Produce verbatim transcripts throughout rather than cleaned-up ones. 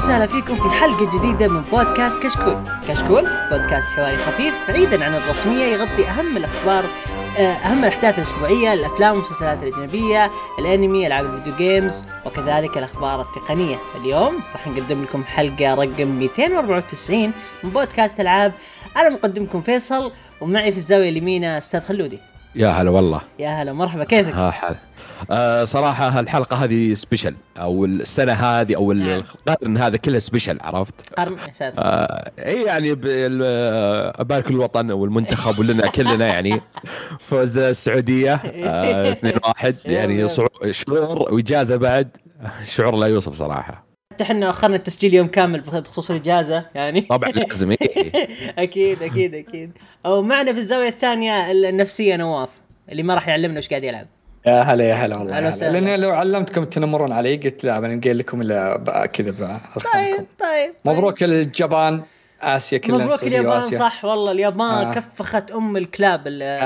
وسهلا فيكم في حلقة جديدة من بودكاست كشكول. كشكول بودكاست حواري خفيف بعيدا عن الرسمية، يغطي أهم الأخبار، أهم الأحداث الأسبوعية، الأفلام والمسلسلات الأجنبية، الأنمي، ألعاب الفيديو جيمز، وكذلك الأخبار التقنية. اليوم راح نقدم لكم حلقة رقم مئتين وأربعة وتسعين من بودكاست ألعاب. أنا مقدمكم فيصل، ومعي في الزاوية اليمين أستاذ خلودي. يا هلا والله. يا هلا مرحبا، كيفك؟ ها حال. أه صراحة هالحلقة هذه سبيشل، أو السنة هذه أو القرن هذا كله سبيشل، عرفت؟ قرن ساتر. أه يعني أبارك الوطن والمنتخب ولنا كلنا يعني فوز السعودية أه اثنين واحد يعني شعور وإجازة بعد شعور لا يوصف صراحة. حتى احنا أخرنا التسجيل يوم كامل بخصوص الإجازة يعني. طبعا لازم إيه. أكيد أكيد أكيد. أو معنا في الزاوية الثانية النفسية نواف اللي ما راح يعلمنا وش قاعد يلعب. يا هلا يا هلا والله، لأن لو علمتكم تنمرون علي قلت لا أنا نقول لكم إلا كذا بقى. طيب طيب مبروك اليابان، آسيا كلها. مبروك اليابان. صح والله اليابان آه. كفخت أم الكلاب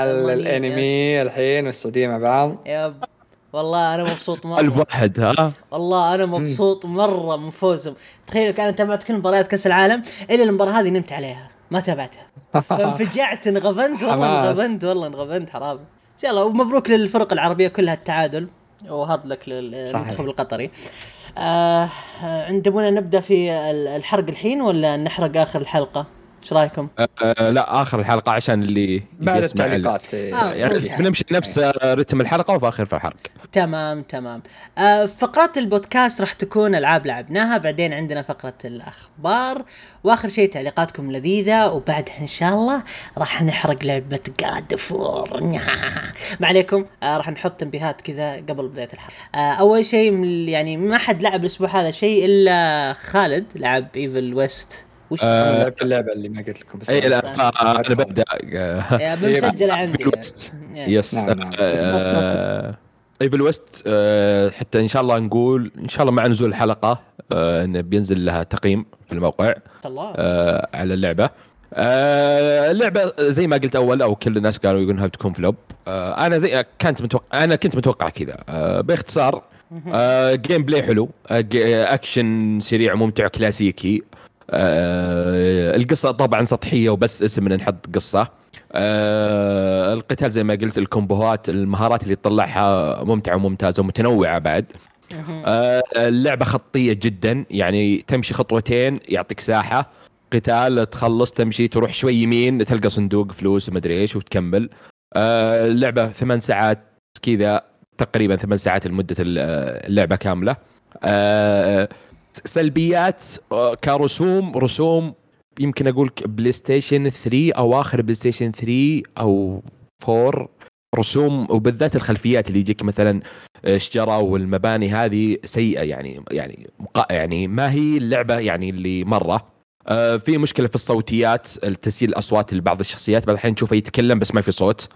الأنمي الحين والسعودية مع بعض. ياب والله أنا مبسوط مرة. الواحد ها والله أنا مبسوط مرة من فوزهم. تخيلوا كانت تابعت كل مباريات كأس العالم إلا المباراة هذه نمت عليها ما تابعتها. فانفجعت انغبنت والله انغبنت والله انغبنت حرام. يلا ومبروك للفرق العربية كلها التعادل، وهذا لك للمنتخب القطري. آه عندنا نبدأ في الحرق الحين ولا نحرق آخر الحلقة؟ ايش رايكم؟ أه لا آخر الحلقة عشان اللي بعد التعليقات آه يعني بنمشي نفس رتم الحلقة وفي آخر في الحرق. تمام تمام. آه فقرات البودكاست راح تكون ألعاب لعبناها، بعدين عندنا فقرة الأخبار، وآخر شيء تعليقاتكم لذيذة، وبعدها إن شاء الله راح نحرق لعبة God of War. ما عليكم. آه راح نحط تنبيهات كذا قبل بداية الحلقة. آه أول شيء يعني ما حد لعب الأسبوع هذا شيء إلا خالد لعب Evil West. وش أه لعبت اللعبة اللي ما قلت لكم بس اي لا فانا ببدا يا بمسجل عندي يس ايفل ويست. حتى ان شاء الله نقول ان شاء الله مع نزول الحلقه أه انه بينزل لها تقييم في الموقع أه على اللعبه. أه اللعبه زي ما قلت اول او كل الناس قالوا يقولونها بتكون فلوب. أه انا زي كنت متوقع انا كنت متوقع كذا. أه باختصار أه جيم بلاي حلو، أه اكشن سريع ممتع كلاسيكي. آه القصة طبعا سطحية وبس اسم من نحط قصة. آه القتال زي ما قلت، الكومبوهات، المهارات اللي تطلعها ممتعة وممتازة ومتنوعة بعد. آه اللعبة خطية جدا، يعني تمشي خطوتين يعطيك ساحة قتال، تخلص تمشي تروح شوي يمين تلقى صندوق فلوس ومدري ايش وتكمل. آه اللعبة ثمان ساعات كذا تقريبا، ثمان ساعات المدة اللعبة كاملة. آه سلبيات كرسوم، رسوم يمكن أقول بلاي ستيشن ثري أو آخر بلاي ستيشن ثري أو فور رسوم، وبالذات الخلفيات اللي يجيك مثلا شجرة والمباني هذه سيئة يعني يعني يعني ما هي اللعبة يعني اللي مرة. آه في مشكلة في الصوتيات، التسجيل الأصوات لبعض الشخصيات بعض الحين تشوفه يتكلم بس ما في صوت.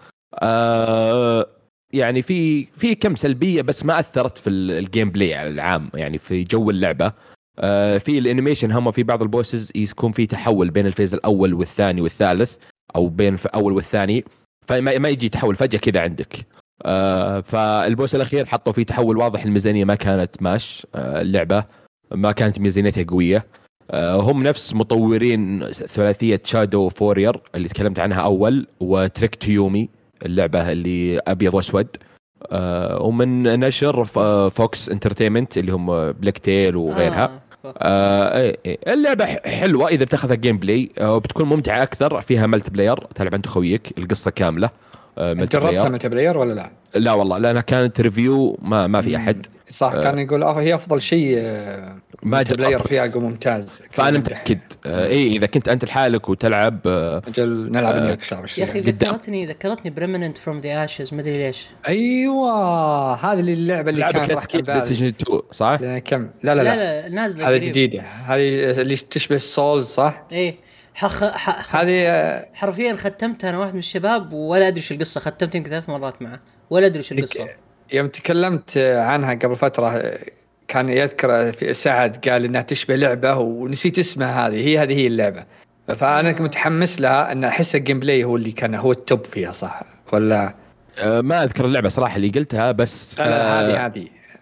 آه يعني في في كم سلبية بس ما أثرت في الجيم بلاي على العام، يعني في جو اللعبة. آه في الانيميشن هم في بعض البوسز يكون في تحول بين الفيز الأول والثاني والثالث، أو بين الأول والثاني، فما ما يجي تحول فجأة كذا عندك. آه فالبوس الأخير حطوا فيه تحول واضح، الميزانية ما كانت ماش. آه اللعبة ما كانت ميزانيتها قوية. آه هم نفس مطورين ثلاثية شادو فورير اللي تكلمت عنها أول، وتريك تيومي اللعبة اللي أبيض وأسود. آه ومن نشر فوكس انترتينمنت اللي هم بلاك تيل وغيرها. آه آه اللعبة حلوة إذا بتاخذها جيم بلاي، آه وبتكون ممتعة أكثر، فيها ملتي بلاير تلعب أنت خويك القصة كاملة. آه جربتها ملتي بلاير ولا لا؟ لا والله لأنها كانت ريفيو ما ما في أحد. صح آه كان يقول آه هي أفضل شيء. آه ما بلاير فيها جو ممتاز، فأنا متأكد. آه إيه إذا كنت أنت لحالك وتلعب آه أجل نلعب آه إنك شعب يا أخي ذكرتني ذكرتني بريمننت فروم ذا آشز، ما أدري ليش. أيوة هذه اللعبة اللي كانت راح بلاي ستيشن تو صح؟ كم لا لا لا, لا, لا نازلة هذه جديدة، هذه اللي تشبه السولز صح؟ إيه حخ ح... هذه حرفيا ختمتها أنا واحد من الشباب ولا أدري شو القصة، ختمت يمكن ثلاث مرات معه ولا أدري شو القصة. يوم تكلمت عنها قبل فترة كان يذكر في سعد قال إنها تشبه لعبة ونسيت اسمها، هذه هي هذه هي اللعبة. فأنا آه. متحمس لها، أن أحس الجيم بلاي هو اللي كان هو التوب فيها صح ولا؟ أه ما أذكر اللعبة صراحة اللي قلتها بس لا لا هذه هذه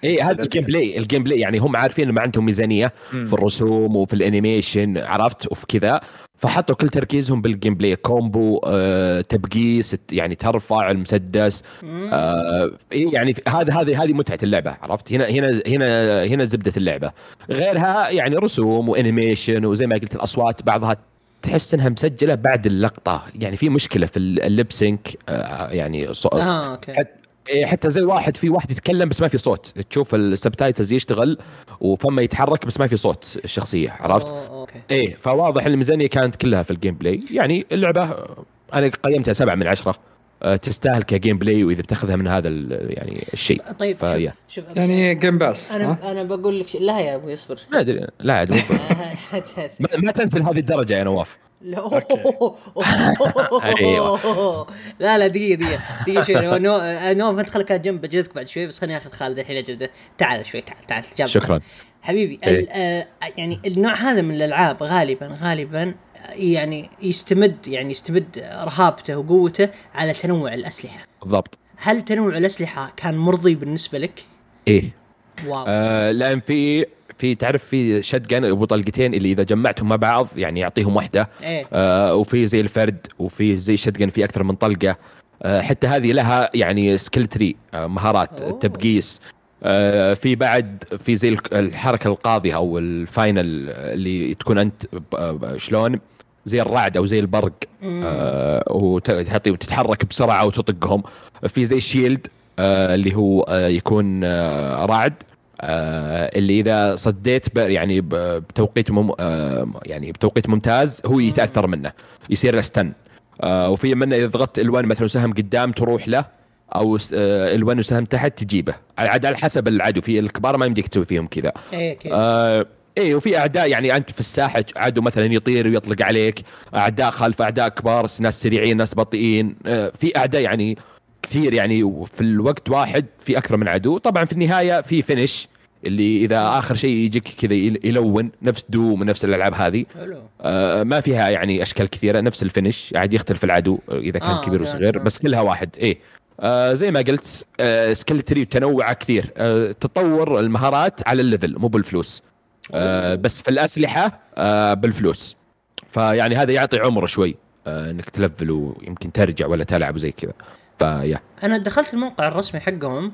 اي هذا الجيم بلاي الجيم بلاي يعني هم عارفين ما عندهم ميزانيه مم. في الرسوم وفي الانيميشن عرفت وفي كذا فحطوا كل تركيزهم بالجيم بلاي كومبو آه، تبقيس يعني ترفع المسدس آه، يعني هذا هذه هذه متعه اللعبه عرفت هنا هنا هنا هنا زبده اللعبه غيرها يعني رسوم وانيميشن وزي ما قلت الاصوات بعضها تحس انها مسجله بعد اللقطه يعني في مشكله في الليبسينك آه، يعني صوت اه اوكي حتى زي واحد في واحد يتكلم بس ما في صوت تشوف السبتايتلز يشتغل وفمه يتحرك بس ما في صوت الشخصيه عرفت أوكي. ايه فواضح الميزانيه كانت كلها في الجيم بلاي يعني اللعبه انا قيمتها سبعة من عشرة تستاهل كجيم بلاي واذا بتاخذها من هذا يعني الشيء طيب فيا. شوف, شوف يعني جيم باس انا انا بقول لك لا يا ابوي اصبر ما ادري لا عاد ما, ما تنزل هذه الدرجه يا نواف لا لا لا دقيقة دقيقة دقيقة شوي نو نو ما تخليك جنب بجدك بعد شوي بس خليني أخذ خالد الحين أجلده تعال شوي تعال تعال جاب شكرا حبيبي إيه؟ يعني النوع هذا من الألعاب غالبا غالبا يعني يستمد يعني يستمد رهابته وقوته على تنوع الأسلحة بالضبط هل تنوع الأسلحة كان مرضي بالنسبة لك؟ إيه واو آه لأن في في تعرف في شتجن ابو طلقتين اللي اذا جمعتهم مع بعض يعني يعطيهم واحده إيه؟ آه وفي زي الفرد وفي زي شتجن في اكثر من طلقه آه حتى هذه لها يعني سكيل تري آه مهارات أوه. التبقيس آه في بعد في زي الحركه القاضيه او الفاينل اللي تكون انت شلون زي الرعد او زي البرق آه وتحطي وتتحرك بسرعه وتطقهم في زي الشيلد آه اللي هو آه يكون آه رعد آه اللي اذا صديت يعني بتوقيت مم آه يعني بتوقيت ممتاز هو يتاثر منه يصير له ستن آه وفي منه اذا ضغطت الوان مثلا سهم قدام تروح له او آه الوان وسهم تحت تجيبه عاد على حسب العدو في الكبار ما يمديك تسوي فيهم كذا آه ايه وفي اعداء يعني انت في الساحه عدو مثلا يطير ويطلق عليك اعداء خلف اعداء كبار ناس سريعين ناس بطيئين آه في اعداء يعني كثير يعني وفي الوقت واحد في اكثر من عدو طبعا في النهايه في فينش اللي اذا اخر شيء يجيك كذا يلون نفس دوم نفس الالعاب هذه آه ما فيها يعني اشكال كثيره نفس الفينش عاد يختلف العدو اذا كان آه كبير وصغير بس كلها واحد ايه آه زي ما قلت آه سكيل تري وتنوع كثير آه تطور المهارات على الليفل مو بالفلوس آه بس في الاسلحه آه بالفلوس فيعني هذا يعطي عمر شوي آه انك تلفل ويمكن ترجع ولا تلعب زي كذا فيا انا دخلت الموقع الرسمي حقهم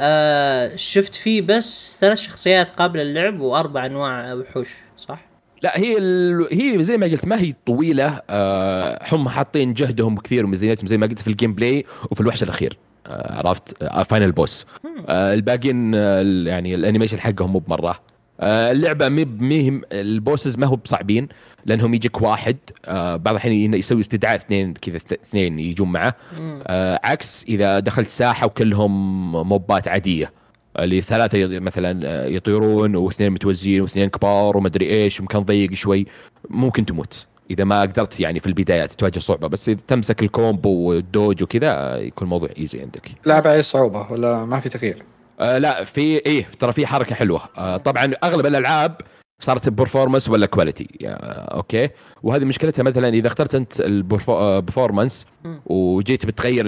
آه شفت فيه بس ثلاث شخصيات قابله للعب واربع انواع وحوش صح لا هي ال... هي زي ما قلت ما هي طويله آه هم حاطين جهدهم كثير وميزانيتهم زي ما قلت في الجيم بلاي وفي الوحش الاخير آه عرفت آه فاينل بوس آه الباقيين آه يعني الانيميشن حقهم مو بمره آه اللعبه مي البوسز ما هو بصعبين لانهم يجيك واحد آه بعض الحين يسوي استدعاء اثنين كذا اثنين يجون معه آه عكس اذا دخلت ساحه وكلهم موبات عاديه اللي ثلاثه مثلا يطيرون واثنين متوزين واثنين كبار وما ادري ايش ومكان ضيق شوي ممكن تموت اذا ما قدرت يعني في البدايات تواجه صعوبه بس اذا تمسك الكومبو والدوج وكذا يكون الموضوع ايزي عندك. لعبه اي صعوبه ولا ما في تغيير؟ آه لا في ايه ترى في حركه حلوه آه طبعا اغلب الالعاب صارت برفورمانس ولا كواليتي اوكي وهذه مشكلتها مثلا اذا اخترت انت البرفورمانس وجيت بتغير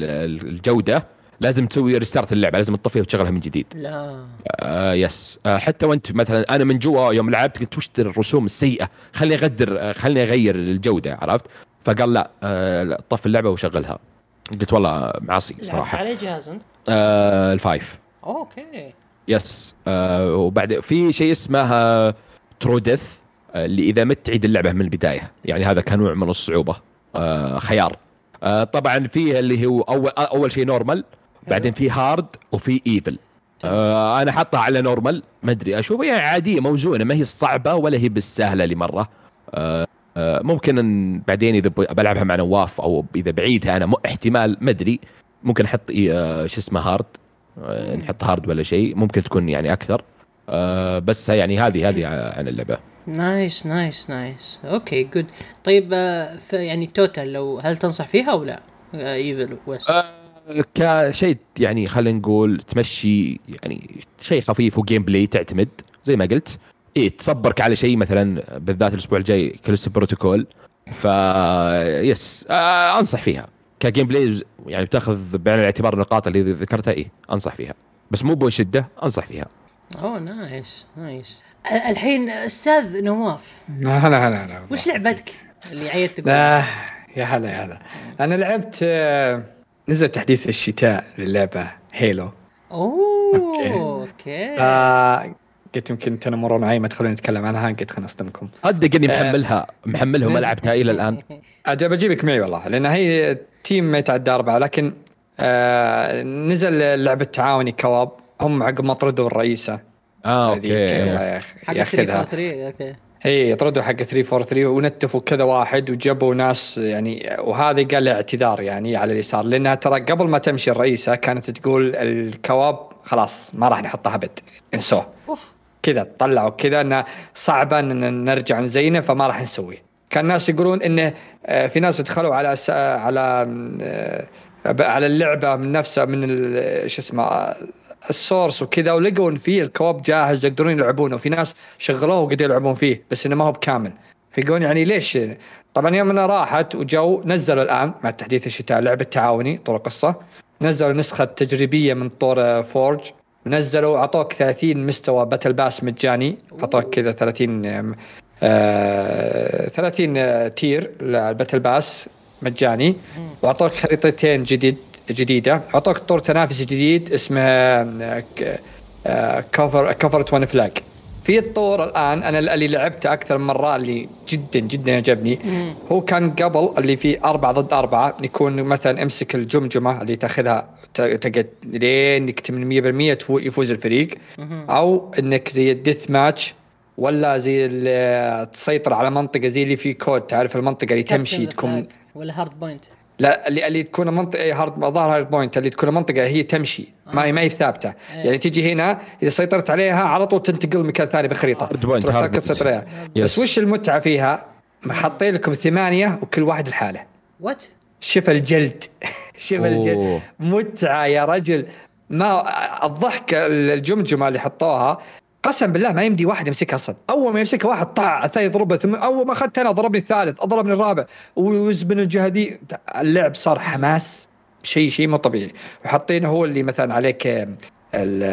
الجوده لازم تسوي ريستارت اللعبه لازم تطفيها وتشغلها من جديد. لا آه يس آه حتى وانت مثلا انا من جوا يوم لعبت قلت وش الرسوم السيئه خليني اغدر خليني اغير الجوده عرفت فقال لا آه طف اللعبه وشغلها قلت والله معصي صراحه. على جهاز انت؟ آه الفايف. اوكي يس آه وبعد في شيء اسمه ترو ديث آه اللي اذا مت تعيد اللعبه من البدايه يعني هذا كان نوع من الصعوبه آه خيار آه طبعا فيه اللي هو اول اول شيء نورمال بعدين في هارد وفي ايفل آه انا حطها على نورمال ما ادري اشوفها يعني عاديه موزونه ما هي الصعبه ولا هي بالسهله لمره آه آه ممكن إن بعدين اذا بلعبها مع نواف او اذا بعيدها انا احتمال ما ادري ممكن احط آه شو اسمه هارد آه نحط هارد ولا شيء ممكن تكون يعني اكثر آه بس يعني هذه هذه عن اللعبه. نايس نايس نايس اوكي جود. طيب آه يعني توتال لو هل تنصح فيها او لا ايفل ويست؟ آه كشيء يعني خلينا نقول تمشي يعني شيء خفيف وجيم بلاي تعتمد زي ما قلت ايه تصبرك على شيء مثلا بالذات الاسبوع الجاي كاليستو بروتوكول ف يس آه انصح فيها كجيم بلاي يعني بتاخذ بعين الاعتبار النقاط اللي ذكرتها ايه انصح فيها بس مو بشده، انصح فيها. اوه نايس نايس. الحين استاذ نواف، لا لا لا لا وش لعبتك اللي عيدت تقول؟ لا يا هلا يا هلا، انا لعبت نزل تحديث الشتاء للعبه هيلو. اوه اوكي, أوكي. ف... قلت يمكن تنمرون معي ما تخلوني اتكلم عنها، قلت خلنا اصدمكم. صدق اني محملها محملها وما لعبتها الى الان. اجل بجيبك معي والله، لان هي تيم ما يتعدى اربعه، لكن آه نزل لعبه تعاوني كواب، هم عقب ما طردوا الرئيسه اه اوكي ياخذها. اوكي هي طردوا حق ثلاثة أربعة ثلاثة ونتفوا كذا واحد وجابوا ناس يعني، وهذا قال له اعتذار يعني على اللي صار، لانها ترى قبل ما تمشي الرئيسه كانت تقول الكواب خلاص ما راح نحطها ابد، انسوه كذا، طلعوا كذا انه صعبه ان نرجع نزينه فما راح نسويه. كان الناس يقولون انه في ناس دخلوا على على على اللعبه من نفسها من شو اسمه السورس وكذا، ولقوا ان فيه الكواب جاهز يقدرون يلعبونه، وفي ناس شغلوه وقدروا يلعبون فيه بس انه ما هو بكامل. فيقولون يعني ليش؟ طبعا يوم انها راحت وجو نزلوا الان مع تحديث الشتاء لعبه تعاوني طور قصه، نزلوا نسخه تجريبيه من طور فورج، ونزلوا عطوك ثلاثين مستوى باتل باس مجاني، عطوك كذا ثلاثين آه ثلاثين تير للباتل باس مجاني، وعطوك خريطتين جديد جديدة، عطوك طور تنافسي جديد اسمه كفر كفرت وان فلاج. في الطور الآن أنا اللي لعبته أكثر من مرة اللي جدا جدا عجبني، هو كان قبل اللي فيه أربعة ضد أربعة، يكون مثلا امسك الجمجمة اللي تأخذها تقعد لين انك ثمانمية بالمية يفوز الفريق، أو انك زي الديث ماتش، ولا زي تسيطر على منطقة زي اللي في كود، تعرف المنطقة اللي تمشي تكون، ولا هارد بوينت. لا اللي اللي تكون منطقه هارد ظاهر هارد بوينت، اللي تكون منطقه هي تمشي آه. ما هي ما هي ثابته آه. يعني تيجي هنا اذا سيطرت عليها على طول تنتقل مكان ثاني بخريطه تروح تسيطر عليها. بس وش المتعه فيها؟ محطين لكم ثمانيه وكل واحد لحاله. وات شوف الجلد شوف الجلد متعه يا رجل. ما الضحك الجمجمه اللي حطوها قسم بالله ما يمدي واحد يمسكها اصلا، اول ما يمسكها واحد طاع الثاني يضربه، ثم اول ما اخذت انا ضربني الثالث، اضربني الرابع، ويزبن الجهدي. اللعب صار حماس شيء شيء مو طبيعي. وحاطين هو اللي مثلا عليك ال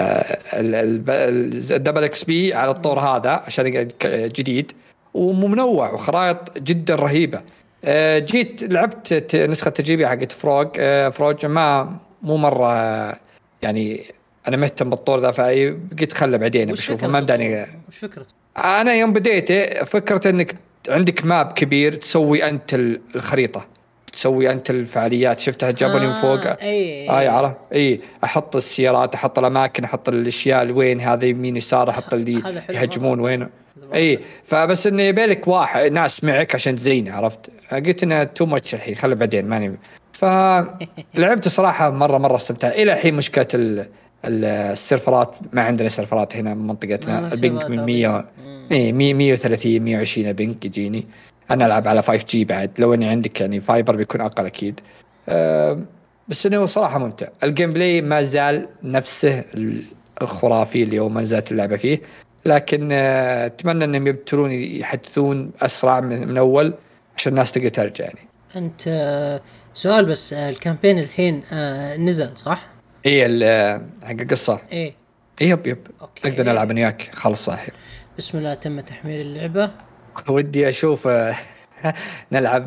الدبل اكس بي على الطور هذا عشان جديد ومنوع وخرائط جدا رهيبه. جيت لعبت نسخه تجريبيه حقت فروج فروج ما مو مره يعني انا مهتم بالطور ذا، فقلت خله بعدين بشوفه ما بداني. وش فكرته؟ انا يوم بديته فكرة انك عندك ماب كبير تسوي انت الخريطة، تسوي انت الفعاليات، شفتها جابوني آه من فوق اي اي عرف اي احط السيارات، احط الاماكن، احط الاشياء وين هذا يمين يسار، احط اللي يهجمون وين اي. فبس انه يبيلك واحد ناس معك عشان تزين، عرفت؟ قلت انه تو ماتش الحين خله بعدين ماني. فلعبت صراحة مرة مرة استمتعت. الى الحين مشكلة ال السيرفرات ما عندنا سيرفرات هنا منطقتنا، البنك من مية اي مية وثلاثين مية وعشرين بنك يجيني. انا العب على فايف جي بعد، لو اني عندك يعني فايبر بيكون اقل اكيد. أه بس انه صراحه ممتع. الجيم بلاي ما زال نفسه الخرافي اللي هو ما زالت اللعبه فيه، لكن أه اتمنى انهم يبترون يحدثون اسرع من, من اول عشان الناس تقدر ترجع. يعني انت سؤال بس، الكامبين الحين أه نزل صح؟ ايه حق القصه ايه يب يب اقدر نلعب انا وياك خلص صاحي. بسم الله تم تحميل اللعبه. ودي اشوف نلعب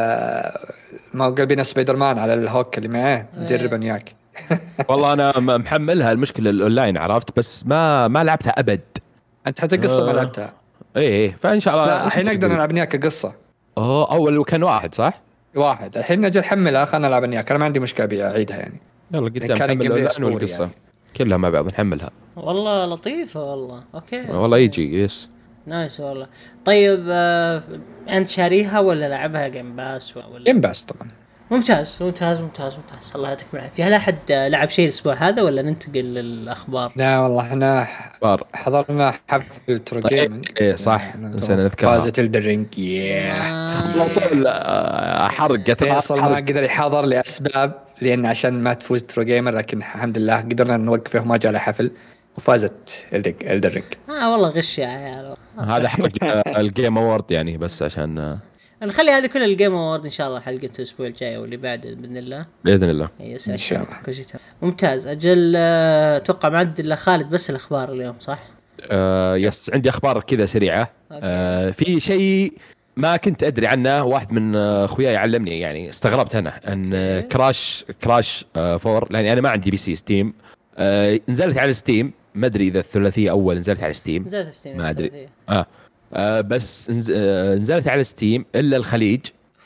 ما قلبنا سبايدر مان على الهوك اللي معاه نجرب انا وياك. والله انا محملها، المشكله الاونلاين عرفت، بس ما ما لعبتها ابد. انت حتى القصه ما لعبتها؟ ايه ايه فان شاء الله الحين نقدر نلعب انا وياك القصه. اوه اول كان واحد صح؟ واحد الحين نجي نحملها خلينا نلعب انا وياك، انا ما عندي مشكله اعيدها يعني. يلا قدام نحمل القصة يعني. كلها مع بعض نحملها. والله لطيفة والله. اوكي والله يجي يس نايس والله. طيب آه، انت شاريها ولا لعبها جيم باس ولا جيم باس؟ طبعا ممتاز ممتاز ممتاز ممتاز. الله يعطيك العافية. هل احد لعب شيء الاسبوع هذا ولا ننتقل للاخبار؟ لا والله احنا حضرنا حفل ترو جيمنج. ايه صح نسينا نذكر فازت الدرينج يا طول حرقت فيصل ما قدر يحضر لاسباب، لان عشان ما تفوز ترو جيمر، لكن الحمد لله قدرنا نوقفه وما جاء له حفل وفازت الدرينج. اه والله غش يا عيال. هذا حق الجيم اوورد يعني، بس عشان نخلي هذه كل الجيم اوورد ان شاء الله حلقه الاسبوع الجاي واللي بعده باذن الله. باذن الله ان شاء الله كل شيء ممتاز. اجل اتوقع معد الا خالد بس الاخبار اليوم صح؟ آه يس عندي اخبار كذا سريعه. آه في شيء ما كنت ادري عنه، واحد من اخوياي علمني، يعني استغربت انا ان أوكي. كراش كراش آه فور، لاني انا ما عندي بي سي ستيم. آه نزلت على ستيم، ما ادري اذا الثلاثيه اول نزلت على ستيم نزلت ستيم ما ادري آه. آه بس نز... آه نزلت على ستيم الا الخليج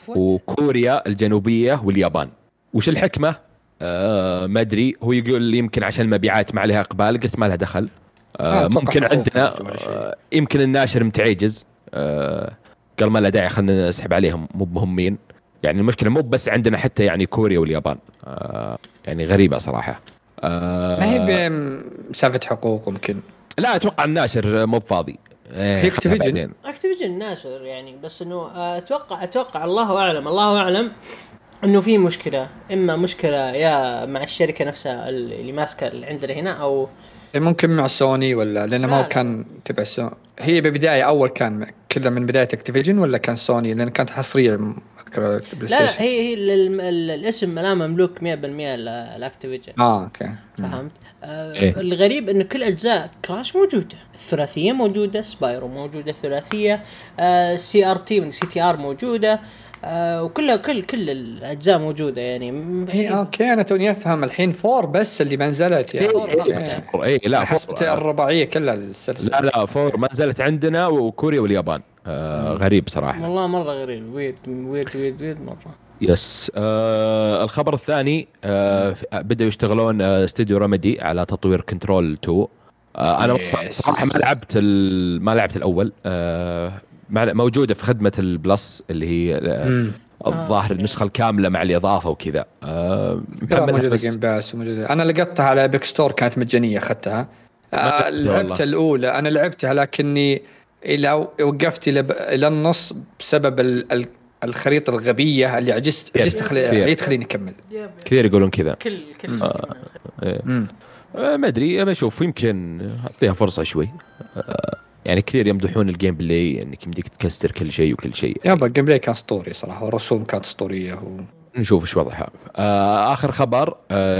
وكوريا الجنوبيه واليابان. وش الحكمه؟ آه ما ادري. هو يقول يمكن عشان المبيعات ما عليها اقبال، قلت ما لها دخل. آه ممكن عندنا آه يمكن الناشر متعجز، آه قال ما لا داعي خلينا نسحب عليهم، مو مهمين. يعني المشكله مو بس عندنا، حتى يعني كوريا واليابان. آه يعني غريبه صراحه. آه ما هي بسالفه حقوق ممكن. لا اتوقع الناشر مو بفاضي. هي اكتيفيجن اكتيفيجن ناشر يعني، بس انه اتوقع اتوقع الله اعلم الله اعلم انه في مشكله، اما مشكله يا مع الشركه نفسها اللي ماسكه اللي عندنا هنا، او ممكن مع سوني، ولا لانه ما كان تبع سوني. هي ببدايه اول كان كله من بدايه اكتيفيجن، ولا كان سوني لان كانت حصريه اذكر. لا لا هي هي الاسم لا مملوك مية بالمية لاكتيفيجن. اه اوكي فهمت. آه إيه؟ الغريب انه كل اجزاء كراش موجوده، الثلاثيه موجوده، سبايرو موجوده الثلاثيه، آه سي ار تي من سي تي ار موجوده، آه وكلها كل كل الاجزاء موجوده يعني. هي اوكي انا توني افهم الحين فور بس اللي ما نزلت يعني. فور اي لا حسبت الرباعيه كلها السلسله. لا لا فور ما نزلت عندنا، وكوريا واليابان. آه غريب صراحه والله مره غريب، ويد ويد ويد ويد مره. يس. آه الخبر الثاني، آه بدأوا يشتغلون آه استوديو ريميدي على تطوير كنترول تو. آه انا صراحه ما لعبت ما لعبت الاول. آه موجوده في خدمه البلس اللي هي آه الظاهر النسخه الكامله مع الاضافه وكذا. آه موجوده جيم باس وموجوده. انا لقطتها على بيك ستور كانت مجانيه اخذتها. آه لعبت الاولى انا لعبتها، لكني الى وقفت الى النص بسبب ال الخريطة الغبية اللي عجزت عجزت خلي تخليني أكمل. كثير يقولون كذا. كل كل آه. آه. آه ما أدري، أنا أشوف يمكن أعطيها فرصة شوي. آه يعني كثير يمدحون الجيم بلاي، إنك يمديك تكسر كل شيء وكل شيء. يابا الجيم بلاي كان أسطوري صراحة، والرسوم كانت أسطورية و... نشوف إيش وضعها. آه آخر خبر،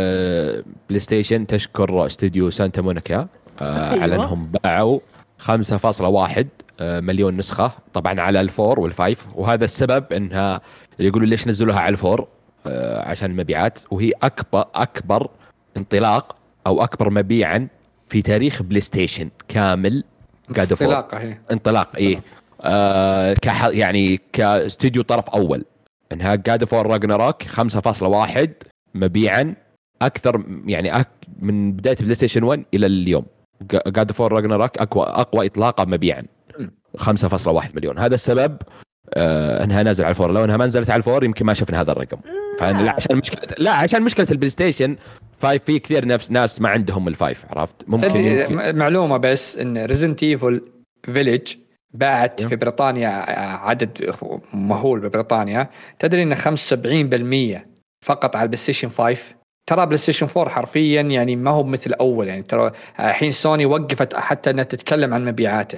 آه بلاي ستيشن تشكر استوديو سانتا مونيكا. آه على أنهم باعوا خمسة فاصلة واحد مليون نسخة طبعا على الفور والفايف، وهذا السبب انها يقولوا ليش نزلوها على الفور آه عشان المبيعات، وهي اكبر اكبر انطلاق او اكبر مبيعا في تاريخ بلاي ستيشن كامل. انطلاق هي انطلاق ايه آه كح يعني كاستوديو طرف اول، انها جاد فور راجناروك خمسة فاصلة واحد مبيعا اكثر يعني أك من بداية بلاي ستيشن واحد الى اليوم. جاد فور راجناروك اقوى اقوى اطلاقا مبيعا خمسة فاصلة واحد مليون. هذا السبب آه انها نازل على الفور. لو انها ما نزلت على الفور يمكن ما شفنا هذا الرقم. فانا لا عشان مشكله لا عشان مشكله البلاي ستيشن فايف في كثير نفس ناس ما عندهم الفايف، عرفت؟ ممكن, ممكن معلومه بس ان ريزنت ايفل فيليج باعت في بريطانيا عدد مهول ببريطانيا. تدري ان خمسة وسبعين بالمية فقط على البلاي ستيشن فايف. ترى بلاي ستيشن فور حرفيا يعني ما هو مثل اول يعني. ترى الحين سوني وقفت حتى انها تتكلم عن مبيعاته،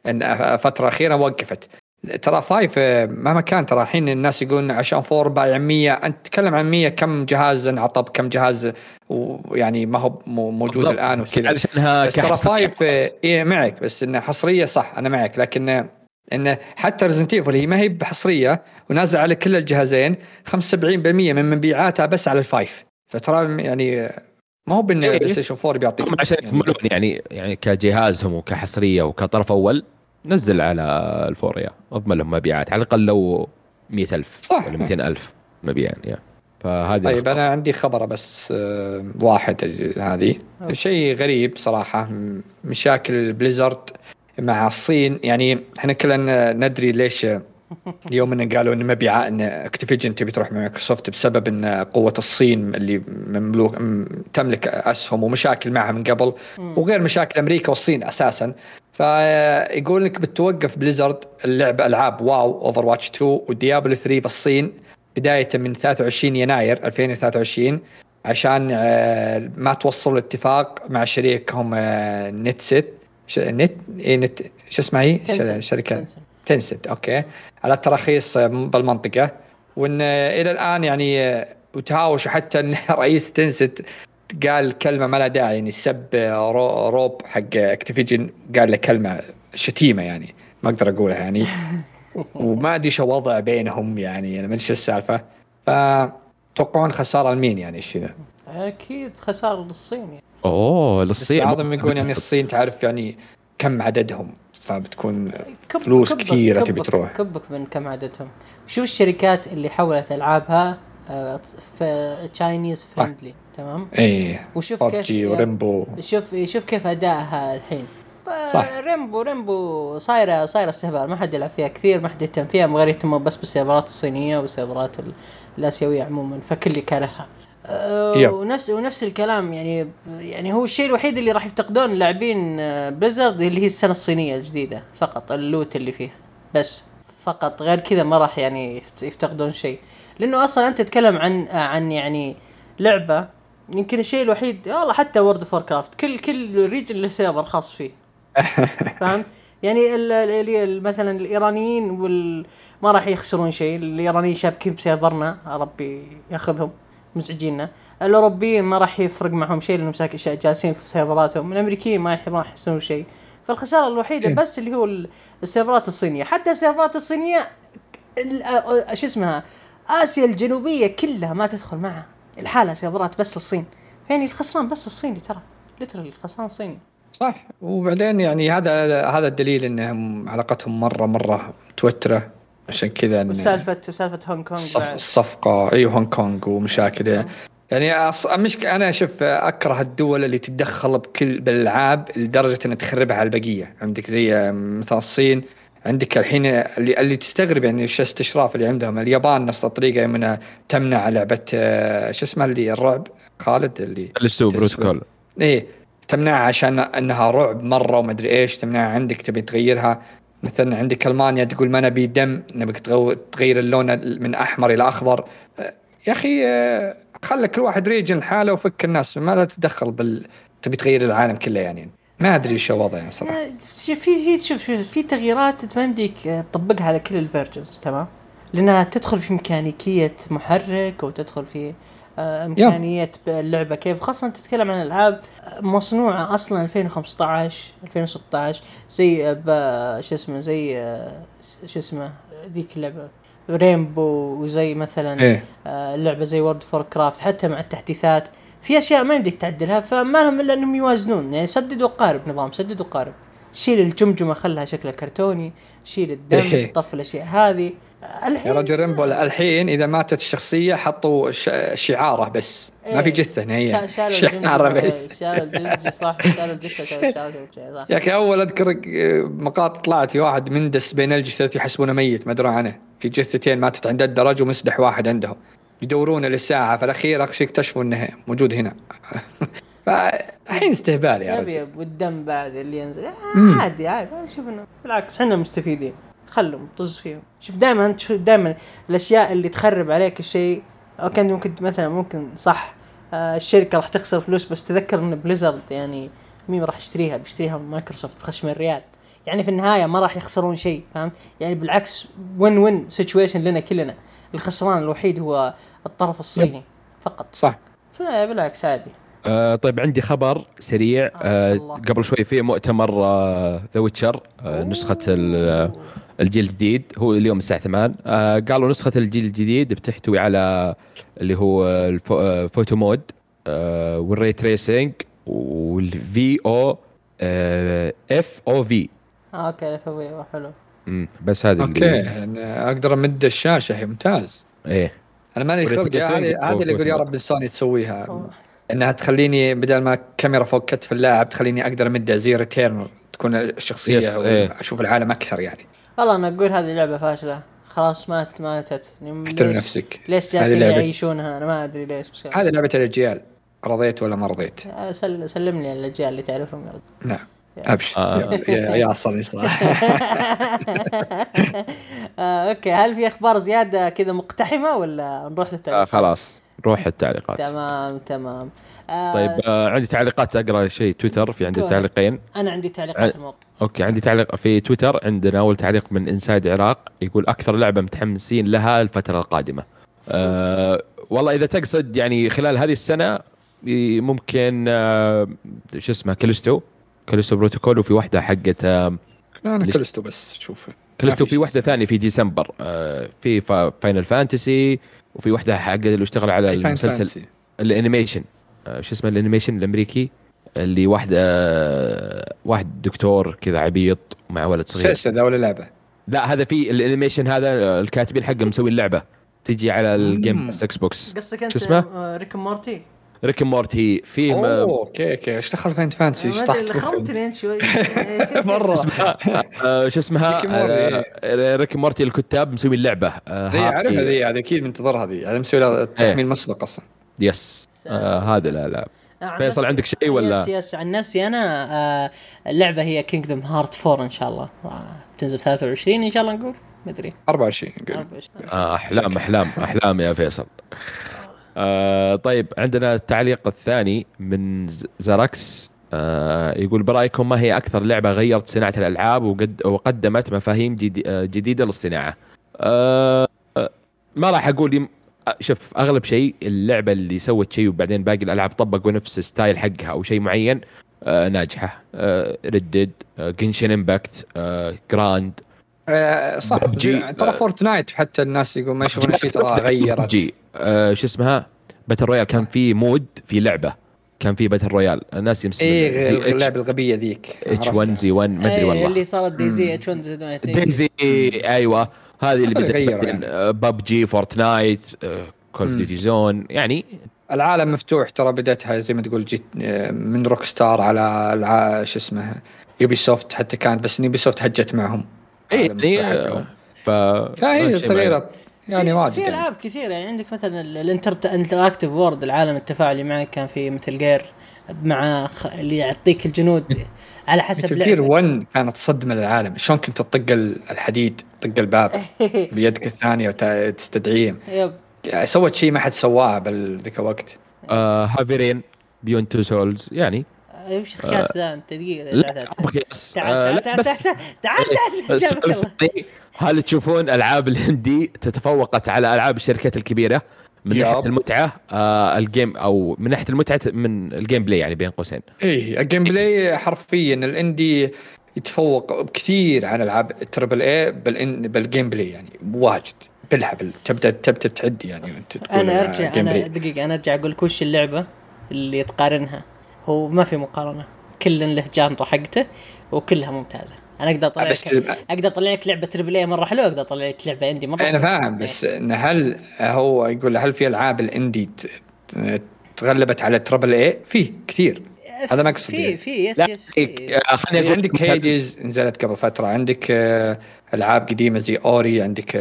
ان فتره اخيره وقفت. ترى فايف مهما كان، ترى الحين الناس يقولون عشان فور بايع مية، انت تتكلم عن مية كم جهاز انعطب، كم جهاز ويعني ما هو موجود الان وكذا. بس ترى فايف إيه معك، بس انه حصريه صح انا معك، لكن انه حتى ريزنت ايفل هي ما هي بحصريه ونازل على كل الجهازين. خمسة وسبعين بالمية من مبيعاتها بس على الفايف. فترى يعني ما هو بالنسبه بلاي ستيشن فور بيعطيك عشان يعني يعني يعني كجهازهم وكحصريه وكطرف اول نزل على الفور يا اضمن لهم مبيعات على الاقل لو مئة ألف ولا مئتين ألف مبيعا يا. فهذه طيب انا عندي خبر بس واحد هذه شيء غريب صراحه. مشاكل بليزرد مع الصين. يعني احنا كلنا ندري ليش اليوم إن قالوا إن مبيعات إن اكتيفيجن تبي تروح مع مايكروسوفت بسبب إن قوة الصين اللي مملوك تملك أسهم ومشاكل معها من قبل، وغير مشاكل أمريكا والصين أساساً. فيقول لك بتوقف بليزرد اللعبة ألعاب واو أوفر واتش تو وديابلو ثري بالصين بداية من ثلاثة وعشرين يناير ألفين وثلاثة وعشرين عشان ما توصلوا اتفاق مع شريكهم نتسيت نت إيه نت شو اسمها هي الشركة تنسنت اوكي على التراخيص بالمنطقه، وان الى الان يعني وتهاوش حتى ان رئيس تنسنت قال كلمه ما لها داعي، يعني سب رو روب حق اكتيفيجن، قال له كلمه شتيمه يعني ما اقدر اقولها يعني وما ادري شو وضع بينهم يعني انا ما ادري شو السالفه. فتوقعون خساره لمين يعني الشيء ذا؟ اكيد خساره للصين يعني. اوه بس للصين. بعضهم يقول يعني الصين تعرف يعني كم عددهم، فبتكون كب فلوس كبك كثيره تبي كبك تروح. كبك من كم عددهم. شوف الشركات اللي حولت العابها آه، في تشاينيز فريندلي تمام. ايه وشوف كيف ببجي وريمبو، شوف شوف كيف ادائها الحين. صح. ريمبو ريمبو صايره صايره استهبال، ما حد يلعب فيها كثير، ما حد يهتم فيها، غير يهتموا بس بالسيرفرات الصينيه والسيرفرات الاسيويه عموما، فكل كارهها. أه ونفس ونفس الكلام يعني. يعني هو الشيء الوحيد اللي راح يفتقدون لاعبين بليزرد اللي هي السنه الصينيه الجديده فقط، اللوت اللي فيها بس فقط، غير كذا ما راح يعني يفتقدون شيء. لانه اصلا انت تتكلم عن عن يعني لعبه يمكن الشيء الوحيد والله حتى وورد اوف كرافت كل كل ريجن له سيرفر خاص فيه فهمت يعني. ال مثلا الايرانيين وال ما راح يخسرون شيء، الايرانيين شابكين بسيرفرنا ربي ياخذهم مزعجيننا، الاوروبيين ما راح يفرق معهم شيء لانهم ساكن جالسين في سيرفراتهم، الامريكيين ما راح يحسنون شيء. فالخساره الوحيده بس اللي هو السيرفرات الصينيه. حتى السيرفرات الصينيه ايش اسمها اسيا الجنوبيه كلها ما تدخل معها الحالة سيرفرات بس الصين، يعني الخسران بس الصيني ترى ليترالي الخسران صيني صح. وبعدين يعني هذا هذا الدليل انهم علاقتهم مره مره متوتره عشان كذا. وسالفه وسالفه هونغ كونغ الصف الصفقه اي هونغ كونغ ومشاكل يعني مش انا اشوف اكره الدول اللي تتدخل بكل بالالعاب لدرجه انها تخربها على البقيه. عندك زي مثلا الصين، عندك الحين اللي اللي تستغرب يعني ايش استشراف اللي عندهم. اليابان نفس الطريقه من تمنع لعبه شو اسمها اللي الرعب خالد اللي السو بروتوكول ايه تمنعها عشان انها رعب مره وما ادري ايش تمنعها. عندك تبي تغيرها مثلا عندك المانيا تقول ما نبي دم، نبيك تغير اللون من احمر الى اخضر. يا اخي خلي كل واحد ريجن الحاله وفك الناس، ما لا تدخل بال تبي تغير العالم كله يعني. ما ادري شو وضعه صراحه. في في شوف في تغييرات ما يمديك تطبقها على كل الفيرجنز تمام، لانها تدخل في ميكانيكيه محرك وتدخل في امكانيه اللعبه كيف، خاصه تتكلم عن العاب مصنوعه اصلا ألفين وخمسة عشر ألفين وستة عشر زي شو اسمه زي شو اسمه ذيك اللعبه ريمبو، وزي مثلا إيه؟ اللعبه زي وورد فور كرافت. حتى مع التحديثات في اشياء ما يمديك تعدلها، فما لهم الا انهم يوازنون يعني سدد وقارب، نظام سدد وقارب. شيل الجمجمه خلها شكلها كرتوني، شيل الدم إيه؟ طف الاشياء هذه. يا رجل ريمبو الحين اذا ماتت الشخصيه حطوا شعاره بس إيه؟ ما في جثه نهائيا، شعاره بس. شال الجثه صح، شال الجثه صح. يا اخي اول اذكر مقاطع طلعت في واحد مندس بين الجثث يحسبونه ميت ما ادري عنه، في جثتين ماتت عند الدرج ومسدح واحد عندهم يدورونه للساعه، في الاخير اكتشفوا انه موجود هنا. فالحين استهبال يا رجل. والدم بعد اللي ينزل عادي عادي. انا اشوف انه بالعكس احنا مستفيدين، خلهم طز فيهم. شوف دائما دائما الاشياء اللي تخرب عليك الشيء او كان ممكن مثلا ممكن صح آه الشركه راح تخسر فلوس، بس تذكر ان بليزرد يعني مين راح يشتريها؟ بيشتريها مايكروسوفت بخشم الريال يعني. في النهايه ما راح يخسرون شيء فهمت يعني، بالعكس وين وين سيتويشن لنا كلنا. الخسران الوحيد هو الطرف الصيني فقط صح. بالعكس عادي. آه طيب عندي خبر سريع. آه قبل شوي في مؤتمر ذا آه ويتشر آه نسخة الجيل الجديد، هو اليوم الساعة ثمانية. آه قالوا نسخة الجيل الجديد بتحتوي على اللي هو الفوتو مود آه والري تريسينج والفي او اف او في. اوكي اف او في حلو. امم بس هذه اوكي يعني اقدر امد الشاشة، هي ممتاز. ايه انا ماني خلق هذه هذه اللي يقول يا رب سوني تسويها أوه. انها تخليني بدل ما كاميرا فوق كتف اللاعب تخليني اقدر امد زي ريتيرن تكون الشخصيه واشوف إيه. العالم اكثر يعني. والله انا اقول هذه لعبه فاشله خلاص، ماتت ماتت. احترم نفسك. ليش جالسين يعيشونها؟ انا ما ادري ليش. بس هذه لعبه الاجيال، رضيت ولا ما رضيت؟ سل... سلم لي الاجيال اللي تعرفهم. نعم ابشر آه. يا يا عصري صح. آه، اوكي هل في اخبار زياده كذا مقتحمه ولا نروح للتعليقات؟ آه خلاص نروح التعليقات. تمام تمام. آه طيب آه عندي تعليقات اقرا شيء تويتر، في عندي تعليقين. انا عندي تعليقات الموقع. اوكي عندي تعليق في تويتر، عندنا اول تعليق من انسايد عراق يقول اكثر لعبه متحمسين لها الفتره القادمه. أه والله اذا تقصد يعني خلال هذه السنه ممكن أه شو اسمه كاليستو كاليستو بروتوكول، وفي واحده حقت أه انا كاليستو بس شوف كاليستو، في واحده ثانيه في ديسمبر أه في فاينل فانتسي، وفي واحده حق اللي اشتغل على المسلسل الانيميشن أه شو اسمه الانيميشن الامريكي اللي واحد آه واحد دكتور كذا عبيط مع ولد صغير. سلسلة ولا لعبة؟ لا هذا في الانيميشن، هذا الكاتبين حقهم مسوي اللعبة تيجي على الجيم بس اكس بوكس. قصدك انت اسمه ريك مورتي؟ ريك مورتي فيه اوه اوكي اوكي ايش دخل فاين فانسي؟ ايش طحت خلطني شوي مرة شو اسمها ريك مورتي الكتاب مسوي اللعبة. هي عارف هذه هذه اكيد منتظر هذه، هذا مسوي لها تحميل مسبق اصلا. يس هذا لا لا فيصل عندك شيء ولا؟ يس يس عن نفسي أنا آه اللعبة هي كينغدوم هارت فور إن شاء الله آه بتنزل ثلاثة وعشرين إن شاء الله نقول ما أدري أربعة وعشرين نقول آه أحلام أحلام أحلام يا فيصل. آه طيب عندنا التعليق الثاني من زراكس آه يقول برأيكم ما هي أكثر لعبة غيرت صناعة الألعاب وقد وقدمت مفاهيم جديدة للصناعة؟ آه ما راح أقول شوف اغلب شيء اللعبه اللي سوت شيء وبعدين باقي الالعاب طبقوا نفس ستايل حقها او شيء معين آه ناجحه. آه ريدد آه جنشن امباكت آه جراند آه صح ترى آه فورتنايت حتى الناس يقول ما يشوفون شيء ترى غيرت جي آه شو اسمها باتل رويال كان في مود في لعبه كان في باتل رويال الناس يمسكون ايه اللعبه الغبيه ذيك اتش واحد زي واحد ما ادري والله اللي صارت دي زي اتش واحد زي دي زي ايوه هذه اللي بدأت يعني. ببجي فورتنايت كول اوف ديوتي زون يعني العالم مفتوح ترى بدأتها زي ما تقول جيت من روك ستار على الع... شو اسمه يوبي سوفت حتى كانت بس يوبي سوفت هجت معهم اي يعني ف فهي تغيرت يعني واجد في العاب كثير يعني عندك مثلا الانتراكتيف وورد العالم التفاعلي معك كان في مثل جير مع خ... اللي يعطيك الجنود على حسب لعبة جير واحد كانت صدمة للعالم شلون كنت تطق الحديد طق الباب بيدك الثانية وتستدعيهم سوت شيء ما حد سواه بذيك الوقت. آه هافيرين بيون تو سولز يعني ايش خياس ذا انت دقيقه لا تعال تعال تعال تعال هل تشوفون العاب الهندي تتفوقت على العاب الشركات الكبيره من ناحيه المتعه آه الجيم او من ناحيه المتعه من الجيم بلاي يعني بين قوسين؟ ايه الجيم بلاي حرفيا الاندي يتفوق بكثير عن العاب التربل اي بالجيم بلاي يعني واجد بالهبل تبدا تبدا تعدي يعني انت تقول انا ارجع انا دقيقه انا ارجع اقول وش اللعبه اللي تقارنها هو ما في مقارنه كل له جانرا حقته وكلها ممتازه. انا اقدر اطلع لك اقدر اطلع لك لعبه تربل اي مره حلوه اقدر اطلع لك لعبه اندي مره انا فاهم بس هل هو يقول هل في العاب الاندي تغلبت على تربل اي؟ في كثير هذا ما اقصد في في يس يس خليني اقول عندك هيديز نزلت قبل فتره عندك العاب قديمه زي اوري عندك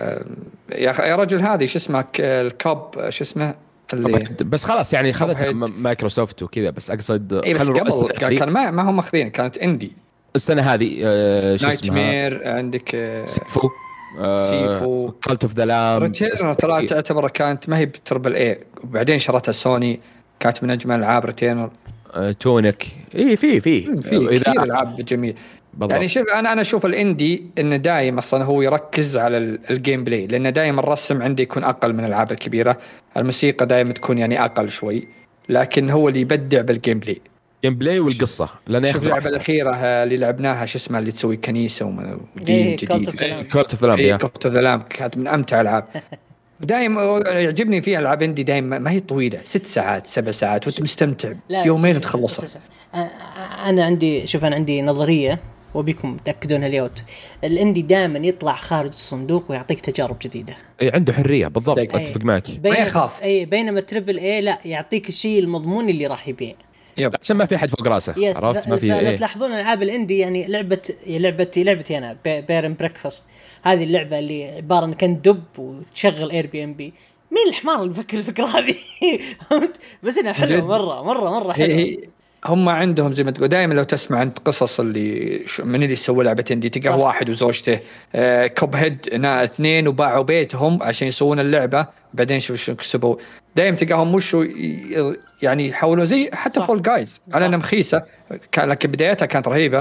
يا رجل هذه شو اسمه الكاب شو اسمه اللي بس خلاص يعني خذتها مايكروسوفت وكذا بس اقصد إيه بس قبل كان ما ما هم ماخذين كانت اندي السنه هذه آه شو اسمها نايتمير عندك آه سيفو آه سيفو كالت اوف ذا لام ريتيرنر ترى تعتبر كانت ما هي بتربل اي وبعدين شرتها سوني كانت من اجمل العاب ريتيرنر آه تونك اي في في في كثير العاب جميل بالضبط. يعني شوف انا انا اشوف الاندي انه دايم اصلا هو يركز على الجيم بلاي لانه دايما الرسم عندي يكون اقل من الالعاب الكبيره الموسيقى دائما تكون يعني اقل شوي لكن هو اللي يبدع بالجيم بلاي جيم بلاي والقصه لان شوف اللعبه الاخيره اللي لعبناها شو اسمها اللي تسوي كنيسه ودين إيه جديد كولت اوف ذا لام كولت اوف ذا لام كانت من امتع الالعاب دايما يعجبني فيها العاب اندي دايما ما هي طويله ست ساعات سبع ساعات وانت مستمتع يومين تخلصها. انا عندي شوف انا عندي نظريه وبيكم تأكدون اليوت الاندي دائما يطلع خارج الصندوق ويعطيك تجارب جديده. اي عنده حريه بالضبط اتفق معك ما يخاف. اي بينما تريبل اي لا يعطيك الشيء المضمون اللي راح يبيع عشان ما في حد فوق راسه عرفت ما في ايه. تلاحظون العاب الاندي يعني لعبه لعبتي لعبتي انا بيرن بريكفاست هذه اللعبه اللي عباره عن كان دب وتشغل اير بي ام بي مين الحمار اللي فكر الفكره هذه بس انها حلوه مره مره مره حلوه. هم عندهم زي ما تقول دائما لو تسمع عن قصص اللي من اللي سووا لعبتين دي تلقى واحد وزوجته آه كوب هيد اثنين وباعوا بيتهم عشان يسوون اللعبه بعدين شو شو كسبوا دائما تلقاهم مش يعني يحاولوا زي حتى فول جايز على انها مخيسه لكن بدايتها كانت رهيبه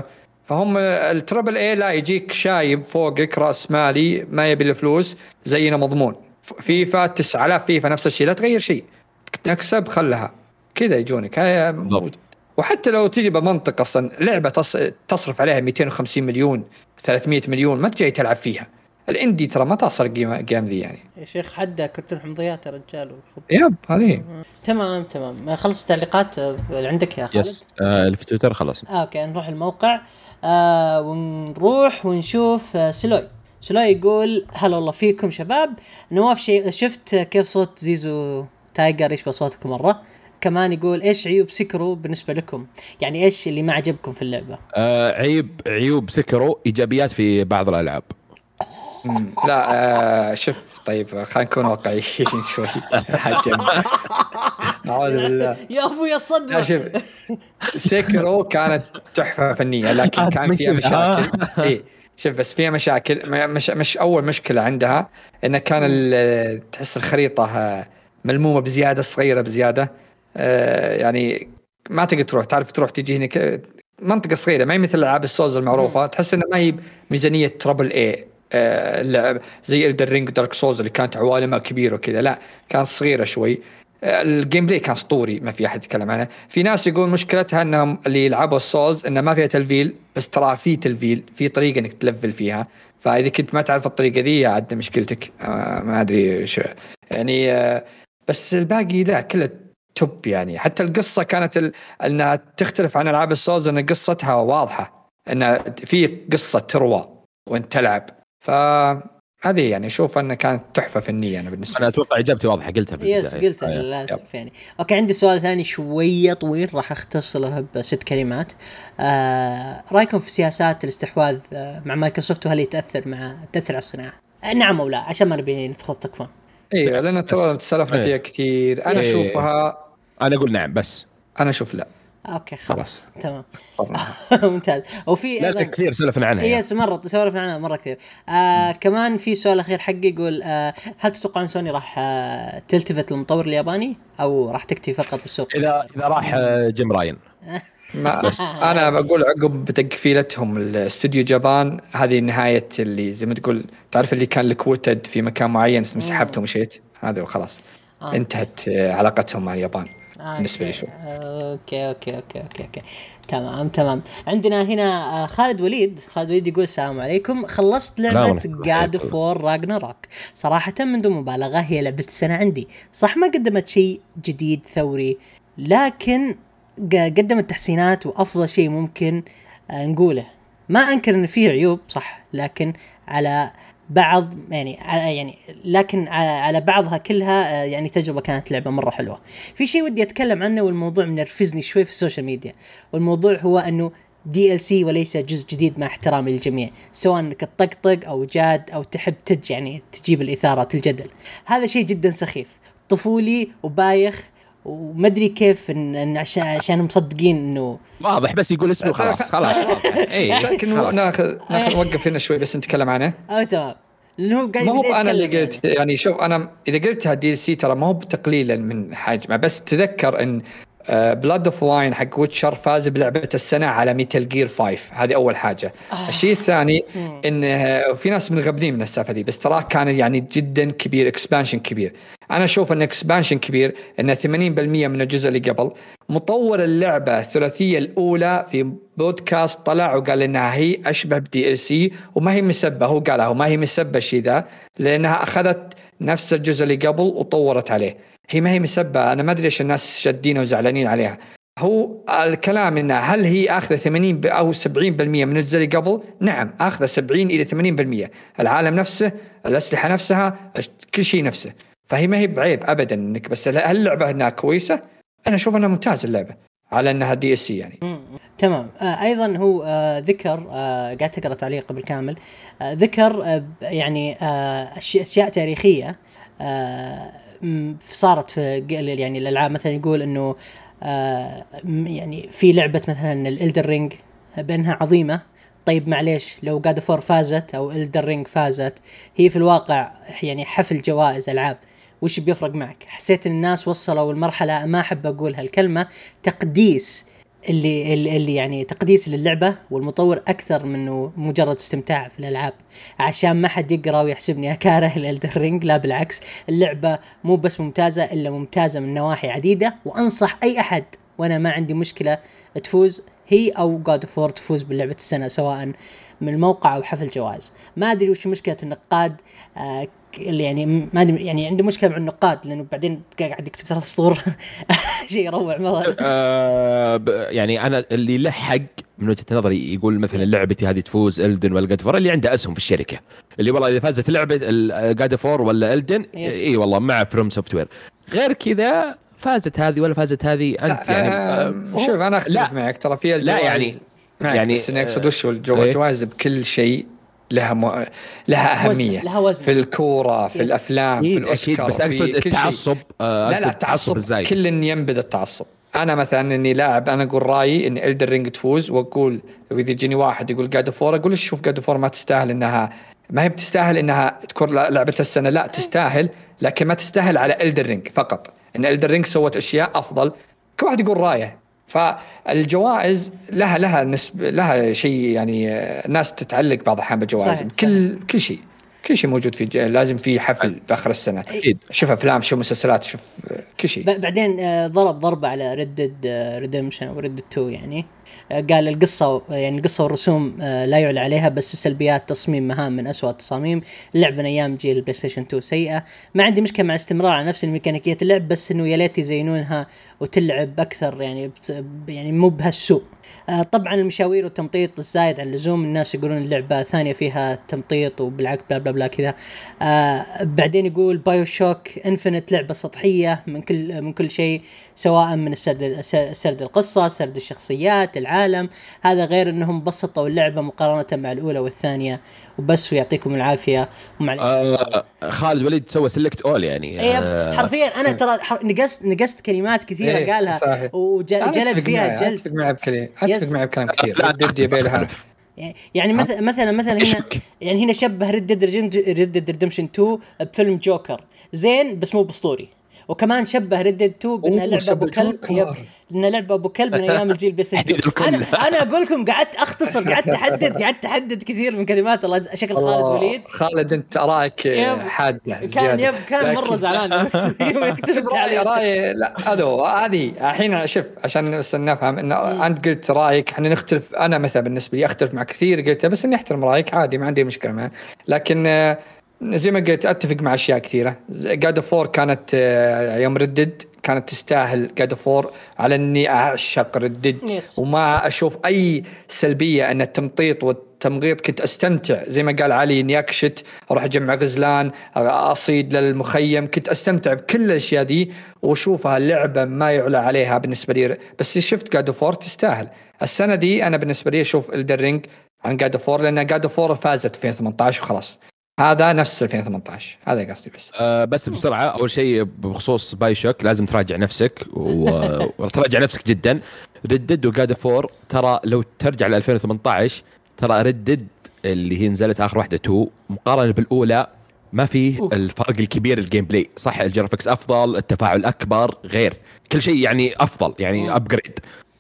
فهم التربل اي لا يجيك شايب فوقك راس مالي ما يبي الفلوس زينا مضمون. فيفا تسعة آلاف فيفا نفس الشيء لا تغير شيء تكسب خلها كذا يجونك. وحتى لو تجي بمنطق اصلا لعبه تصرف عليها مئتين وخمسين مليون ثلاثمية مليون ما تجي تلعب فيها. الاندي ترى ما تصل جيم ذي يعني يا شيخ حدا كنت الحمضيات يا رجال. يب هذه تمام تمام. خلص التعليقات اللي عندك يا خالد؟ يس آه اللي في تويتر خلاص. آه اوكي نروح الموقع آه ونروح ونشوف آه سلوي. سلوي يقول هلا والله فيكم شباب. نواف شيء شفت كيف صوت زيزو تايجر يشبه صوتكم مرة. كمان يقول ايش عيوب سكرو بالنسبة لكم؟ يعني ايش اللي ما عجبكم في اللعبة؟ آه عيب عيوب سكرو ايجابيات في بعض الالعاب. لا آه شوف طيب خلينا نكون واقعيين شوي. حجم أعوذ بالله يا أبوي الصدمة. شوف سيكرو كانت تحفة فنية لكن كان فيها مشاكل. إيه شوف بس فيها مشاكل. مش مش أول مشكلة عندها إن كان تحس الخريطة ملمومة بزيادة صغيرة بزيادة. آه يعني ما تقدر تروح تعرف تروح تيجي هنا منطقة صغيرة ما هي مثل ألعاب السولز المعروفة. تحس إنه ما هي ميزانية ترابل اي اللعب زي الدرينج دارك سولز اللي كانت عوالمها كبيرة وكذا. لا كان صغيرة شوي. الجيم بلاي كان اسطوري ما في احد يتكلم عنه. في ناس يقول مشكلتها انهم اللي يلعبوا السولز انه ما فيها تلفيل بس ترى في تلفيل في طريقة انك تلفل فيها. فاذا كنت ما تعرف الطريقة دي عاد مشكلتك. آه ما ادري شو يعني. آه بس الباقي لا كله توب يعني. حتى القصة كانت ال... انها تختلف عن العاب السولز ان قصتها واضحة ان في قصة تروى وانت تلعب. فهذه يعني شوف أنها كانت تحفة فنية. أنا بالنسبة أنا أتوقع إجابتي واضحة قلتها في يس قلتها للأسف يعني. أوكي عندي سؤال ثاني شوية طويل راح أختصره بست كلمات. آه رأيكم في سياسات الاستحواذ آه مع مايكروسوفت وهل يتأثر مع تأثر على الصناعة؟ آه نعم أو لا عشان ما نبي ندخل تكفون. إيه لأن ترى تسلفنا فيها كثير. أنا إيه. أشوفها أنا أقول نعم بس أنا أشوف لا. اوكي خلاص تمام ممتاز. ممتاز. وفي لا كثير سولفنا عنها يعني. يس مره سولفنا عنها مره كثير. آه كمان في سؤال اخير حقي يقول آه هل تتوقعون سوني راح آه تلتفت للمطور الياباني او راح تكتفي فقط بالسوق؟ اذا اذا راح جيم راين ما بس انا بقول عقب بتقفيلتهم الاستوديو جابان هذه نهايه اللي زي ما تقول تعرف اللي كان لكوتد في مكان معين سحبته ومشيت هذا وخلاص. آه. انتهت علاقتهم مع اليابان. آه بالنسبة لي شوف. أوكي أوكي أوكي أوكي أوكي تمام تمام. عندنا هنا خالد وليد. خالد وليد يقول السلام عليكم. خلصت لعبة God of War Ragnarok صراحة من دون مبالغة هي لعبة السنة عندي. صح ما قدمت شيء جديد ثوري لكن قدمت تحسينات وأفضل شيء ممكن نقوله. ما أنكر إن فيه عيوب صح لكن على بعض يعني يعني لكن على بعضها كلها يعني تجربة كانت لعبة مرة حلوة. في شيء ودي أتكلم عنه والموضوع منرفزني شوي في السوشيال ميديا والموضوع هو أنه دي إل سي وليس جزء جديد مع احترامي للجميع سواء أنك تطقطق أو جاد أو تحب تج يعني تجيب الإثارة الجدل. هذا شيء جدا سخيف طفولي وبايخ ومدري كيف إن, إن عشان عشان مصدقين إنه واضح بس يقول اسمه خلاص خلاص. إيه لكن ناخذ ناخذ نوقف هنا شوي بس نتكلم عنه. أه تمام. لأنه ما هو أنا اللي قلت يعني. يعني شوف أنا إذا قلتها دي سي ترى ما هو بتقليلا من حجمه بس تذكر إن بلاد اوف واين حق ويتشر فاز بلعبة السنة على ميتال جير فايف. هذه أول حاجة. آه. الشيء الثاني إن في ناس مغبنين من السالفة دي بس تراه كان يعني جدا كبير اكسبانشن كبير. أنا أشوف إن اكسبانشن كبير إن ثمانين بالمئة من الجزء اللي قبل. مطور اللعبة الثلاثية الأولى في بودكاست طلع وقال إنها هي أشبه بدي إل سي وما هي مسبة. هو قالها وما هي مسبة شيء ذا لأنها أخذت نفس الجزء اللي قبل وطورت عليه. هي ما هي مسبة. أنا ما أدري إيش الناس شادين وزعلانين عليها. هو الكلام إنه هل هي أخذ ثمانين أو سبعين بالمئة من الجزء اللي قبل؟ نعم أخذ سبعين إلى ثمانين بالمئة. العالم نفسه الأسلحة نفسها كل شيء نفسه. فهي ما هي بعيب أبدا إنك بس هل اللعبة هنا كويسة؟ أنا أشوف أنها ممتازة اللعبة على أنها دي اس سي يعني. تمام. آه أيضا هو آه ذكر آه قاعد تقرأ تعليق بالكامل آه ذكر آه يعني آه أشياء تاريخية آه صارت في يعني الألعاب. مثلا يقول إنه آه يعني في لعبة مثلا الإلدر رينج بأنها عظيمة. طيب معليش لو God of War فازت أو إلدر رينج فازت هي في الواقع يعني حفل جوائز ألعاب. وش بيفرق معك؟ حسيت إن الناس وصلوا المرحلة ما أحب أقول هالكلمة تقديس اللي اللي يعني تقديس للعبة والمطور أكثر منه مجرد استمتاع في الألعاب، عشان ما حد يقرأ ويحسبني أكاره الإلدر رينج. لا بالعكس، اللعبة مو بس ممتازة إلا ممتازة من نواحي عديدة، وأنصح أي أحد وأنا ما عندي مشكلة تفوز هي أو God of War تفوز باللعبة السنة، سواء من الموقع أو حفل جوائز. ما أدري وش مشكلة النقاد آه اللي يعني ما يعني عنده مشكلة مع النقاد، لأنه بعدين قاعد يكتب ثلاث سطور شيء يروع مرة. آه يعني أنا اللي له حق من وجهة نظري يقول مثلا لعبتي هذه تفوز إلدن ولا جاد فور، اللي عنده أسهم في الشركة، اللي والله إذا فازت لعبة جاد فور ولا إلدن إيه والله مع فروم سوفت وير. غير كذا فازت هذه ولا فازت هذه أنت يعني آه شوف أنا أختلف معك ترى فيها الجوائز. لا يعني يعني بس أنا أقصد وش الجوائز بكل شيء لها م... لها أهمية، لها وزن في الكورة في يس. الأفلام في الأوسكار، بس أقصد التعصب. آه لا لا التعصب كل ينبذ التعصب. أنا مثلا إني لاعب أنا أقول رأيي إن إلدر رينج تفوز، وأقول إذا يجيني واحد يقول جاد فور أقول شوف جاد فور ما تستاهل، إنها ما هي بتستاهل إنها تكون لعبة السنة، لا تستاهل لكن ما تستاهل على إلدر رينج فقط، إن إلدر رينج سوت أشياء أفضل. كل واحد يقول رأيه. فالجوائز لها لها نسبة لها شيء يعني الناس تتعلق بعض الأحيان بالجوائز كل كل شيء كل شيء موجود في لازم في حفل بآخر السنة أكيد. شوف أفلام شوف مسلسلات شوف كل شيء. بعدين ضرب ضربة على ردد ريدمشن أو ردد تو، يعني قال القصة يعني القصة والرسوم لا يعلى عليها، بس السلبيات تصميم مهام من أسوأ التصاميم. اللعبة أيام جيل البلاي ستيشن تو سيئة. ما عندي مشكلة مع استمرار على نفس الميكانيكية اللعب، بس إنه يا ليت يزينونها وتلعب أكثر يعني يعني مو بهالسوء. آه طبعا المشاوير والتمطيط الزايد عن اللزوم، الناس يقولون اللعبة ثانية فيها تمطيط وبالعكس بلا بلا بلا كذا. آه بعدين يقول بايو شوك انفينيت لعبة سطحية من كل من كل شيء، سواء من السرد سرد القصة سرد الشخصيات العالم هذا، غير انهم بسطوا اللعبة مقارنة مع الاولى والثانية وبس. ويعطيكم العافية. آه خالد وليد سوى سيلكت اول يعني آه حرفيا انا ترى نقصت نقصت كلمات كثيرة إيه قالها وجلد فيها جلد. اتفق معي بكلام اتفق معي بكلام كثير ضد بيلها. يعني مثلا مثلا مثلا هنا يعني هنا شبه ريد ديد ريدمشن تو بفيلم جوكر زين بس مو باسطوري، وكمان شبه ريد تو بانها لعبه ابو كلب، لأنها لعبة أبو كلب من أيام الجيل بس. أنا أنا أقول لكم قعدت أختصر قعدت أحدد قعدت أحدد كثير من كلمات. الله شكل خالد وليد. خالد أنت رأيك حادة كان يب كان مرة زعلان وكتبت عليه رأي. لا هذا هذه الحين شوف عشان بس نفهم إن أنت قلت رأيك إحنا نختلف. أنا مثلا بالنسبة لي أختلف مع كثير قلته، بس إني أحترم رأيك عادي ما عندي مشكلة معه. لكن زي ما قلت أتفق مع أشياء كثيرة. جاد فور كانت يوم ردد كانت تستاهل جاد فور على إني أعشق ردد yes. وما أشوف أي سلبية. أن التمطيط والتمغيط كنت أستمتع زي ما قال علي إني أكشت أروح أجمع غزلان أصيد للمخيم، كنت أستمتع بكل الأشياء دي وشوفها اللعبة ما يعلى عليها بالنسبة لي. بس شفت جاد فور تستاهل السنة دي. أنا بالنسبة لي أشوف الدرينج عن جاد فور، لأن جاد فور فازت في ثمانية عشر وخلاص. هذا نفس ألفين وثمانية عشر هذا قصدي. بس أه بس بسرعة أول شيء بخصوص باي شوك لازم تراجع نفسك وتراجع نفسك جدا. ردد وجاد فور ترى لو ترجع ل ألفين وثمانية عشر ترى ردد اللي هي نزلت آخر واحدة تو مقارنة بالأولى ما فيه الفرق الكبير. الجيم بلاي صح، الجرافيكس أفضل، التفاعل أكبر، غير كل شيء يعني أفضل يعني أبجريد.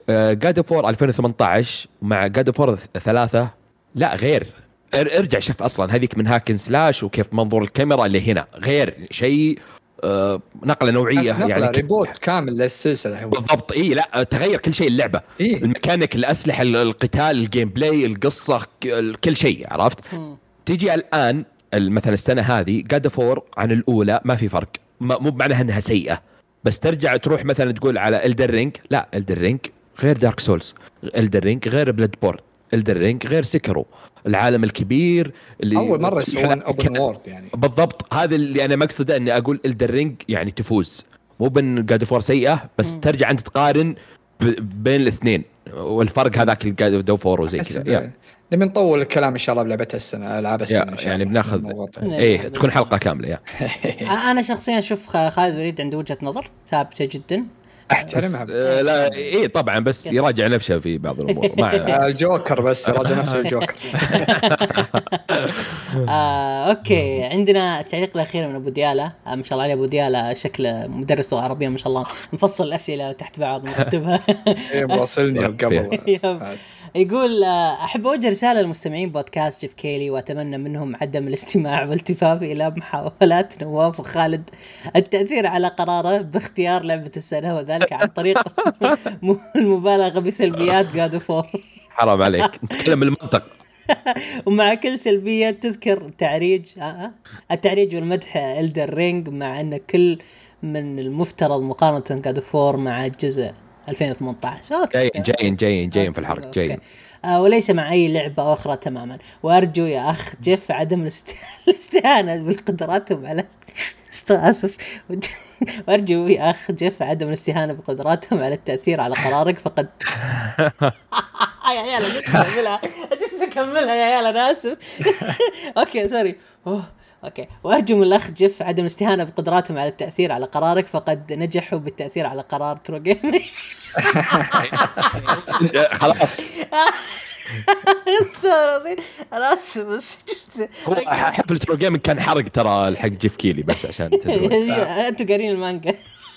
جاد فور ألفين وثمانية عشر مع جاد فور ثلاثة لا غير. ارجع شوف اصلا هذيك من هاكن سلاش وكيف منظور الكاميرا اللي هنا غير شيء. آه نقله نوعيه نقلة يعني ريبوت كامل للسلسله بالضبط. اي لا تغير كل شيء اللعبه إيه؟ الميكانيك الاسلحه القتال الجيم بلاي القصه كل شيء عرفت. تيجي الان مثلا السنه هذه جاد فور عن الاولى ما في فرق، مو بمعنى انها سيئه، بس ترجع تروح مثلا تقول على إلدر رينج لا إلدر رينج غير دارك سولز، إلدر رينج غير بلاد بورن، إلدر رينج غير سيكرو. العالم الكبير اللي اول مره يسوون اوبن وورد يعني بالضبط. هذا اللي انا مقصده اني اقول إلدر رينج يعني تفوز، مو بين جاد فور سيئه بس م. ترجع انت تقارن بين الاثنين والفرق هذاك الجاد فور وزي كذا. نبي نطول الكلام ان شاء الله بلعبه السنه العاب السنه إن شاء يعني بناخذ ايه تكون حلقه كامله يا. انا شخصيا اشوف خالد وليد عنده وجهه نظر ثابته جدا احترمها. آه لا ايه طبعا بس يس. يراجع نفسه في بعض الامور مع الجوكر بس يراجع نفسه الجوكر. آه، أوكي، عندنا التعليق الأخير من أبو ديالة. آه، ما شاء الله عليه أبو ديالة، شكل مدرس لغة عربية ما شاء الله، مفصل الأسئلة تحت بعض مكتبها. إيه واصلني قبل. يقول آه، أحب أوجه رسالة للمستمعين بودكاست جيف كيلي، وأتمنى منهم عدم الاستماع والالتفاف إلى محاولات نواف وخالد التأثير على قراره باختيار لعبة السنة، وذلك عن طريق المبالغة بسلبيات God of War. حرام عليك، نتكلم بالمنطق. ومع كل سلبية تذكر التعريج آه التعريج والمدح إلدر رينج، مع أن كل من المفترض مقارنة God of War مع الجزء ألفين وثمانية عشر. جايين جايين جايين جايين في الحرق جايين، آه وليس مع أي لعبة أخرى تماما. وأرجو يا أخ جيف عدم الاستهانة بالقدراتهم على استغاسف وأرجو يا أخ جيف عدم الاستهانة بقدراتهم على التأثير على قرارك، فقد يا عيال جلست أكملها جلست أكملها يا عيال أنا آسف. أوكي سوري. أوه. أوكي، وأرجو من الأخ جيف عدم الاستهانة بقدراتهم على التأثير على قرارك، فقد نجحوا بالتأثير على قرار ترو جيمنج. خلاص استغربي انا اسف بس جست حفل ترو جيمنج كان حرق ترى الحق جيف كيلي بس عشان تدرون انتوا قارين المانجا.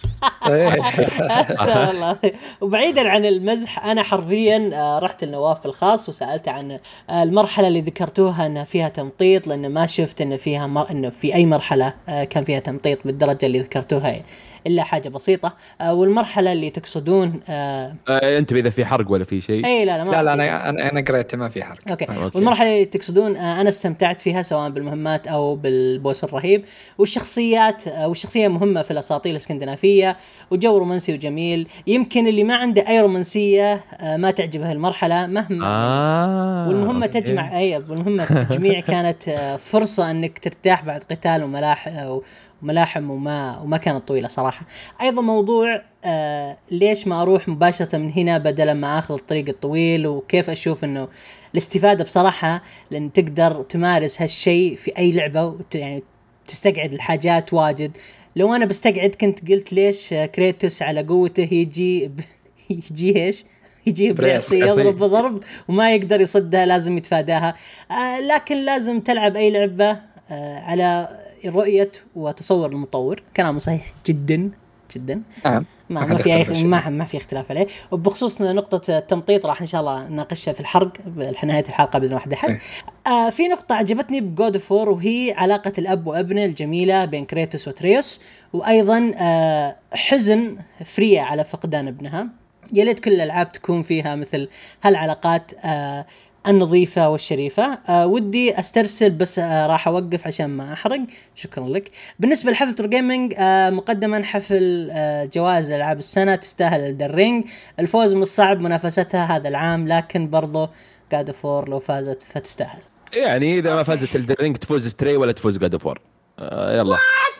استغفر الله. وبعيدا عن المزح، انا حرفيا رحت لنواف الخاص وسالته عن المرحله اللي ذكرتوها ان فيها تمطيط، لان ما شفت ان فيها مر... انه في اي مرحله كان فيها تمطيط بالدرجه اللي ذكرتوها إلا حاجة بسيطة. آه والمرحلة اللي تقصدون آه آه أنت إذا في حرق ولا في شيء؟ أي لا لا, ما لا, لا أنا أنا أنا قريت ما في حرق. أوكي. آه أوكي. والمرحلة اللي تقصدون آه أنا استمتعت فيها سواء بالمهمات أو بالبوس الرهيب، والشخصيات آه والشخصية مهمة في الأساطير الاسكندنافية، وجو رومانسي وجميل. يمكن اللي ما عنده أي رومانسية آه ما تعجبه المرحلة مهما آه والمهمة أوكي. تجمع أي والمهمة التجميع كانت آه فرصة أنك ترتاح بعد قتال وملاح آه ملاحم وما وما كانت طويلة صراحة. أيضا موضوع آه ليش ما أروح مباشرة من هنا بدلا ما أخذ الطريق الطويل، وكيف أشوف إنه الاستفادة بصراحة، لأن تقدر تمارس هالشيء في أي لعبة وت يعني تستقعد الحاجات واجد. لو أنا بستقعد كنت قلت ليش كريتوس على قوته يجي ب... يجي إيش يجي برأسي يضرب بضرب وما يقدر يصدها، لازم يتفاداها. آه لكن لازم تلعب أي لعبة آه على رؤية وتصور المطور. كلام صحيح جدا جدا. نعم. ما, ما في أي ما ما في اختلاف عليه. وبخصوص نقطة التمطيط راح إن شاء الله نناقشها في الحرق بنهاية الحلقة بإذن واحد أحد. آه في نقطة عجبتني بجود اوف وور، وهي علاقة الأب وابنه الجميلة بين كريتوس وتريوس، وأيضا آه حزن فريا على فقدان ابنها. يا ليت كل الألعاب تكون فيها مثل هالعلاقات آه النظيفة والشريفة. آه ودي استرسل بس آه راح اوقف عشان ما احرق. شكرا لك. بالنسبة لحفل ترو جيمنج آه مقدما حفل آه جوائز العاب السنة، تستاهل الدرينج. الفوز من الصعب منافستها هذا العام، لكن برضو God of War لو فازت فتستاهل. يعني اذا ما فازت الدرينج تفوز ستري ولا تفوز God of War. آه يلا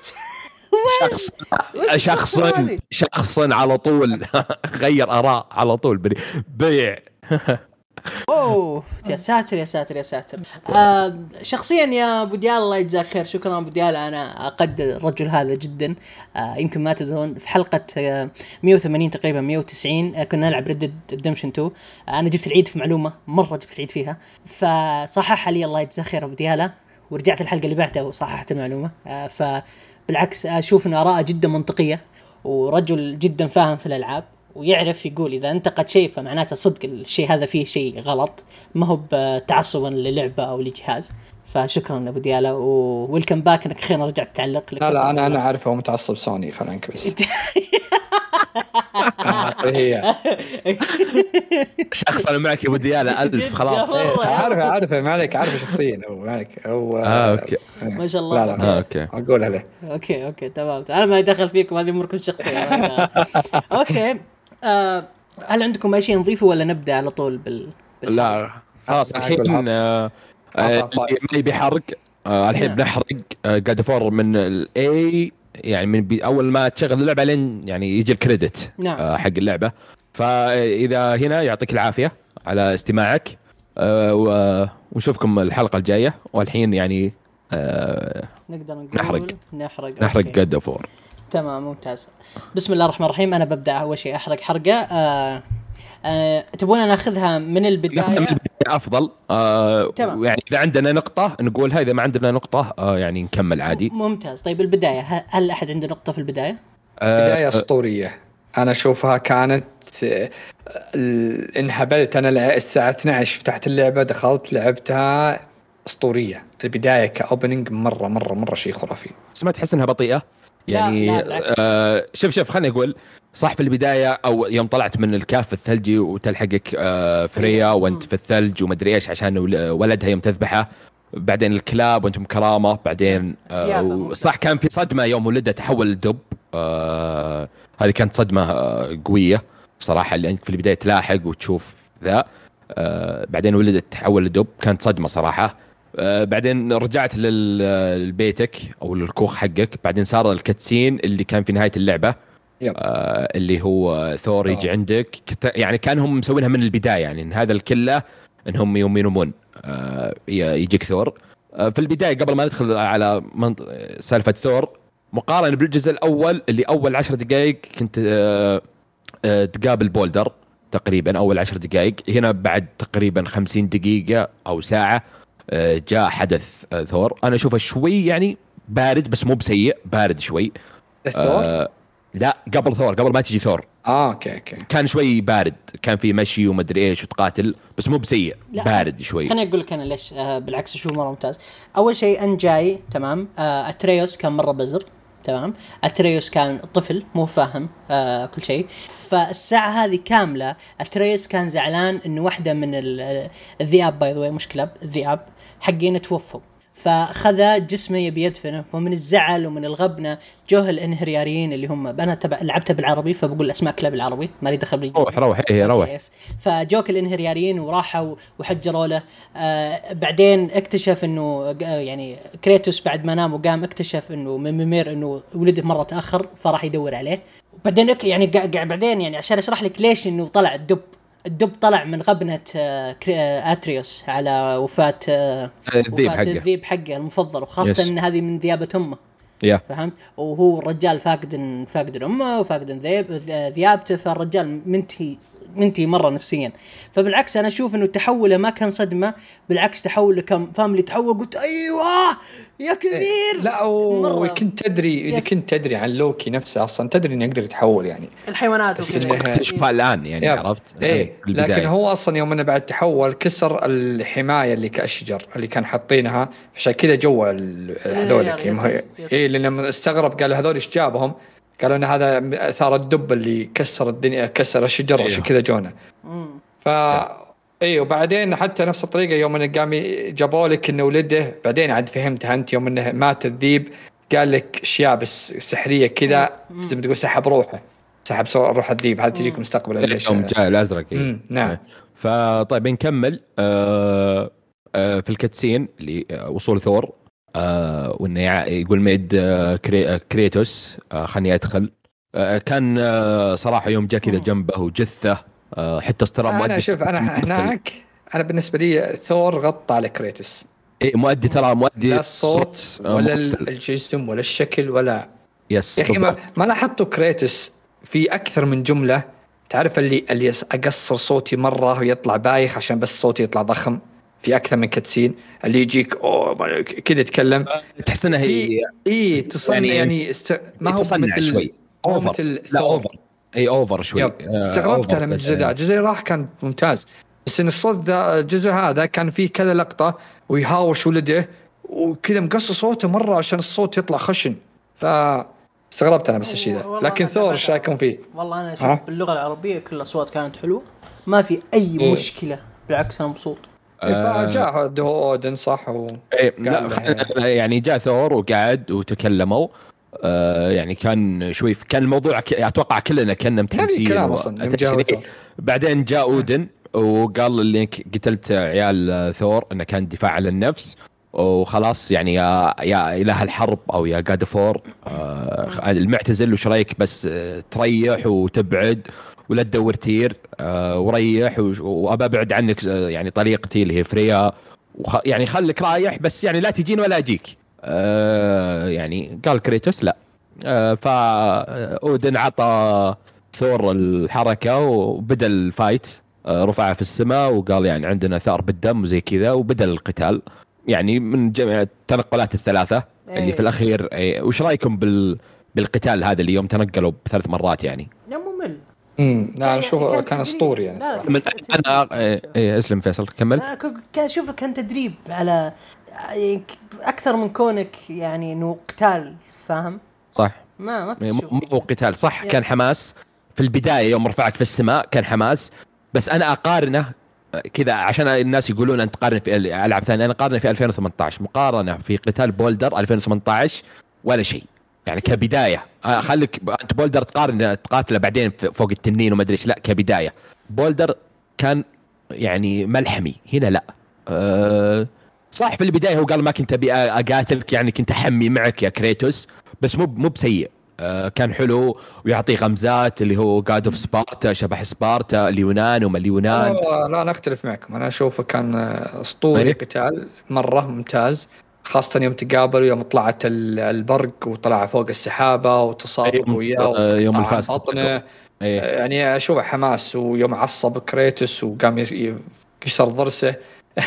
شخص شخص شخص على طول غير آراء على طول بيع. اوه يا ساتر يا ساتر يا ساتر. آه شخصيا يا ابو ديال الله يجزاك خير، شكرا ابو ديال، انا اقدر الرجل هذا جدا. آه يمكن ما تدرون في حلقه آه مية وثمانين تقريبا مية وتسعين آه كنا نلعب ريد ريدمشن تو. آه انا جبت العيد في معلومه مره، جبت العيد فيها، فصحح لي الله يجزاك خير ابو ديال، ورجعت الحلقه اللي بعدها وصححت المعلومه. آه فبالعكس اشوف ان اراءه جدا منطقيه، ورجل جدا فاهم في الالعاب، ويعرف يقول إذا أنت قد شيء فمعناته صدق الشيء هذا فيه شيء غلط، ما هو بتعصبا للعبة أو لجهاز. فشكرا أبو ديالا، وويلكم باك إنك أخيرا رجعت تعلق لك. لا لا أنا أنا عارفه هو متعصب سوني، خلينك بس. هي شخص أنا معك يا أبو ديالا ألف خلاص. عارفه عارفه مالك عارفه شخصيا هو مالك هو. آه أوكي ما شاء الله. لا لا آه أوكي أقول عليه. أوكي أوكي تمام. أنا ما يدخل فيكم، هذه أموركم الشخصية. أوكي. آه هل عندكم أي شيء نضيفه ولا نبدأ على طول بال, بال... لا خلاص الحين آه آه ما يبي حرق. آه الحين بنحرق God of War من الأي، يعني من أول ما تشغل اللعبة لين يعني يجي الكريدت نعم. آه حق اللعبة. فإذا هنا يعطيك العافية على استماعك، آه ونشوفكم الحلقة الجاية. والحين يعني آه نقدر نقول نحرق نحرق نحرق God of War. تمام ممتاز. بسم الله الرحمن الرحيم. أنا ببدأ أول شيء أحرق حرقة. آه أه تبون ناخذها من البدايه؟ من البداية افضل. آه يعني اذا عندنا نقطه نقولها، اذا ما عندنا نقطه آه يعني نكمل عادي. ممتاز. طيب البدايه، هل احد عنده نقطه في البدايه؟ آه بدايه اسطوريه. انا اشوفها كانت انهبلت انا الساعه اثنتي عشرة فتحت اللعبه دخلت لعبتها. اسطوريه البدايه كاوبننج مره مره مره شيء خرافي. بس ما تحس انها بطيئه يعني؟ لا لا آه شوف شوف خليني اقول صح، في البدايه او يوم طلعت من الكهف الثلجي وتلحقك آه فريا وانت في الثلج ومدري ايش عشان ولدها يوم تذبحه، بعدين الكلاب وانتم كرامه، بعدين آه صح كان في صدمه يوم ولدها تحول لدب. آه هذه كانت صدمه آه قويه صراحه، اللي انت في البدايه تلاحق وتشوف ذا آه بعدين ولدت تحول لدب، كانت صدمه صراحه. آه بعدين رجعت للبيتك او للكوخ حقك، بعدين صار الكاتسين اللي كان في نهايه اللعبه آه اللي هو ثور يجي عندك، يعني كانهم مسوينها من البدايه، يعني إن هذا الكله انهم يوم ينومون آه يجيك ثور آه في البدايه قبل ما ندخل على منط... سالفه ثور، مقارنه بالجزء الاول اللي اول عشر دقائق كنت آه آه تقابل بولدر تقريبا اول عشر دقائق، هنا بعد تقريبا خمسين دقيقه او ساعه جاء حدث ثور. انا اشوفه شوي يعني بارد بس مو بسيء، بارد شوي. الثور آه لا قبل ثور، قبل ما تجي ثور اه اوكي اوكي كان شوي بارد، كان في مشي ومدري ايش وتقاتل، بس مو بسيء، بارد شوي. خليني اقول لك انا ليش آه بالعكس اشوفه مره ممتاز. اول شيء ان جاي تمام آه اتريوس كان مره بزر تمام، اتريوس كان طفل مو فاهم آه كل شيء، فالساعة هذه كاملة اتريوس كان زعلان انه واحدة من الذئاب باي ذا واي مش كلاب الذئاب حقين توفوا، فخذ جسمه يبي يدفنه، ومن الزعل ومن الغبنة جوه الانهرياريين اللي هم انا تبع لعبتها بالعربي فبقول اسماء كلاب العربي ما لي دخل بالانجليزي. روح روح ايه روح. فجوك الانهرياريين وراحوا وحجروا له. آه بعدين اكتشف انه يعني كريتوس بعد ما نام وقام اكتشف انه ميمير انه ولده مرة تأخر فراح يدور عليه. وبعدين يعني بعدين يعني عشان اشرح لك ليش انه طلع الدب الدب طلع من غبنة أتريوس على وفاة الذيب حقه الذيب حقه المفضل، وخاصة yes. إن هذه من ذيابة أمه yeah. فهمت، وهو الرجال فاقد فاقد أمه وفاقد ذيب ذيابته، فالرجال منتهي منتهي مرة نفسيا. فبالعكس أنا أشوف إنه تحوله ما كان صدمة، بالعكس تحوله كان فاملي تحول، قلت أيوة يا كبير. لا وكنت تدري إذا كنت تدري عن لوكي نفسه أصلا تدري إنه يقدر يتحول يعني الحيوانات تشوفها الآن يعني عرفت إيه. لكن هو أصلا يوم إنه بعد تحول كسر الحماية اللي كأشجر اللي كان حاطينها، عشان كذا جوا هذولك إيه لأنه استغرب قال هذول إيش جابهم، قالوا ان هذا اثار الدب اللي كسر الدنيا كسر الشجر عشان أيوه. كذا جونا ف اي وبعدين حتى نفس الطريقه يوم انه قام جابوا لك انه ولده، بعدين عاد فهمتها انت يوم انه مات الذيب قال لك اشياء بس سحريه كذا زي ما تقول سحب روحه سحب روح الذيب، هذا تجيك مستقبلا يوم جاء الازرق إيه؟ نعم. فطيب نكمل آه آه في الكاتسين اللي وصول ثور آه وانه يقول ميد آه كري كريتوس آه خلني ادخل آه كان آه صراحه يوم جاء كذا جنبه وجثه آه حتى استرى مؤدي. انا شوف انا هناك انا بالنسبه لي ثور غطى على كريتوس ايه مؤدي ترى مؤدي لا الصوت آه ولا الجسم ولا الشكل ولا يس يا اخي ما, ما لاحظتوا كريتوس في اكثر من جمله تعرف اللي اللي اقصر صوتي مره ويطلع بايخ عشان بس صوتي يطلع ضخم في اكثر من كاتسين اللي يجيك اوه كذا يتكلم تحس انها هي ايه تصنع يعني, يعني است... ما هو مثل شوي اوفر مثل لا اوفر اي اوفر شوي استغربت انا من الجزء ده الجزء راح كان ممتاز، بس ان الصوت ده الجزء هذا كان فيه كذا لقطه ويهاوش ولده وكذا مقص صوته مره عشان الصوت يطلع خشن، ف استغربت انا بس الشيء ذا. لكن ثور ايش رايكم فيه؟ والله انا شوف باللغه العربيه كل الاصوات كانت حلوه ما في اي إيه. مشكله بالعكس انا مبسوط. فجاء اودن صح و... إيه لا يعني جاء ثور وقعد وتكلموا آه يعني كان شوي كان الموضوع ك... اتوقع كلنا كنا متحمسين و... بعدين جاء اودن وقال اللي قتلت عيال ثور انه كان دفاع عن النفس وخلاص يعني يا يا اله الحرب او يا جاد فور آه المعتزل وش رايك بس تريح وتبعد ولا تدور تير آه وريح وابى ابعد عنك يعني طريقتي اللي هي فريا وخ... يعني خليك رايح بس يعني لا تجين ولا اجيك آه يعني قال كريتوس لا آه فاودن عطى ثور الحركه وبدا الفايت، رفعها في السماء وقال يعني عندنا ثأر بالدم وزي كذا، وبدا القتال يعني من جميع التنقلات الثلاثه أيه. اللي في الاخير أيه. وش رايكم بال بالقتال هذا اليوم تنقلوا بثلاث مرات يعني؟ لا ممل. امم لا اشوفه كان اسطوري يعني. من انا ايه اسلم فيصل كمل. لا كان اشوفه كان تدريب على اكثر من كونك يعني انه قتال، فاهم؟ صح. ما ما مو قتال صح. كان حماس في البدايه يوم رفعك في السماء كان حماس، بس انا اقارنه كذا عشان الناس يقولون انت تقارن في العاب ثانيه، انا اقارنه في ألفين وثمانية عشر مقارنه في قتال بولدر ألفين وثمانية عشر ولا شيء يعني كبدايه. خليك انت بولدر تقارن تقاتله بعدين فوق التنين وما ادري ايش، لا كبدايه بولدر كان يعني ملحمي، هنا لا. أه صح في البدايه هو قال ما كنت ابي اقاتلك يعني كنت احمي معك يا كريتوس، بس مو مو بسيء. أه كان حلو ويعطي غمزات اللي هو جاد اوف سبارتا، شبح سبارتا، اليونان وما اليونان. لا انا اختلف معكم، انا اشوفه كان اسطوري قتال مره ممتاز، خاصة يوم تقابلوا يوم طلعت البرق وطلع فوق السحابة وتصادق وياه يوم الفاس بطنه يعني أشوف حماس، ويوم عصب كريتوس وقام يكسر ضرسه.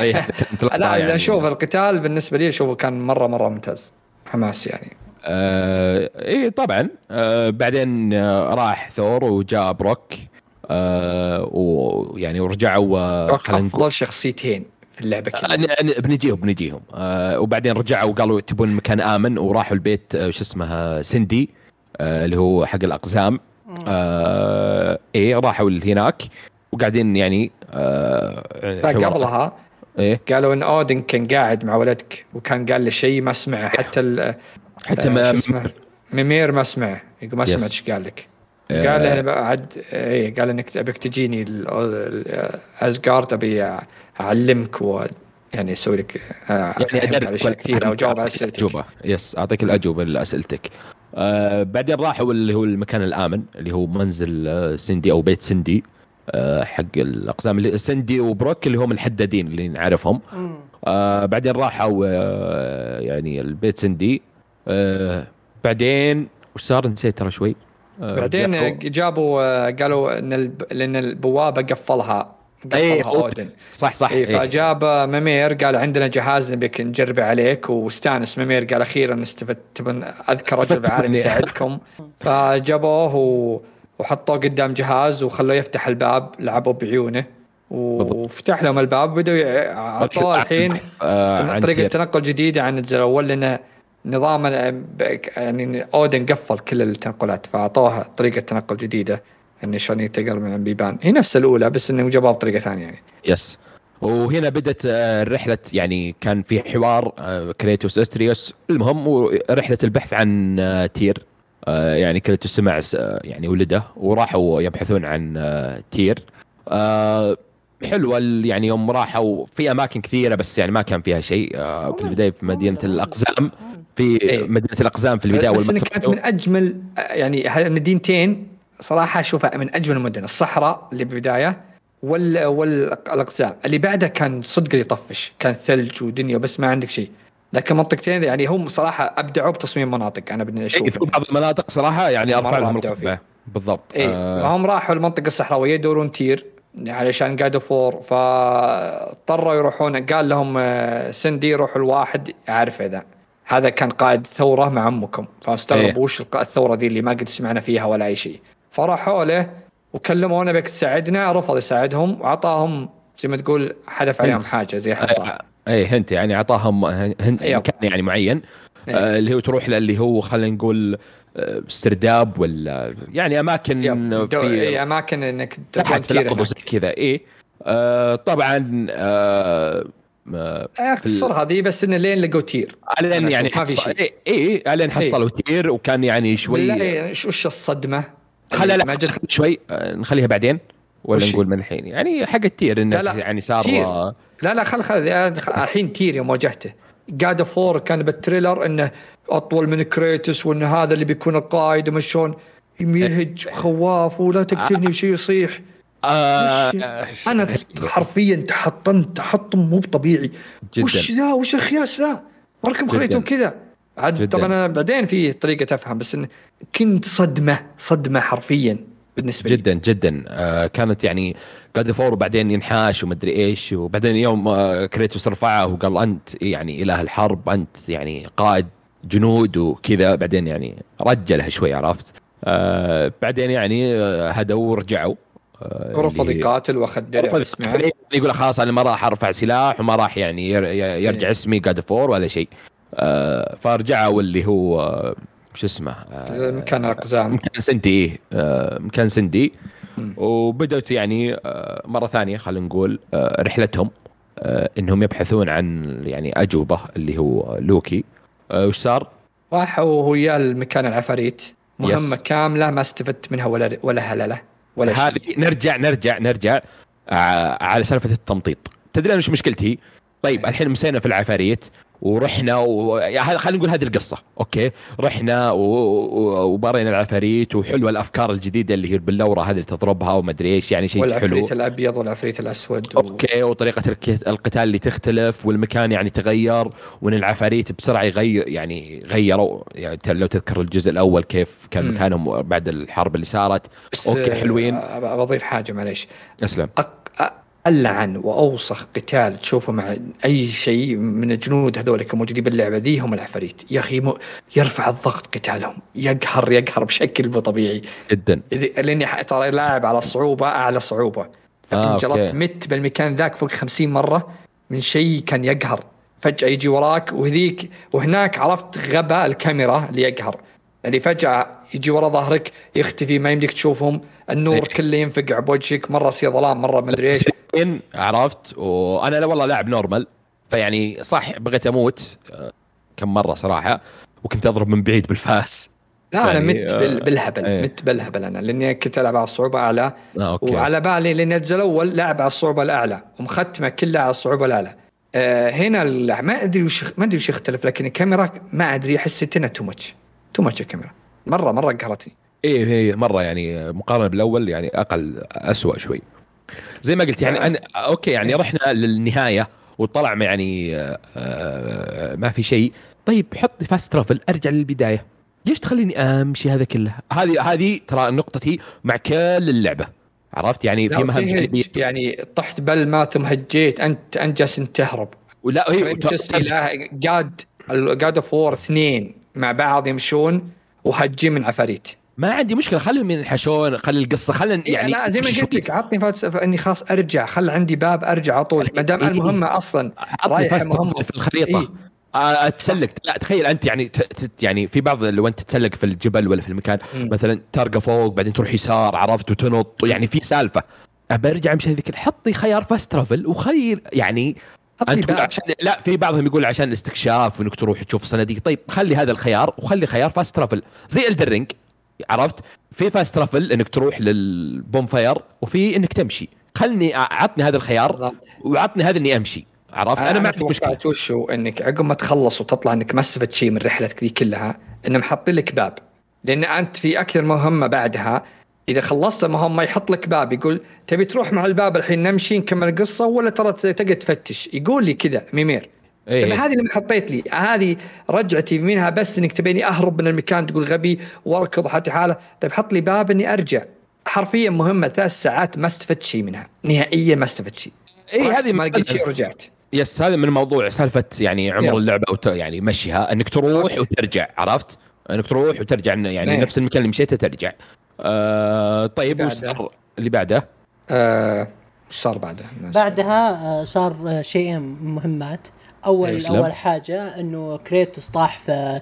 لا يعني أشوف القتال بالنسبة لي أشوفه كان مرة مرة ممتاز حماس يعني. آه إيه طبعا. آه بعدين آه راح ثور وجاء بروك آه ويعني ورجعوا أفضل شخصيتين في اللعبة كلها. بنجيهم بنجيهم آه وبعدين رجعوا وقالوا تبون مكان آمن، وراحوا البيت آه وش اسمها سندي آه اللي هو حق الأقزام. آه إيه راحوا هناك وقاعدين يعني آه قبلها إيه؟ قالوا إن أودن كان قاعد مع ولدك وكان قال له شيء ما سمعه، حتى ال حتى ما اسمه ميمير ما سمعه، يقول ما سمعت إيش قال لك. قال له بعد إيه قال إنك أبيك تجيني أزغارد أبي أعلمك و يعني أسوي لك يعني أدرك أشياء كثيرة وجاوب على أسئلتك. يس أعطيك الأجوبة لأسئلتك. آه بعدين راحوا اللي هو المكان الآمن اللي هو منزل سندي أو بيت سندي آه حق الأقزام اللي سندي وبروك اللي هم الحدادين اللي نعرفهم. آه بعدين راحوا آه يعني البيت سندي. آه بعدين وش صار نسيت ترى شوي. آه بعدين جابوا قالوا إن الب... لأن البوابة قفلها قفلها أيه أودن. صح صح. إيه فجاب ميمير قال عندنا جهاز نبيك نجربه عليك، واستانس ميمير قال أخيرا استفدت تبن أذكر رجل العالم يساعدكم. فجابوه و... وحطوه قدام جهاز وخلوه يفتح الباب، لعبوا بعيونه وفتح لهم الباب بدوا عطوه الحين آه طريقة تنقل جديدة عن الجزء الأول، لأنه نظام يعني أودن قفل كل التنقلات، فأعطوها طريقة تنقل جديدة إن شلون ينتقل من بيبان، هي نفس الأولى بس إنه جابوها بطريقة ثانية يعني. يس. وهنا بدت الرحلة يعني كان في حوار كريتوس أستريوس، المهم رحلة البحث عن تير. يعني كريتوس سمع يعني ولده وراحوا يبحثون عن تير. حلوة يعني يوم راحوا في أماكن كثيرة بس يعني ما كان فيها شيء. في البداية في مدينة الأقزام، في مدينة الأقزام في البداية بس كانت من أجمل يعني هذه المدينتين صراحة أشوفها من أجمل المدن، الصحراء اللي بالبداية وال والأقزام اللي بعدها كان صدق يطفش، كان ثلج ودنيا بس ما عندك شيء. لكن منطقتين يعني هم صراحة أبدعوا بتصميم مناطق، أنا بدي أشوف في بعض المناطق صراحة يعني أرفع لهم القبة بالضبط. إيه آه. هم راحوا المنطقة الصحراوية يدورون تير علشان قادوا فور، فاضطروا يروحون قال لهم سندي روحوا الواحد عارف إذا هذا كان قائد ثورة مع أمكم، فاستغربوا وش إيه؟ الثورة ذي اللي ما قد سمعنا فيها ولا أي شيء. فراحوا له وكلمونا بك تساعدنا، رفض يساعدهم وعطاهم زي ما تقول حذف عليهم حاجة زي حصى. اي هنت يعني عطاهم هنت مكان يعني معين آه اللي هو تروح له اللي هو خلينا نقول آه سرداب ولا يعني اماكن في اي اماكن انك تحت في الارض كذا. ايه آه طبعا آه اختصر هذه بس ان لين لقوا تير على يعني حصل اي اي على حصلوا تير وكان يعني شوي وش الصدمه. خلينا لا شوي نخليها بعدين ولا نقول من الحين يعني حق التير انه يعني صار تير. لا لا خل خل الحين تير يوم واجهته قاعد فور كان بالتريلر انه اطول من كريتوس وان هذا اللي بيكون القائد وما شلون يميهج خواف ولا تقتلني وشي يصيح. آه انا حرفيا تحطمت تحطم مو طبيعي. وش ذا وش الخياس ذا مركم خليتهم كذا عاد. طبعا انا بعدين في طريقه افهم بس إن كنت صدمه صدمه حرفيا بالنسبه لي. جدا جدا آه كانت يعني قاعد فور وبعدين ينحاش ومدري ايش، وبعدين يوم آه كريتوس رفعه وقال انت يعني اله الحرب، انت يعني قائد جنود وكذا، بعدين يعني رجلها شوي عرفت. آه بعدين يعني آه هدوا ورجعوا آه رفض يقاتل واخذ درع باسمه، يقول خلاص انا ما راح ارفع سلاح وما راح يعني يرجع اسمي قاعد فور ولا شيء. آه فرجعوا اللي هو آه شو اسمه آه مكان الاقزام، مكان سندي ايه آه مكان سندي. وبدأت يعني آه مرة ثانية خلينا نقول آه رحلتهم آه انهم يبحثون عن يعني اجوبة اللي هو لوكي. آه وش صار؟ راحوا ويا المكان العفاريت، مهمة يس. كاملة ما استفدت منها ولا ولا هللة ولا هذه شيء. نرجع نرجع نرجع آه على سالفة التمطيط. تدري أنا مش مشكلتي؟ طيب أي. الحين مسينا في العفاريت ورحنا و... يعني خلينا نقول هذه القصة أوكي، رحنا و... و... وبرينا العفاريت وحلوة الأفكار الجديدة اللي هي باللورة هذه اللي تضربها وما أدري إيش يعني شيء حلو، والعفريت الأبيض والعفريت الأسود و... أوكي، وطريقة القتال اللي تختلف والمكان يعني تغير، وإن العفاريت بسرعة يغير يعني غيروا يعني لو تذكر الجزء الأول كيف كان م. مكانهم بعد الحرب اللي صارت. أوكي حلوين. بضيف حاجة معليش أسلم. أق... ألعن وأوسخ قتال تشوفه مع أي شيء من الجنود هذول كموجودين باللعبة ذي هم العفاريت يا أخي. م... يرفع الضغط قتالهم، يقهر يقهر بشكل مو طبيعي جدا، لأني ترى لاعب على الصعوبة أعلى صعوبة، فانجلطت آه، مت بالمكان ذاك فوق خمسين مرة من شيء كان يقهر. فجأة يجي وراك وهذيك وهناك عرفت غباء الكاميرا اللي يقهر، يعني فجأة يجي ورا ظهرك يختفي ما يمديك تشوفهم، النور كله ينفقع بوجهك، مرة سي ظلام مرة ما ادري ايش عرفت. وانا لا والله لاعب نورمال، فيعني صح بغيت اموت كم مرة صراحة، وكنت اضرب من بعيد بالفاس. لا يعني انا مت آه بالهبل ايه. مت بالهبل انا لاني كنت العب على الصعوبه اعلى آه وعلى بالي لاني الجزء الاول لعب على الصعوبه الاعلى ومختمه كلها على الصعوبه الاعلى. آه هنا ما ادري وش ما ادري وش يختلف، لكن الكاميرا ما ادري حسيت انها تو ماتش تو ماتش الكاميرا مره مره قهرتني. ايه هي مره يعني مقارنه بالاول يعني اقل اسوأ شوي زي ما قلت يعني. أنا اوكي يعني رحنا للنهايه وطلع يعني آه ما في شيء. طيب حط فاست ترافل ارجع للبدايه، ليش تخليني امشي هذا كله؟ هذه هذه ترى نقطتي مع كل اللعبه عرفت يعني. في مهام جانبيه يعني طحت بل ما ثم هجيت انت انجس انت تهرب ولا هي الى قاد قاد فور اثنين مع بعض يمشون وهجي من عفاريت. ما عندي مشكله خليهم ينحشون، خلي القصه خلنا يعني لا زي ما قلت لك عطني فلسفه اني خاص ارجع، خل عندي باب ارجع على طول ما دام المهمه اصلا رايحه مهمه في الخريطه. إيه؟ اتسلق لا تخيل انت يعني يعني في بعض لو انت تتسلق في الجبل ولا في المكان م. مثلا ترقى فوق بعدين تروح يسار عرفت وتنط يعني في سالفه. برجع امشي هذيك حطي خيار فاست ترافل وخير يعني انت عشان لا في بعضهم يقول عشان الاستكشاف وانك تروح تشوف صناديق. طيب خلي هذا الخيار وخلي خيار فاست ترافل زي الدرينج عرفت. في فاست ترافل انك تروح للبومفاير وفي انك تمشي. خلني اعطني هذا الخيار وعطني هذا اني امشي عرفت. انا, أنا ما عندي مشكله وشو انك عقب ما تخلص وتطلع انك ما استفدت شيء من رحلتك دي كلها انهم حاطين لك باب، لان انت في اكثر مهمه بعدها اذا خلصت المهمه يحط لك باب يقول تبي تروح مع الباب الحين نمشي نكمل القصه ولا ترى تقعد تفتش. يقول لي كذا ميمير إيه. طيب هذه اللي حطيت لي هذه رجعتي منها بس انك تبيني اهرب من المكان تقول غبي واركض حتى حاله. طيب حط لي باب اني ارجع. حرفيا مهمه ثلاث ساعات ما استفدت شيء منها نهائيا ما استفدت شيء. اي هذه ما لقيت شيء ورجعت. يس هذا من موضوع سالفه يعني عمر يلا. اللعبه أو يعني مشيها انك تروح أوكي. وترجع عرفت انك تروح وترجع يعني نيه. نفس المكان اللي مشيته ترجع. آه طيب وش صار اللي بعده؟ آه صار بعده بعدها صار شيء مهمات. اول يسلم. اول حاجه انه كريتوس طاح في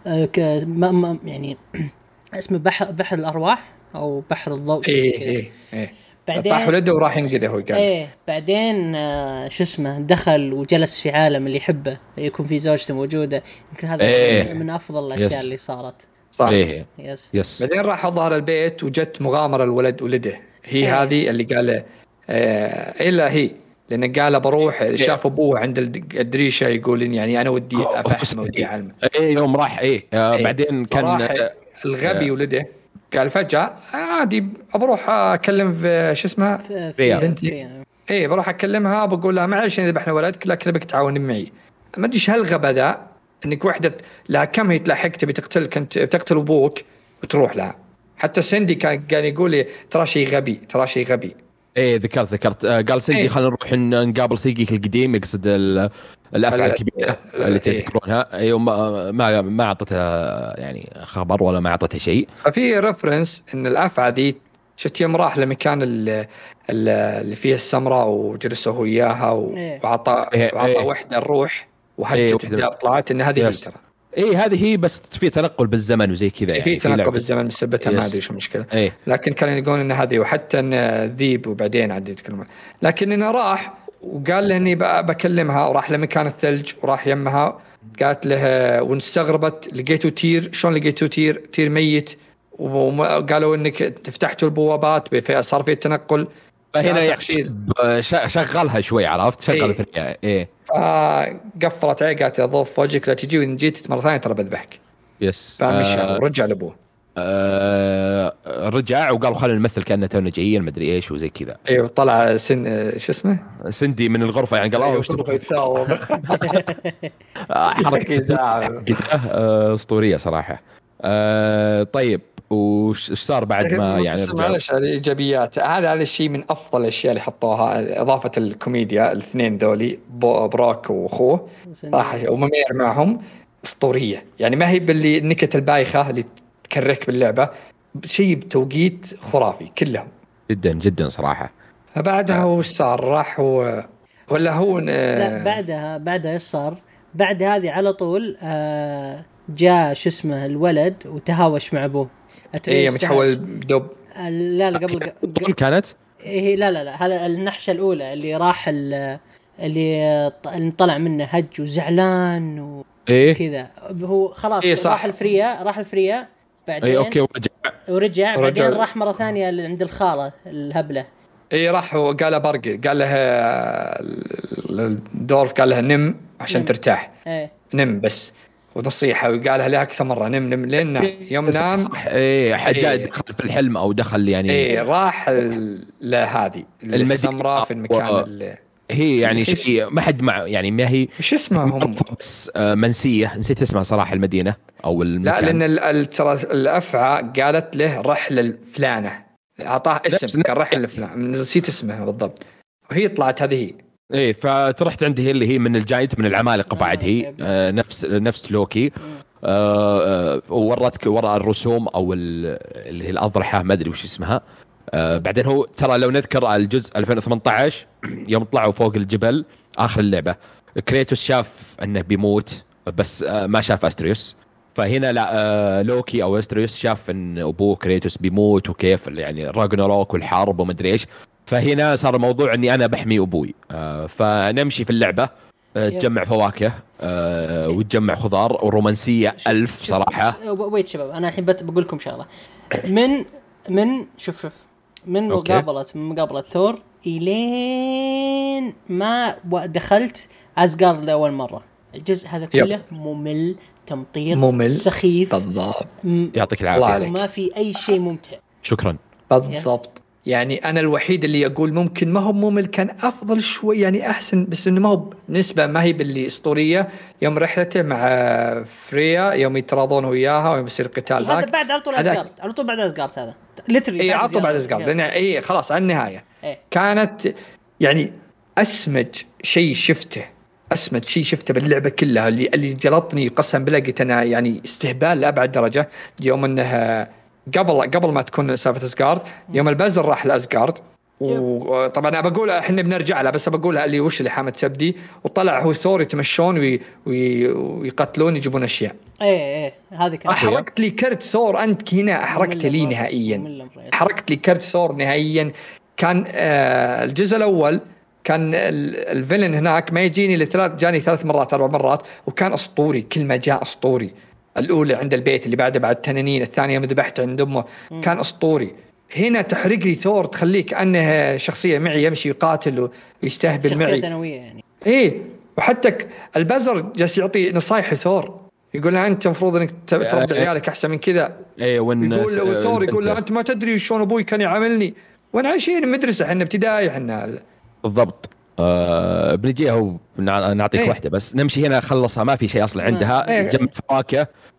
يعني اسمه بحر بحر الارواح او بحر الضوء. ايه ايه ايه بعدين طاح ولده وراح ينقذه هو قال ايه بعدين آه شو اسمه دخل وجلس في عالم اللي يحبه يكون في زوجته موجوده. يمكن هذا إيه. من افضل الاشياء يس. اللي صارت صحيح يس. يس بعدين راح ظهر البيت وجت مغامره الولد ولده هي إيه. هذه اللي قال آه الا هي لأنه قال بروح شاف أبوه عند الدريشة يقول إن يعني أنا ودي أفهم ودي أعلم. إيه يوم راح إيه, إيه. بعدين كان الغبي ولده قال فجأة عادي بروح أكلم في شو اسمها بنتي إيه بروح أكلمها بقول لها معلش إذا بحنا ولدك لكن بك تعاون معي. ما أدري إيش هالغبا ذا إنك وحدة لها كم هي تلاحق تبي تقتلك أنت بتقتل أبوك وتروح لها حتى سندي كان كان يقول لي ترى شيء غبي ترى شيء غبي. ايه ذكرت ذكرت آه قال سندي إيه. خلينا نروح نقابل صديقك القديم، يقصد الافعى الكبيره اللي تذكرونها. ايوه ما ما ما اعطتها يعني خبر ولا ما اعطتها شيء. ففي ريفرنس ان الافعى ذي شفت يوم راح لمكان اللي فيه السمراء وجلسوا هو اياها وعطى إيه. وعطى إيه. وحده الروح وهجت إيه. الدار، طلعت ان هذه هي ترى. ايه هذه هي، بس في تنقل بالزمن وزي كذا يعني في تنقل بالزمن بسبتها ما ادري شو المشكله. إيه. لكن كانوا يقولون ان هذه وحتى ان ذيب وبعدين عاد يتكلمون. لكن انه راح وقال له اني بكلمها وراح لمكان الثلج وراح يمها، قالت له ونستغربت لقيتوا تير. شلون لقيتوا تير؟ تير ميت. وقالوا انك فتحتوا البوابات صار في تنقل. فهنا شغلها شوي، عرفت شغل ايه, إيه. فقفلت عليه قالت ضوف وجهك لا تجي وإن جيت مرة ثانية ترى بذبحك. يس. فمشى آه ورجع لأبوه. آه رجع وقالوا خلينا نمثل كأنه تونا جايين ما أدري إيش وزي كذا. ايوه طلع سن شو اسمه سندي من الغرفة يعني قال أيوه غرفة يتساوم حركة زعل أسطورية صراحة. آه طيب وش صار بعد ما يعني معلش الإيجابيات؟ هذا هذا الشيء من أفضل الأشياء اللي حطوها، إضافة الكوميديا. الاثنين ذولي براك وأخوه راح وممير معهم أسطورية يعني، ما هي باللي النكت البايخة اللي تكرك باللعبة، شيء بتوقيت خرافي كلهم جدا جدا صراحة. فبعدها وش صار؟ راح و... ولا هو لا بعدها بعدها ايش صار؟ بعد هذه على طول آه جاء شو اسمه الولد وتهاوش مع ابوه. ايه متحول دب. لا لا قبل قبل كانت ايه لا لا لا هذا النحشه الاولى اللي راح اللي طلع منه هج وزعلان وكذا. إيه؟ هو خلاص إيه راح الفريا راح الفريا بعدين إيه أوكي ورجع ورجع بعدين راح مرة ثانية عند الخالة الهبلة. ايه راح وقال له برقي، قال له الدورف قال له نم عشان نم. ترتاح. ايه نم بس ونصيحة وقالها لها أكثر مرة نم نم لين يوم نام. إيه حاجة إيه. دخل في الحلم أو دخل يعني إيه راح لهذه السمراء في المكان و... اللي هي يعني شيء ما حد مع يعني ما هي مش اسمها بس منسية، نسيت اسمها صراحة المدينة أو المكان. لا لأن ترى الأفعى قالت له رحلة الفلانة، أعطاه اسم كان رحلة الفلانة نسيت اسمها بالضبط، وهي طلعت هذه هي. ايه فترحت عندي اللي هي من الجاينت من العمالقه بعد هي آه نفس نفس لوكي. آه آه ورتك وراء الرسوم او اللي هي الاضرحه ما ادري وش اسمها. آه بعدين هو ترى لو نذكر الجزء ألفين وثمانية عشر يوم طلعوا فوق الجبل اخر اللعبه، كريتوس شاف انه بيموت بس آه ما شاف استريوس. فهنا لا آه لوكي او استريوس شاف ان ابوه كريتوس بيموت وكيف يعني راجناروك والحرب وما ادري ايش. فهنا صار الموضوع اني انا بحمي ابوي. آه فنمشي في اللعبه آه تجمع فواكه آه وتجمع خضار ورومانسيه ألف صراحه. ويت شباب انا الحين بقول لكم شغله من من شوف شوف من مقابله من مقابله ثور الين ما دخلت أسغارد لاول مره. الجزء هذا كله يب. ممل تمطيط ممل سخيف بالضبط. يعطيك العافيه ما في اي شيء ممتع. شكرا بالضبط. يعني أنا الوحيد اللي أقول ممكن ما هو ممل، كان أفضل شوي يعني أحسن، بس إنه ما هو نسبة ما هي باللي أسطورية. يوم رحلته مع فريا يوم يتراضون وياها ويوم يصير قتال هذا بعد على طول أسغارد على طول بعد أسغارد هذا ليترلي إيه على طول بعد أسغارد لأن إيه خلاص على النهاية إيه. كانت يعني أسمج شيء شفته أسمج شيء شفته باللعبة كلها اللي اللي جلطني قسم بالله قلت أنا يعني استهبال لأبعد درجة. يوم أنها قبل قبل ما تكون سالفة أسغارد يوم البزر راح لأسغارد وطبعا أنا بقول إحنا بنرجع له بس بقولها اللي وش اللي حامد سبدي وطلع هو ثور يتمشون وي وي ويقتلون يجيبون أشياء. إيه إيه هذه كانت أحرقت لي كرت ثور أنت هنا أحرقت لي نهائيا أحرقت لي كرت ثور نهائيا. كان آه الجزء الأول كان الفيلن هناك ما يجيني لثلاث جاني ثلاث مرات أربع مرات وكان أسطوري كل ما جاء أسطوري. الأولى عند البيت اللي بعده بعد تنانين، الثانية مذبحت عند أمه كان أسطوري. هنا تحرق لي ثور تخليك أنه شخصية معي يمشي يقاتل ويستهبل معي شخصية ثانوية يعني. إيه وحتى البزر جالس يعطي نصايح ثور يقول له أنت مفروض إنك تربي عيالك أحسن من كذا. إيه ون يقول له ثور يقول له أنت ما تدري شلون أبوي كان يعاملني وأنا عايشين مدرسة إحنا ابتدائي إحنا. بالضبط. آه بنجيها ونعطيك ايه. واحدة بس نمشي هنا خلصها ما في شيء أصلا عندها ايه. جمع فواكه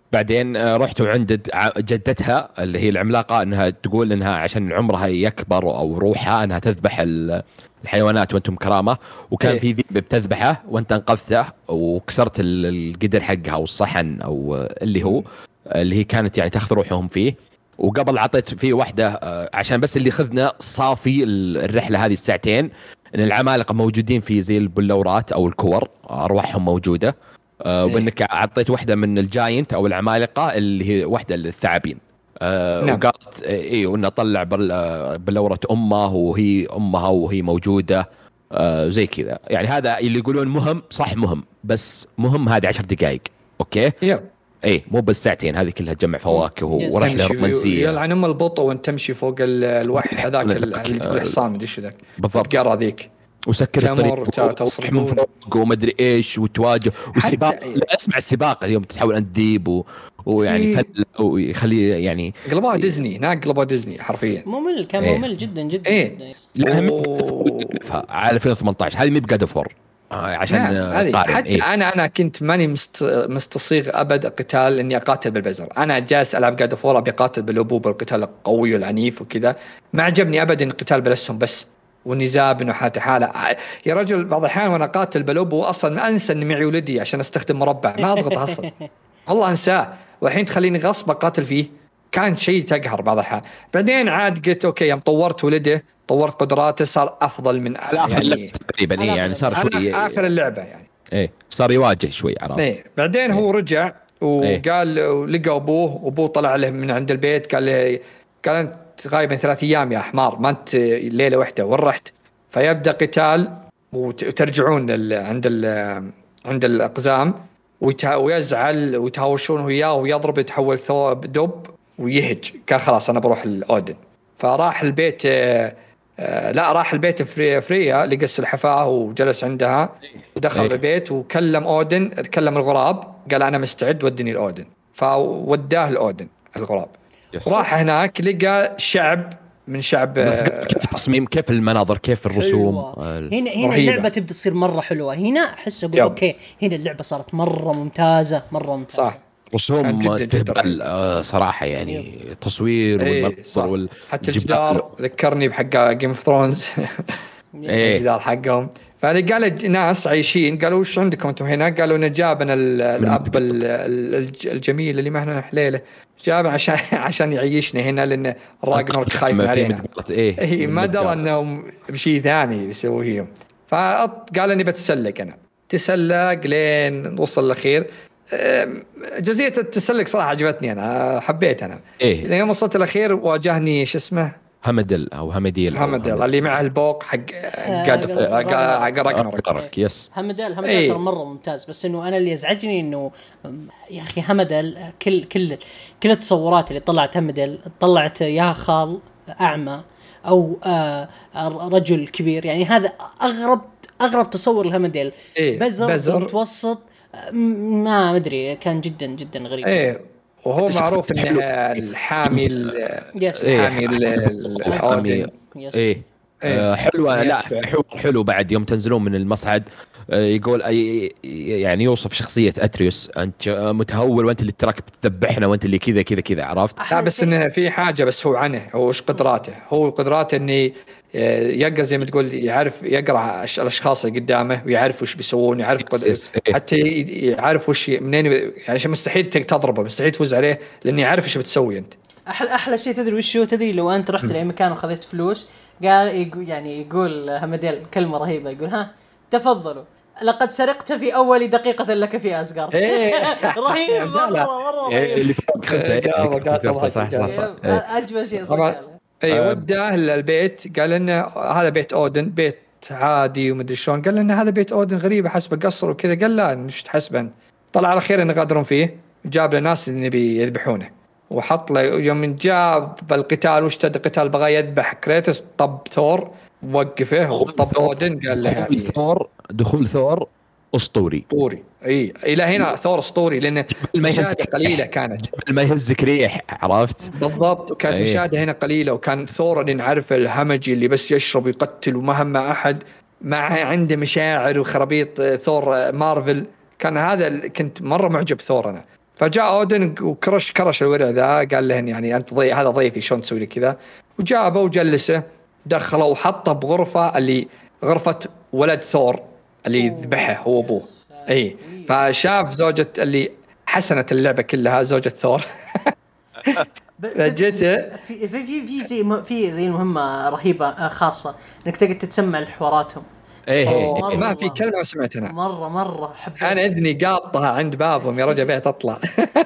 بعدين رحتوا عند جدتها اللي هي العملاقة انها تقول انها عشان عمرها يكبر او روحها انها تذبح الحيوانات وانتم كرامة، وكان إيه؟ في ذئب بتذبحه وانت انقذته وكسرت القدر حقها او الصحن او اللي هو اللي هي كانت يعني تاخذ روحهم فيه. وقبل عطيت فيه واحدة عشان بس اللي خذنا صافي الرحلة هذه الساعتين ان العمالقة موجودين في زي البلورات او الكور ارواحهم موجودة. آه وانك اعطيت واحده من الجاينت او العمالقه اللي هي واحده للثعابين. آه نعم. وقالت اي وانه طلع بلوره امه وهي امها وهي موجوده. آه زي كذا يعني. هذا اللي يقولون مهم صح مهم، بس مهم هذه عشر دقائق اوكي يب. اي مو بس ساعتين هذه كلها تجمع فواكه ورحله رومانسيه. يلعن ام البطء وانت تمشي فوق الوحي هذاك اللي تقول حصان مدري ايش ذاك بالضبط قرا ذيك وسكر الطريق من فوق ومدري ايش وتواجه والسباق. لا اسمع السباق اليوم تتحول انت ديب و... ويعني إيه. فل... ويخلي يعني قلبها ديزني هناك قلبها ديزني حرفيا ممل كان إيه. ممل جدا جدا إيه. لا و... على ألفين وثمانية عشر هذه مي بجاد فور عشان قارن. حتى إيه. انا انا كنت ماني مست... مستصيغ ابد قتال اني اقاتل بالبزر. انا جالس العب جاد فور ابي اقاتل بالابوب القتال القوي والعنيف وكذا. ما عجبني ابدا القتال بالاسهم بس والنزاب انه حالته حاله. يا رجل بعض الاحيان وانا قاتل بلوبو اصلا ما انسى اني معي ولدي عشان استخدم مربع ما اضغط اصلا والله انساه، والحين تخليني غصب اقاتل فيه. كان شيء تقهر بعض الاحيان. بعدين عاد قلت اوكي يوم طورت ولده طورت قدراته صار افضل من يعني تقريبا إيه يعني صار شوي اخر اللعبه يعني ايه صار يواجه شوي عرفت. ايه بعدين إيه. هو رجع وقال إيه. لقى ابوه وابوه طلع له من عند البيت قال له قال انت غايب من ثلاث أيام يا حمار ما أنت ليلة واحدة وين رحت؟ فيبدأ قتال وترجعون عند عند الأقزام ويزعل ويتهاوشون وياه ويضرب يتحول ثوب دب ويهج. قال خلاص أنا بروح الأودن. فراح البيت لا راح البيت فري فريا لقى الحفاة وجلس عندها ودخل إيه. البيت وكلم أودن كلم الغراب قال أنا مستعد ودني الأودن. فوداه الأودن الغراب. راح هناك لقى شعب من شعب. كيف التصميم كيف المناظر كيف الرسوم هنا هنا اللعبة تبدأ تصير مرة حلوة. هنا أحس أقول أوكي هنا اللعبة صارت مرة ممتازة مرة ممتازة صح. رسوم استهبال آه صراحة يعني يب. تصوير ايه والمنظر وال... حتى الجدار ذكرني بحق جيم اوف ثرونز الجدار حقهم. فأنا قال ناس عايشين قالوا وش عندكم انتم هنا؟ قالوا نجابنا الأب الجميل اللي معنا حليله جابنا عشان عشان يعيشنا هنا لأن راجنورك خايف علينا. إيه إيه ما درى إنهم بشيء ثاني بيسويهم. فقال إني بتسلق أنا تسلق لين وصل الأخير. جزيرة التسلق صراحة عجبتني أنا حبيت أنا. إيه لين وصلت الأخير واجهني شو اسمه همدل أو همديل همدل اللي معه البوق حق قادف حق راجنورك. يس همدل همدل ايه. ترى مرة ممتاز بس إنه أنا اللي يزعجني إنه يا أخي همدل كل كل كل التصورات اللي طلعت همدل طلعت يا خال أعمى أو آه رجل كبير يعني. هذا أغرب أغرب تصور الهمدل. إيه. بزر, بزر متوسط ما أدري كان جدا جدا غريب. إيه. وهو معروف انه الحامي الحامي الأودن. ايه حلوه. لا حلو حلو بعد يوم تنزلون من المصعد يقول يعني يوصف شخصيه اتريوس انت متهور وانت اللي تراك بتذبحنا وانت اللي كذا كذا كذا عرفت. لا بس انه في حاجه بس هو عنه هو ايش قدراته. هو قدراته اني يقرا زي ما تقول يعرف يقرا الاشخاص اللي قدامه ويعرف وش بيسوون يعرف حتى يعرف وش منين يعني. شيء مستحيل تضربه مستحيل تفوز عليه لاني يعرف ايش بتسوي انت. احلى احلى شيء تدري وش هو؟ تدري لو انت رحت لاي مكان وخذيت فلوس قال يقول يعني يقول همديل كلمه رهيبه يقول ها تفضلوا لقد سرقت في اول دقيقه لك في اسغارد. رهيب مره مره اللي فوق خذه صح صح اجمل شيء صراحه. اي وداه البيت قال انه هذا بيت اودن بيت عادي ومدري شلون. قال انه هذا بيت اودن غريب حسب قصر وكذا. قال لا مش تحسبن. طلع على خير انه قادرون فيه. جاب له ناس اللي نبي يذبحونه وحط له يوم جاب بالقتال واشتد قتال بغى يذبح كريتوس طب ثور وقفه وطب اودن قال له ثور دخول ثور اسطوري اسطوري. اي الى هنا ثور اسطوري لان المشاهده قليله كانت ما يهزك ريح عرفت بالضبط. وكانت المشاهده هنا قليله وكان ثور اللي نعرفه الهمجي اللي بس يشرب ويقتل ومهم مع احد مع عنده مشاعر وخرابيط ثور مارفل. كان هذا كنت مره معجب ثور انا. فجاء اودن وكرش كرش الورع ذا، قال له يعني انت ضي... هذا ضيفي شلون تسوي لي كذا، وجابه وجلسه دخله وحطه بغرفه اللي غرفه ولد ثور اللي ذبحه هو ابوه. اي فشاف زوجة اللي حسنت اللعبه كلها زوجة ثور. فجيته في في في زي م... في زي مهمه رهيبه خاصه انك تقدر تتسمع الحواراتهم. ايه إيه ما في كلمه سمعتها مره مره حبيت. انا اذني قاطها عند بابهم يا رجل بيت اطلع.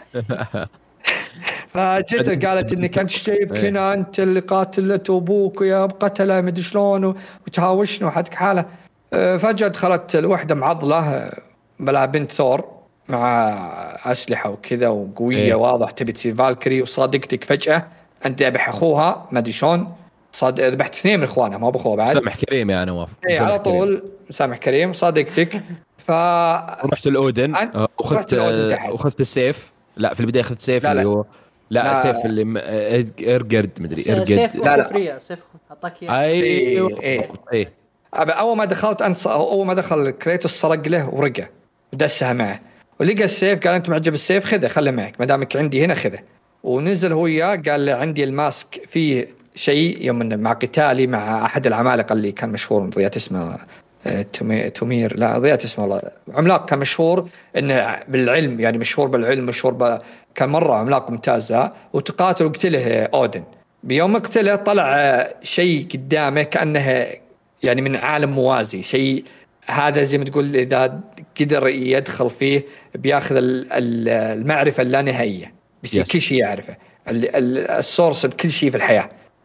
فجيته قالت انك انت شايب هنا انت اللي قاتلته ابوك ويا قتله مدري شلون وتهاوشنا وحدك حاله. فجأة دخلت الوحده معضله بلا بنت ثور مع اسلحه وكذا وقويه إيه. واضح تبي تصير فالكري وصادقتك فجأة انت ذبح اخوها ما ادري شلون صاد ذبحت اثنين من اخوانها ما باخوه بعد. سامح كريم يا انا موافق. اي على طول سامح كريم صادقتك. ف رحت الاودن واخذت اخذت السيف. لا في البدايه اخذت سيف اللي هو لا, لا سيف اللي م... ارجرد مدري ارجرد سيف لا لا فريا سيف اعطاك اياه. ايوه اي اي اول ما دخلت انت اول ما دخل كريتوس سرق له ورقه ودسها معه ولقى السيف قال انت معجب السيف خذه خله معك ما دامك عندي هنا خذه. ونزل هو وياه قال له عندي الماسك فيه شيء يوم مع قتالي مع احد العمالقه اللي كان مشهور ضيعت اسمه تومير لا ضيعت اسمه والله عملاق كان مشهور انه بالعلم يعني مشهور بالعلم مشهور ب... كان مره عملاق ممتاز وتقاتل وقتله اودن. بيوم قتله طلع شيء قدامه كانه يعني من عالم موازي شيء هذا زي ما تقول اذا قدر يدخل فيه بياخذ المعرفه اللانهائيه بيصير كل شيء يعرفه السورس بكل شيء في الحياه.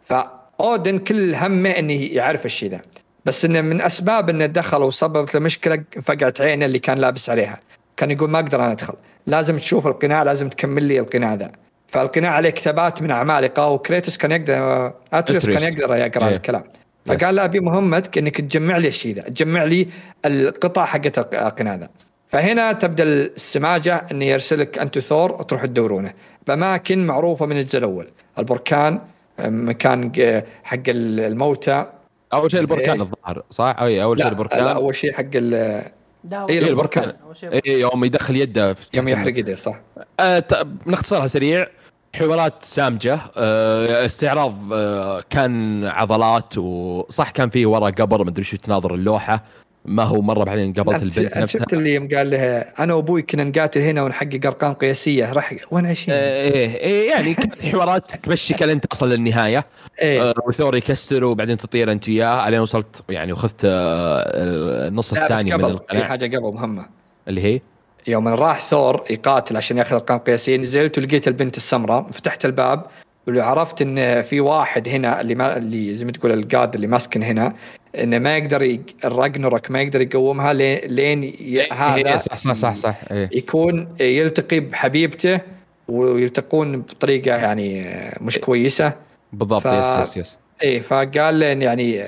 فاودن كل همه انه يعرف الشيء ذا بس انه من اسباب انه دخل وسببت له مشكله فقعت عينه اللي كان لابس عليها كان يقول ما اقدر انا ادخل لازم تشوف القناع لازم تكمل لي القناع ذا. فالقناع عليه كتابات من عمالقه وكريتوس كان يقدر اتريوس كان يقدر يقرا إيه. الكلام. فقال له ابي مهمتك انك تجمع لي الشيء ذا تجمع لي القطع حقت القناع ذا. فهنا تبدا السماجه انه يرسلك انت ثور وتروح تدورونه باماكن معروفه من الجزء الاول. البركان مكان حق الموتى اول شيء البركان الظاهر صح اي اول شيء البركان لا اول شيء حق ال اي البركان اي يوم يدخل يده يوم يحرق يده صح. أه بنختصرها سريع حوارات سامجه أه استعراض أه كان عضلات وصح كان فيه ورا قبر ما ادري شو تناظر اللوحه ما هو مره بعدين قبلت البنت نفسها. شفت اللي يوم قال لها انا وابوي كنا نقاتل هنا ونحقق ارقام قياسيه راح وين عايشين ايه ايه يعني حوارات تمشيك انت اصل للنهايه إيه. آه وثور يكسر وبعدين تطير انت وياه الين وصلت يعني وخذت آه النص الثاني من القناع. في حاجه قبل مهمه اللي هي يوم راح ثور يقاتل عشان ياخذ ارقام قياسيه نزلت ولقيت البنت السمراء فتحت الباب وعرفت ان في واحد هنا اللي ما اللي زي ما تقول القاد اللي ماسكن هنا انه ما يقدر الراجنورك ما يقدر يقومها لين ي... هذا صح صح صح, صح. إيه. يكون يلتقي بحبيبته ويلتقون بطريقه يعني مش كويسه بالضبط. ف... يس يس يس ايه فقال له يعني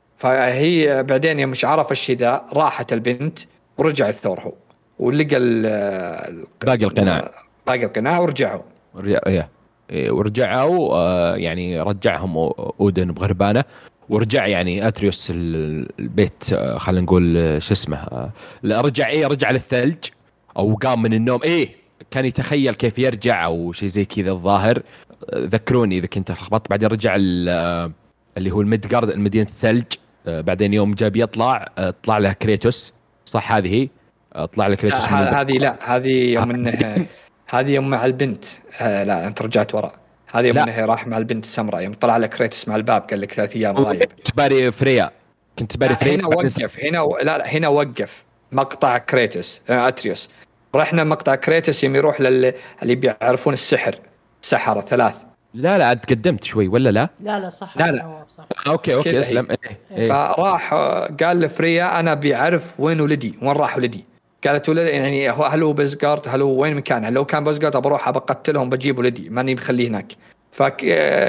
فهي بعدين يوم مش عرف الشيء ذا راحت البنت ورجع الثور هو ولقى ال... باقي القناع باقي القناع ورجعوا ورجع إيه. ورجعوا آه يعني رجعهم اودن بغربانه ورجع يعني اتريوس البيت آه خلينا نقول آه شو اسمه آه رجع ايه رجع للثلج او قام من النوم ايه كان يتخيل كيف يرجع او شيء زي كذا الظاهر. آه ذكروني اذا كنت لخبطت. بعدين رجع اللي هو الميدغارد المدينه الثلج. آه بعدين يوم جاب يطلع آه طلع له كريتوس صح هذه هي آه طلع له كريتوس. هذه لا هذه يوم انه هذه يوم مع البنت آه لا انت رجعت وراء. هذه يوم انه راح مع البنت السمراء يوم طلع لك كريتوس مع الباب قال لك ثلاث ايام غايب. كنت باري فريا كنت باري فريا هنا وقف هنا و... لا لا هنا وقف مقطع كريتوس آه اتريوس. رحنا مقطع كريتوس يوم يروح للي اللي بيعرفون السحر سحرة ثلاث. لا لا تقدمت شوي ولا لا لا لا صح لا لا صح. اوكي اوكي اسلم إيه. إيه. فراح قال لفريا انا بيعرف وين ولدي وين راح ولدي. قالت ولد يعني هل هو بزغارد هل هو وين مكانه لو كان بزغارد بروح بقتلهم بجيب ولدي ماني بخليه هناك. فك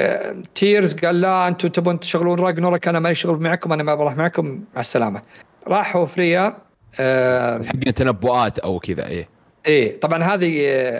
تيرز قال لا انتم تبون تشغلون راجنورك انا ما يشغل معكم انا ما بروح معكم مع السلامه. راحوا فريا أه حق تنبؤات او كذا ايه ايه طبعا هذه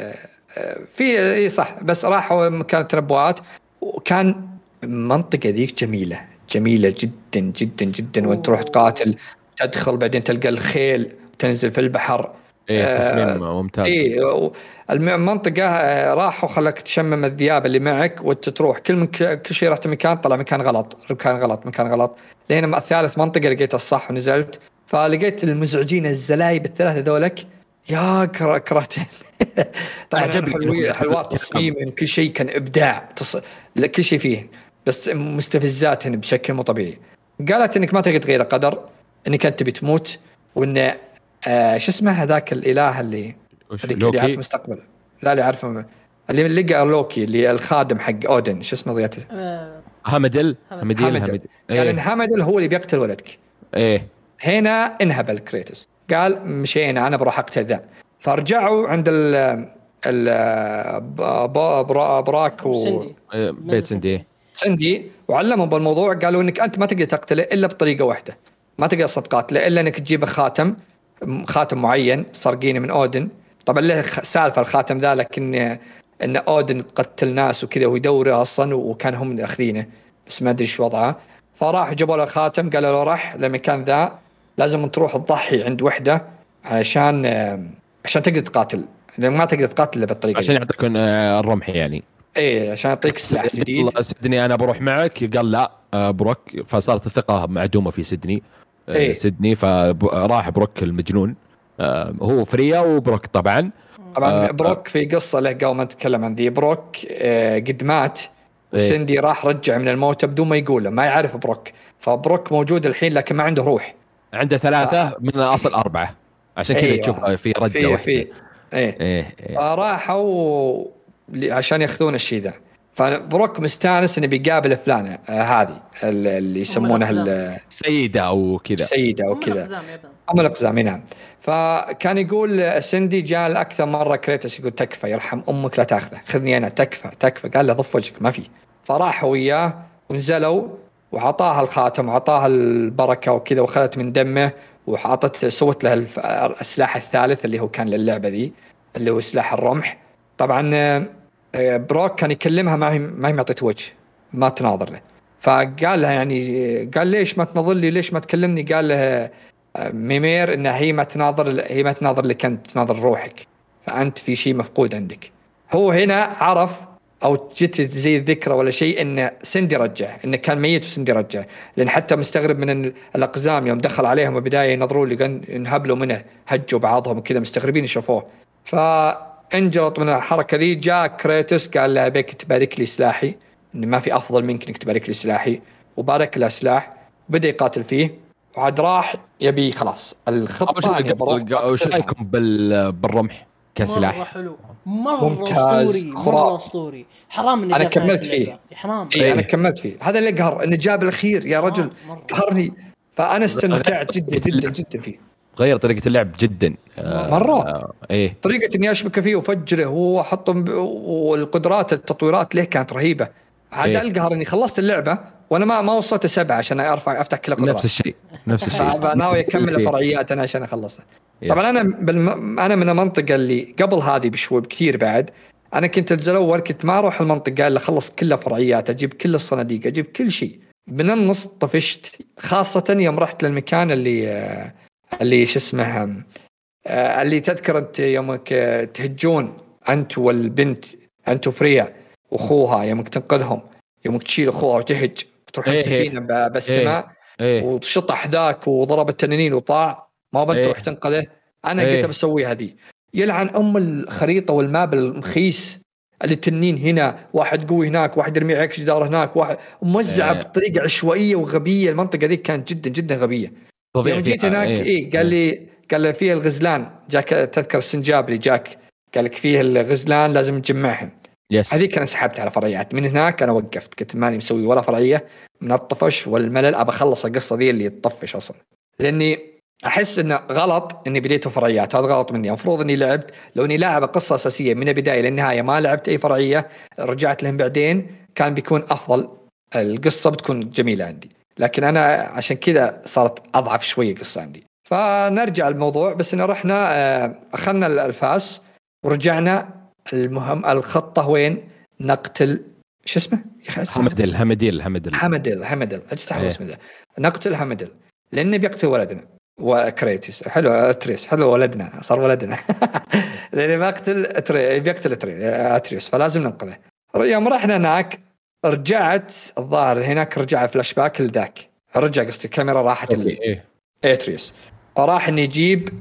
في اي صح بس راحوا مكان تنبؤات وكان منطقه ذيك جميله جميله جدا جدا جدا وانت تروح تقاتل تدخل بعدين تلقى الخيل تنزل في البحر ايه تصميم ممتاز. ايه المنطقه راحوا خلك تشمم الذئاب اللي معك وتروح كل من كل شيء رحت مكان طلع مكان غلط مكان غلط مكان غلط لين الثالث منطقه لقيت الصح ونزلت. فلقيت المزعجين الزلايب الثلاثه ذولك يا كرهتين. طبعا حلوين حلوات تصميم كل شيء كان ابداع تص... كل شيء فيه بس مستفزاتهن بشكل مو طبيعي. قالت انك ما تقدر تغير قدر انك انت بتموت وان آه شو اسمه هذاك الاله اللي اللي يعرف المستقبل لا اللي يعرفه اللي لقى لوكي اللي الخادم حق اودن شو اسمه ضيعته آه همدل همدل همدل قال إيه؟ ان همدل هو اللي بيقتل ولدك. ايه هنا انهبل كريتوس قال مشينا انا بروح اقتل ذا. فرجعوا عند ال ال براك وبيت سندي سندي وعلمهم بالموضوع. قالوا انك انت ما تقدر تقتله الا بطريقه واحده ما تقدر تقاتله الا انك تجيب خاتم خاتم معين سرقينه من اودن. طبعا له سالفه الخاتم ذا لكن ان اودن قتل ناس وكذا ويدوره اصلا وكان هم اخذينه بس ما ادري شو وضعه. فراح جابوا له الخاتم قالوا له راح لمكان ذا لازم تروح تضحي عند وحده عشان عشان تقدر تقاتل لأن ما تقدر تقاتل بالطريقه عشان يعطيكم الرمح يعني. ايه عشان يعطيك سلاح جديد. سيدني انا بروح معك قال لا بروك. فصارت الثقه معدومه في سيدني. إيه. سيدني فراح بروك المجنون هو فريا وبروك طبعا طبعا بروك في قصه له قبل ما نتكلم عن ذي. بروك قد مات وسندي راح رجع من الموت بدون ما يقوله ما يعرف بروك. فبروك موجود الحين لكن ما عنده روح عنده ثلاثه من اصل اربعه عشان كذا أيوة. تشوف في رجه واحده في ايه, إيه. إيه. فراحوا عشان ياخذون الشيء ذا. فبروك مستانس انه بيقابل فلانه آه هذه اللي يسمونها السيده او كذا السيده او كذا ام الاقزام. نعم. فكان يقول سندي جاء اكثر مره كريتوس يقول تكفى يرحم امك لا تاخذه خذني انا تكفى تكفى. قال له ضف وجهك ما في. فراحوا وياه ونزلوا وعطاها الخاتم وعطاها البركه وكذا وخذت من دمه وحاطت سوت له السلاح الثالث اللي هو كان للعبه ذي اللي هو سلاح الرمح. طبعا بروك كان يكلمها ما هي ما هي معطيته وجه ما تناظر له. فقال لها يعني قال ليش ما تناظر لي ليش ما تكلمني. قال له ميمير انها هي ما تناظر هي ما تناظر لك انت تناظر روحك فانت في شيء مفقود عندك. هو هنا عرف او جت زي الذكرى ولا شيء ان سندي رجع انه كان ميت وسندي رجع. لان حتى مستغرب من الاقزام يوم دخل عليهم البدايه ينظروا لي ينهبلوا منه هجوا بعضهم وكذا مستغربين يشوفوه. فانجلط من الحركه ذي. جاء كريتوس قال له ابيك تبارك لي سلاحي ان ما في افضل منك انك تبارك لي سلاحي وبارك له سلاح وبدا يقاتل فيه. وعاد راح يبي خلاص الخطه. وش رايكم بالرمح كسلاح؟ مرة حلو مرة اسطوري مرة اسطوري. حرام اني انا كملت فيه حرام. إيه انا كملت فيه. هذا اللي قهر انه جاب الاخير يا رجل قهرني. فانا استمتعت جدا جدا جدا فيه. غير طريقه اللعب جدا مره. آه ايه طريقه اني اشبك فيه وفجره واحطه والقدرات التطويرات له كانت رهيبه. عاد إيه. القهر اني خلصت اللعبه وانا ما ما وصلت سبعة عشان ارفع افتح كل قدرات. نفس الشيء نفس الشيء. ناوي اكمل الفرعيات انا عشان اخلصها. طبعا انا بالم... انا من المنطقه اللي قبل هذه بشوي بكثير بعد. انا كنت الجزء الاول كنت ما اروح المنطقه الا اخلص كل فرعيات اجيب كل الصناديق اجيب كل شيء. من النص طفشت خاصه يوم رحت للمكان اللي اللي شو اسمه اللي تذكر انت يومك تهجون انت والبنت انت وفريا واخوها يومك تنقذهم يومك تشيل اخوها وتهج تروح إيه السفينه إيه بالسماء إيه وتشطح ذاك وضرب التنانين وطاع ما بنت تروح إيه تنقذه. انا قلت بسوي هذه. يلعن ام الخريطه والماب المخيس اللي تنين هنا واحد قوي هناك واحد يرمي عليك جدار هناك واحد موزعه إيه بطريقه عشوائيه وغبيه. المنطقه ذيك كانت جدا جدا غبيه. يوم جيت هناك إيه, إيه قال لي قال لي فيه الغزلان جاك تذكر السنجاب اللي جاك قال لك فيه الغزلان لازم نجمعهم. يس. هذه كان سحبت على فرعيات. من هناك أنا وقفت قلت ماني مسوي ولا فرعية من الطفش والملل أبى أخلص القصة ذي اللي تطفش أصلا. لأني أحس إنه غلط إني بديت فرعيات. هذا غلط مني. المفروض إني لعبت لو إني لاعب قصة أساسية من البداية للنهاية ما لعبت أي فرعية رجعت لهم بعدين كان بيكون أفضل. القصة بتكون جميلة عندي. لكن أنا عشان كذا صارت أضعف شوية قصة عندي. فنرجع الموضوع بس إن رحنا أخذنا الفاس ورجعنا. المهم الخطة وين نقتل شو اسمه همدل همدل همدل همدل همدل استحفظ اسمه ذا. نقتل همدل لأنه بيقتل ولدنا وكريتوس. حلو اتريوس، حلو ولدنا صار ولدنا. لأنه بيقتل أتري بيقتل أتري أتريوس فلازم ننقذه. يوم رحنا هناك رجعت الظاهر هناك رجع فلاش باك لذاك، رجع قصدي الكاميرا راحت أتريوس فراح إنه يجيب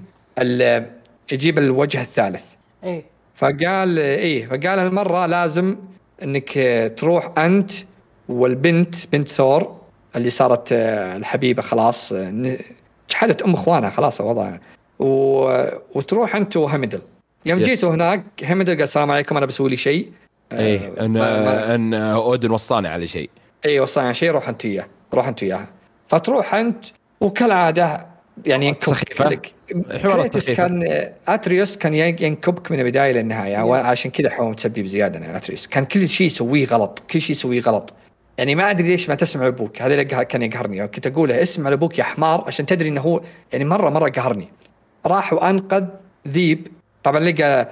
يجيب الوجه الثالث. إيه فقال إيه فقال المرة لازم إنك تروح أنت والبنت بنت ثور اللي صارت الحبيبة خلاص جحدت أم إخوانها خلاص وضعها و... وتروح أنت وهيمدل. يوم جيتوا هناك هيمدل قال السلام عليكم أنا بسوي لي شيء إيه أن ما... ما... أن أودن وصاني على شيء. إيه وصاني على شيء روح أنت وياه روح أنت وياها. فتروح أنت وكالعادة يعني ينكبك. كريتوس كان أتريوس كان ينكبك من البداية للنهاية وعشان كذا حوم تسبب زيادة. أتريوس كان كل شيء يسويه غلط كل شيء يسويه غلط يعني ما أدري ليش ما تسمع لأبوك. هذا اللي كان يقهرني كنت أقوله اسمع لأبوك يا حمار عشان تدري إنه هو يعني مرة مرة قهرني. راح وأنقذ ذيب طبعا لقى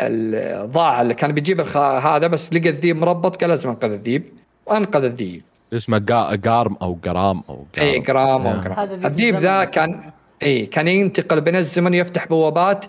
الضاع اللي كان بيجيب هذا بس لقى الذيب مربط قال لازم أنقذ الذيب وأنقذ الذيب اسمه قارم أو قرام أو قرام. أي قرام أو قرام. الذيب ذا كان إيه كان ينتقل بين الزمن يفتح بوابات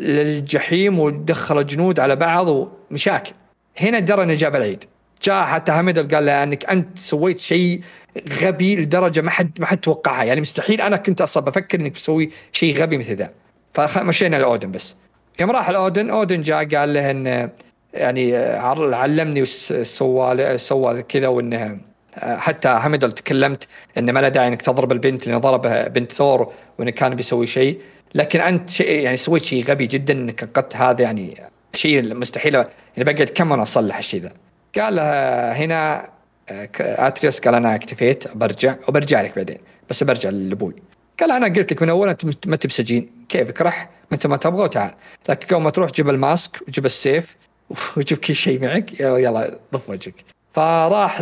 للجحيم ويدخل الجنود على بعض ومشاكل. هنا درى إنه جاب العيد جاء حتى هيمدل قال له أنك أنت سويت شيء غبي لدرجة ما حد ما حد توقعها يعني مستحيل أنا كنت أصلا بفكر إنك تسوي شيء غبي مثل ذا. فمشينا لأودن بس يوم راح الأودن أودن جاء قال له إن يعني علمني وسوى سوى كذا وإنه حتى هيمدل تكلمت إن ما له داعي إنك تضرب البنت لأن ضربها بنت ثور وإنه كان بيسوي شيء لكن أنت شيء يعني سويت شيء غبي جدا إنك قدت هذا يعني شيء مستحيل يعني بقعد كم أنا أصلح الشيء ذا. قال هنا أتريوس قال أنا اكتفيت برجع وبرجع لك بعدين بس برجع لأبوي. قال أنا قلت لك من أول أنت ما تبسجين كيفك رح أنت ما تبغى وتعال لكن قوم ما تروح جيب الماسك وجيب السيف وجيب كل شيء معك يلا ضف وجهك. فراح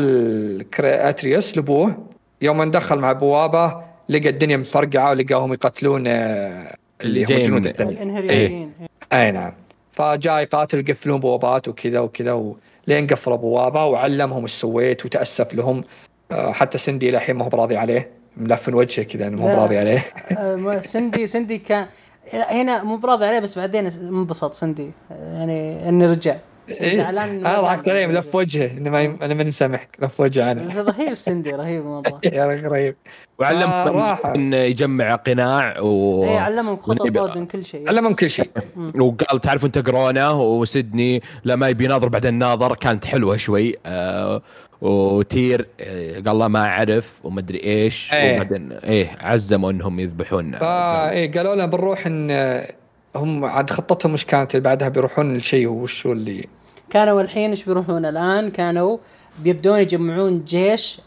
أتريوس لأبوه يوم ندخل مع بوابة لقى الدنيا مفرقعة ولقاهم يقتلون اللي هم جنود الثانيين. أي نعم. فجاء يقاتل يقفلون بوابات وكذا وكذا و لين قفل بوابة وعلمهم ايش سويت وتأسف لهم. حتى سندي لحين ما هو براضي عليه ملفن وجهه كذا انه مو براضي عليه. سندي سندي كان هنا مو براضي عليه بس بعدين انبسط سندي يعني انه رجع زعلان. اه ضحكت عليه ملف وجهه انه ما انا ما نسامحك لف وجهه انا. رهيب سندي رهيب والله يا رهيب. وعلم انه يجمع قناع و ايه علمهم خطط أودن كل شيء علمهم كل شيء. وقال تعرف انت قرونا وسيدني لما يبي ناظر بعد الناظر كانت حلوه شوي. آه وتير قال الله ما أعرف ومدري إيش ايه. وبعدين إيه عزموا إنهم يذبحون. آه إيه قالوا لنا بنروح إن هم عاد خطتهم مش كانت اللي بعدها بيروحون الشيء وشو اللي كانوا الحين إيش بيروحون الآن كانوا بيبدون يجمعون جيش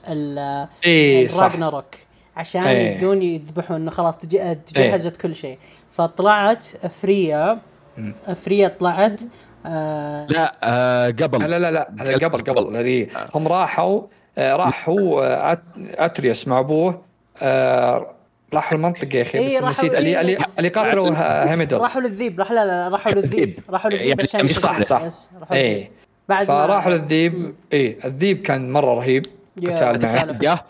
إيه الراغناروك عشان ايه. يبدون يذبحون إنه خلاص تجهزت كل شيء. فطلعت فريا فريا طلعت آه لا آه قبل لا لا لا هذا قبل قبل هذه هم راحوا آه راحوا آه أتريوس مع أبوه آه راحوا المنطقة يا أخي إيه بس نسيت اللي اللي اللي قاتلوا هيمدل. راحوا للذيب راح لا لا راحوا للذيب راحوا للذيب عشان صح صح إيه بعد فراحوا للذيب إيه الذيب كان مرة رهيب قتال معه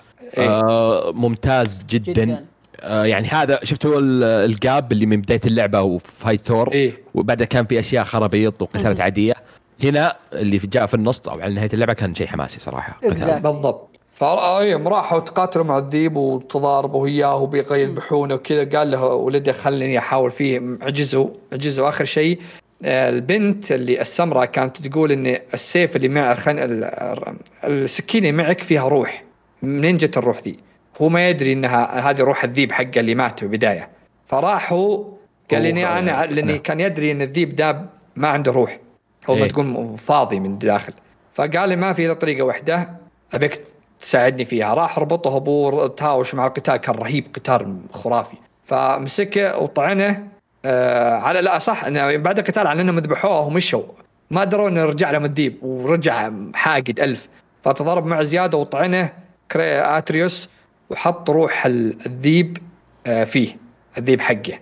آه ممتاز جدا, جداً. آه يعني هذا شفتوا الجاب اللي من بداية اللعبة وفايت ثور إيه؟ وبعدها كان في أشياء خرابيط وقتالات عادية. هنا اللي جاء في النص أو على نهاية اللعبة كان شيء حماسي صراحة. بالضبط. فأيهم راحوا تقاتلوا مع الذيب وتضاربوا وياه وبيغي يذبحونه وكذا. قال له ولده خلني أحاول فيه عجزوا عجزوا آخر شيء. البنت اللي السمراء كانت تقول إن السيف اللي مع الخن السكينة معك فيها روح. منين جت الروح ذي؟ هو ما يدري إنها هذه روح الذيب حقه اللي مات بالبداية. فراحوا قال لي أنا لأني كان يدري إن الذيب داب ما عنده روح هو ما تقول فاضي من داخل. فقال لي ما في إلا طريقة واحدة أبيك تساعدني فيها. راح ربطه أبوه تهاوش مع القتال كان رهيب قتال خرافي. فمسكه وطعنه آه على لا صح إنه بعد القتال على إنهم ذبحوه ومشوا ما دروا إنه رجع لهم الذيب ورجع حاقد ألف. فتضرب مع زيادة وطعنه أتريوس وحط روح الذيب آه فيه الذيب حقه.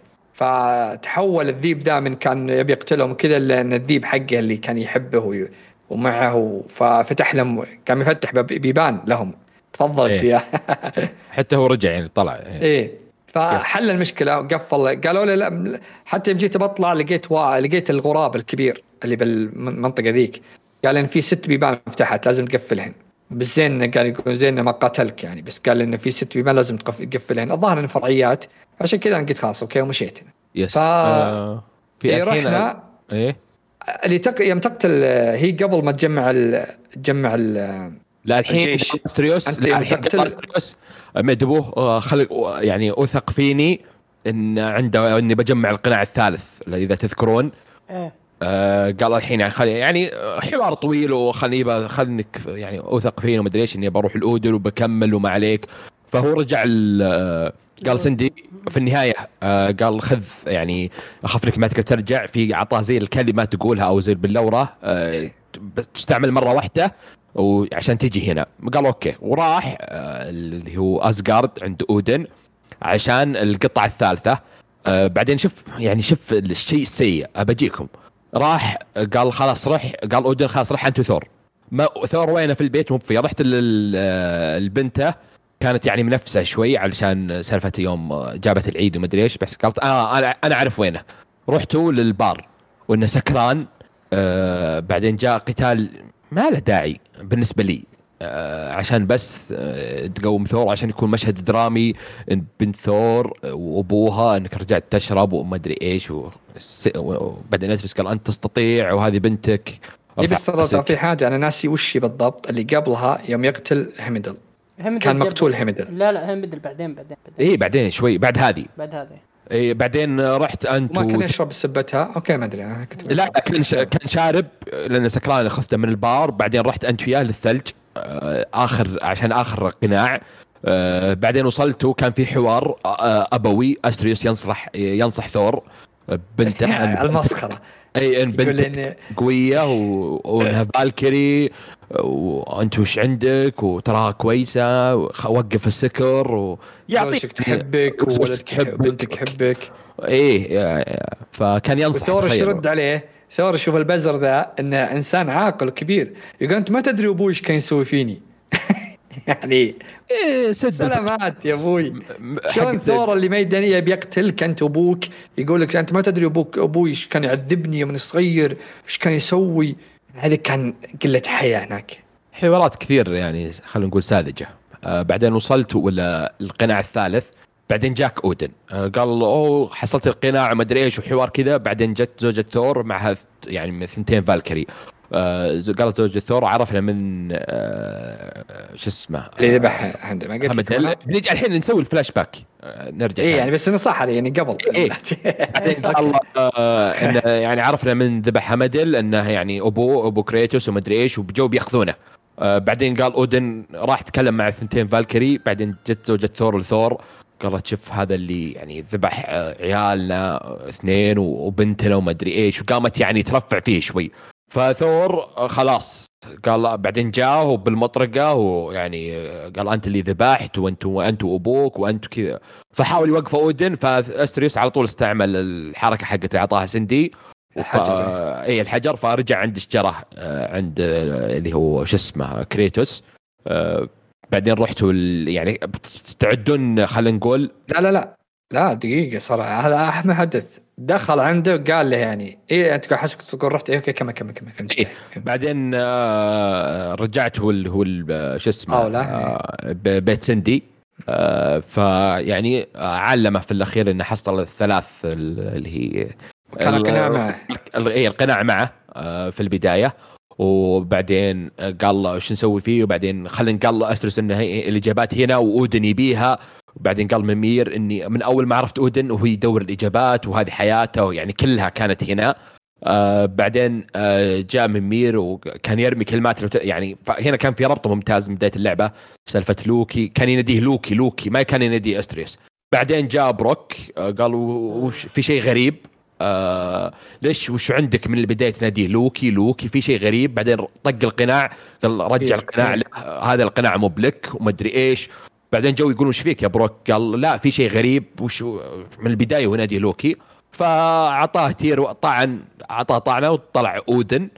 فتحول الذيب ذا من كان يبي يقتلهم كذا لأن الذيب حقه اللي كان يحبه ومعه ففتح لهم كان يفتح بيبان لهم. تفضلت إيه. يا حتى هو رجع يعني طلع إيه. فحل المشكله وقفل. قالوا لي لا، حتى جيت بطلع لقيت وا... لقيت الغراب الكبير اللي بالمنطقه ذيك، قال ان في ست بيبان فتحت لازم تقفلهن. بالزين قال يقول زين ما قتلك يعني، بس قال ان في ست بيبان لازم تقفلهن، الظاهر ان فرعيات، عشان كذا انا قلت خلاص اوكي ومشيت. يس ف... آه في رحنا ايه اللي تق... يوم تقتل هي قبل ما تجمع ال... تجمع ال... لا الحين استريوس لا الحين استريوس مدبوه خلق يعني اوثق فيني ان عنده اني بجمع القناع الثالث اذا تذكرون. اه آه قال الحين يعني خلي يعني حوار طويل وخلني خلنك يعني اوثق فيني وما ادري ايش اني بروح الاودل وبكمل وما عليك. فهو رجع قال سندي في النهايه آه قال خذ يعني اخاف لك ما تقدر ترجع، في عطاه زي الكلمه تقولها او زي باللوره آه تستعمل مره واحده وعشان تيجي هنا. قال اوكي وراح آه اللي هو أسغارد عند اودن عشان القطعه الثالثه. آه بعدين شوف يعني شوف الشيء السيء ابجيكم. راح قال خلاص رح قال اودن خلاص رح انت ثور. ما ثور وينه في البيت مو في، رحت البنته كانت يعني منفسه شوي علشان سالفه يوم جابت العيد ومدري ايش، بس قالت اه انا انا اعرف وينه. رحتوا للبار وانه سكران. آه بعدين جاء قتال ما له داعي بالنسبه لي آه عشان بس آه تقوم ثور عشان يكون مشهد درامي ان بنت ثور وابوها انك رجعت تشرب وما ادري ايش وبعدين اترس قال انت تستطيع وهذه بنتك. إيه بس ترى في حاجه انا ناسي وش بالضبط اللي قبلها يوم يقتل هيمدل كان مقتول هيمدل. لا لا هيمدل بعدين بعدين, بعدين. ايه بعدين شوي بعد هذه بعد هذه ايه بعدين رحت انت ما كان يشرب سبتها اوكي ما ادري انا كنت لا كان ش... كان شارب لان سكران خفته من البار. بعدين رحت انت وياه للثلج آه اخر عشان اخر قناع. آه بعدين وصلتوا كان في حوار آه ابوي استريوس ينصح ينصح ثور بنته المسخره اي ان بنت قويه و... وانها فالكري وانت وش عندك وتراها كويسه ووقف السكر ويعطيك تحبك وولدك يحبك بنتك تحبك. ايه فكان ينصح ثور يرد عليه. ثور شوف البزر ذا انه انسان عاقل كبير يقول انت ما تدري ابوي ايش كان يسوي فيني. يعني إيه سلامات يا ابوي. شلون ثور اللي ميدانيه بيقتلك انت ابوك يقول لك انت ما تدري ابوك ابوي ايش كان يعذبني من صغير ايش كان يسوي. هذا كان قله حياه هناك. حوارات كثير يعني خلينا نقول ساذجه. آه بعدين وصلت ولا القناع الثالث. بعدين جاك اودن آه قال اوه حصلت القناع ما ادري ايش وحوار كذا. بعدين جت زوجة ثور معها يعني ثنتين فالكري. آه قالت زوجة ثور عرفنا من آه شو اسمه اللي ذبح عنده ما قلت نجي الحين نسوي الفلاش باك آه نرجع ايه يعني بس انه صح يعني قبل إيه. الله آه إنه يعني عرفنا من ذبح همدل انه يعني ابوه ابو كريتوس وما ادري ايش وبجو بياخذونه. آه بعدين قال اودن راح تكلم مع الثنتين فالكري. بعدين جت زوجة ثور لثور قالت شوف هذا اللي يعني ذبح عيالنا اثنين وبنتنا وما ادري ايش وقامت يعني ترفع فيه شوي. فثور خلاص قال بعدين جاء بالمطرقه ويعني قال انت اللي ذبحت وانت وانت وابوك وانت كذا. فحاول يوقف اودن فاستريوس على طول استعمل الحركه حقت اللي اعطاها سندي الحجر. اي الحجر. فرجع عند الشجره عند اللي هو شو اسمه كريتوس. بعدين رحتوا يعني بتستعدون خلينا نقول لا لا لا لا دقيقه صراحه هذا اهم حدث. دخل عنده وقال له يعني ايه انت حسك تقول رحت ايه اوكي كم كم كم فهمت. إيه. بعدين آه رجعت هو هو شو اسمه آه بيت سندي. آه فيعني علمه في الاخير انه حصل الثلاث اللي هي كان القناع معه. ايه القناع معه آه في البدايه. وبعدين قال له ايش نسوي فيه. وبعدين خلينا قال له استرس انه الاجابات هنا واودن يبيها. وبعدين قال ممير اني من اول ما عرفت اودن وهو يدور الاجابات وهذه حياته يعني كلها كانت هنا. آه بعدين آه جاء ممير وكان يرمي كلمات يعني هنا كان في ربط ممتاز من بدايه اللعبه. سالفه لوكي كان يناديه لوكي لوكي ما كان يناديه استريس. بعدين جاء بروك آه قالوا وش في شيء غريب آه ليش وش عندك من البداية تناديه لوكي لوكي في شيء غريب. بعدين طق القناع قال رجع القناع له هذا القناع مو بلك وما ادري ايش. بعدين جو يقولون وش فيك يا بروك قال لا في شيء غريب وش من البداية ونادي لوكي. فعطاه تير طعن عطاه طعنه وطلع اودن.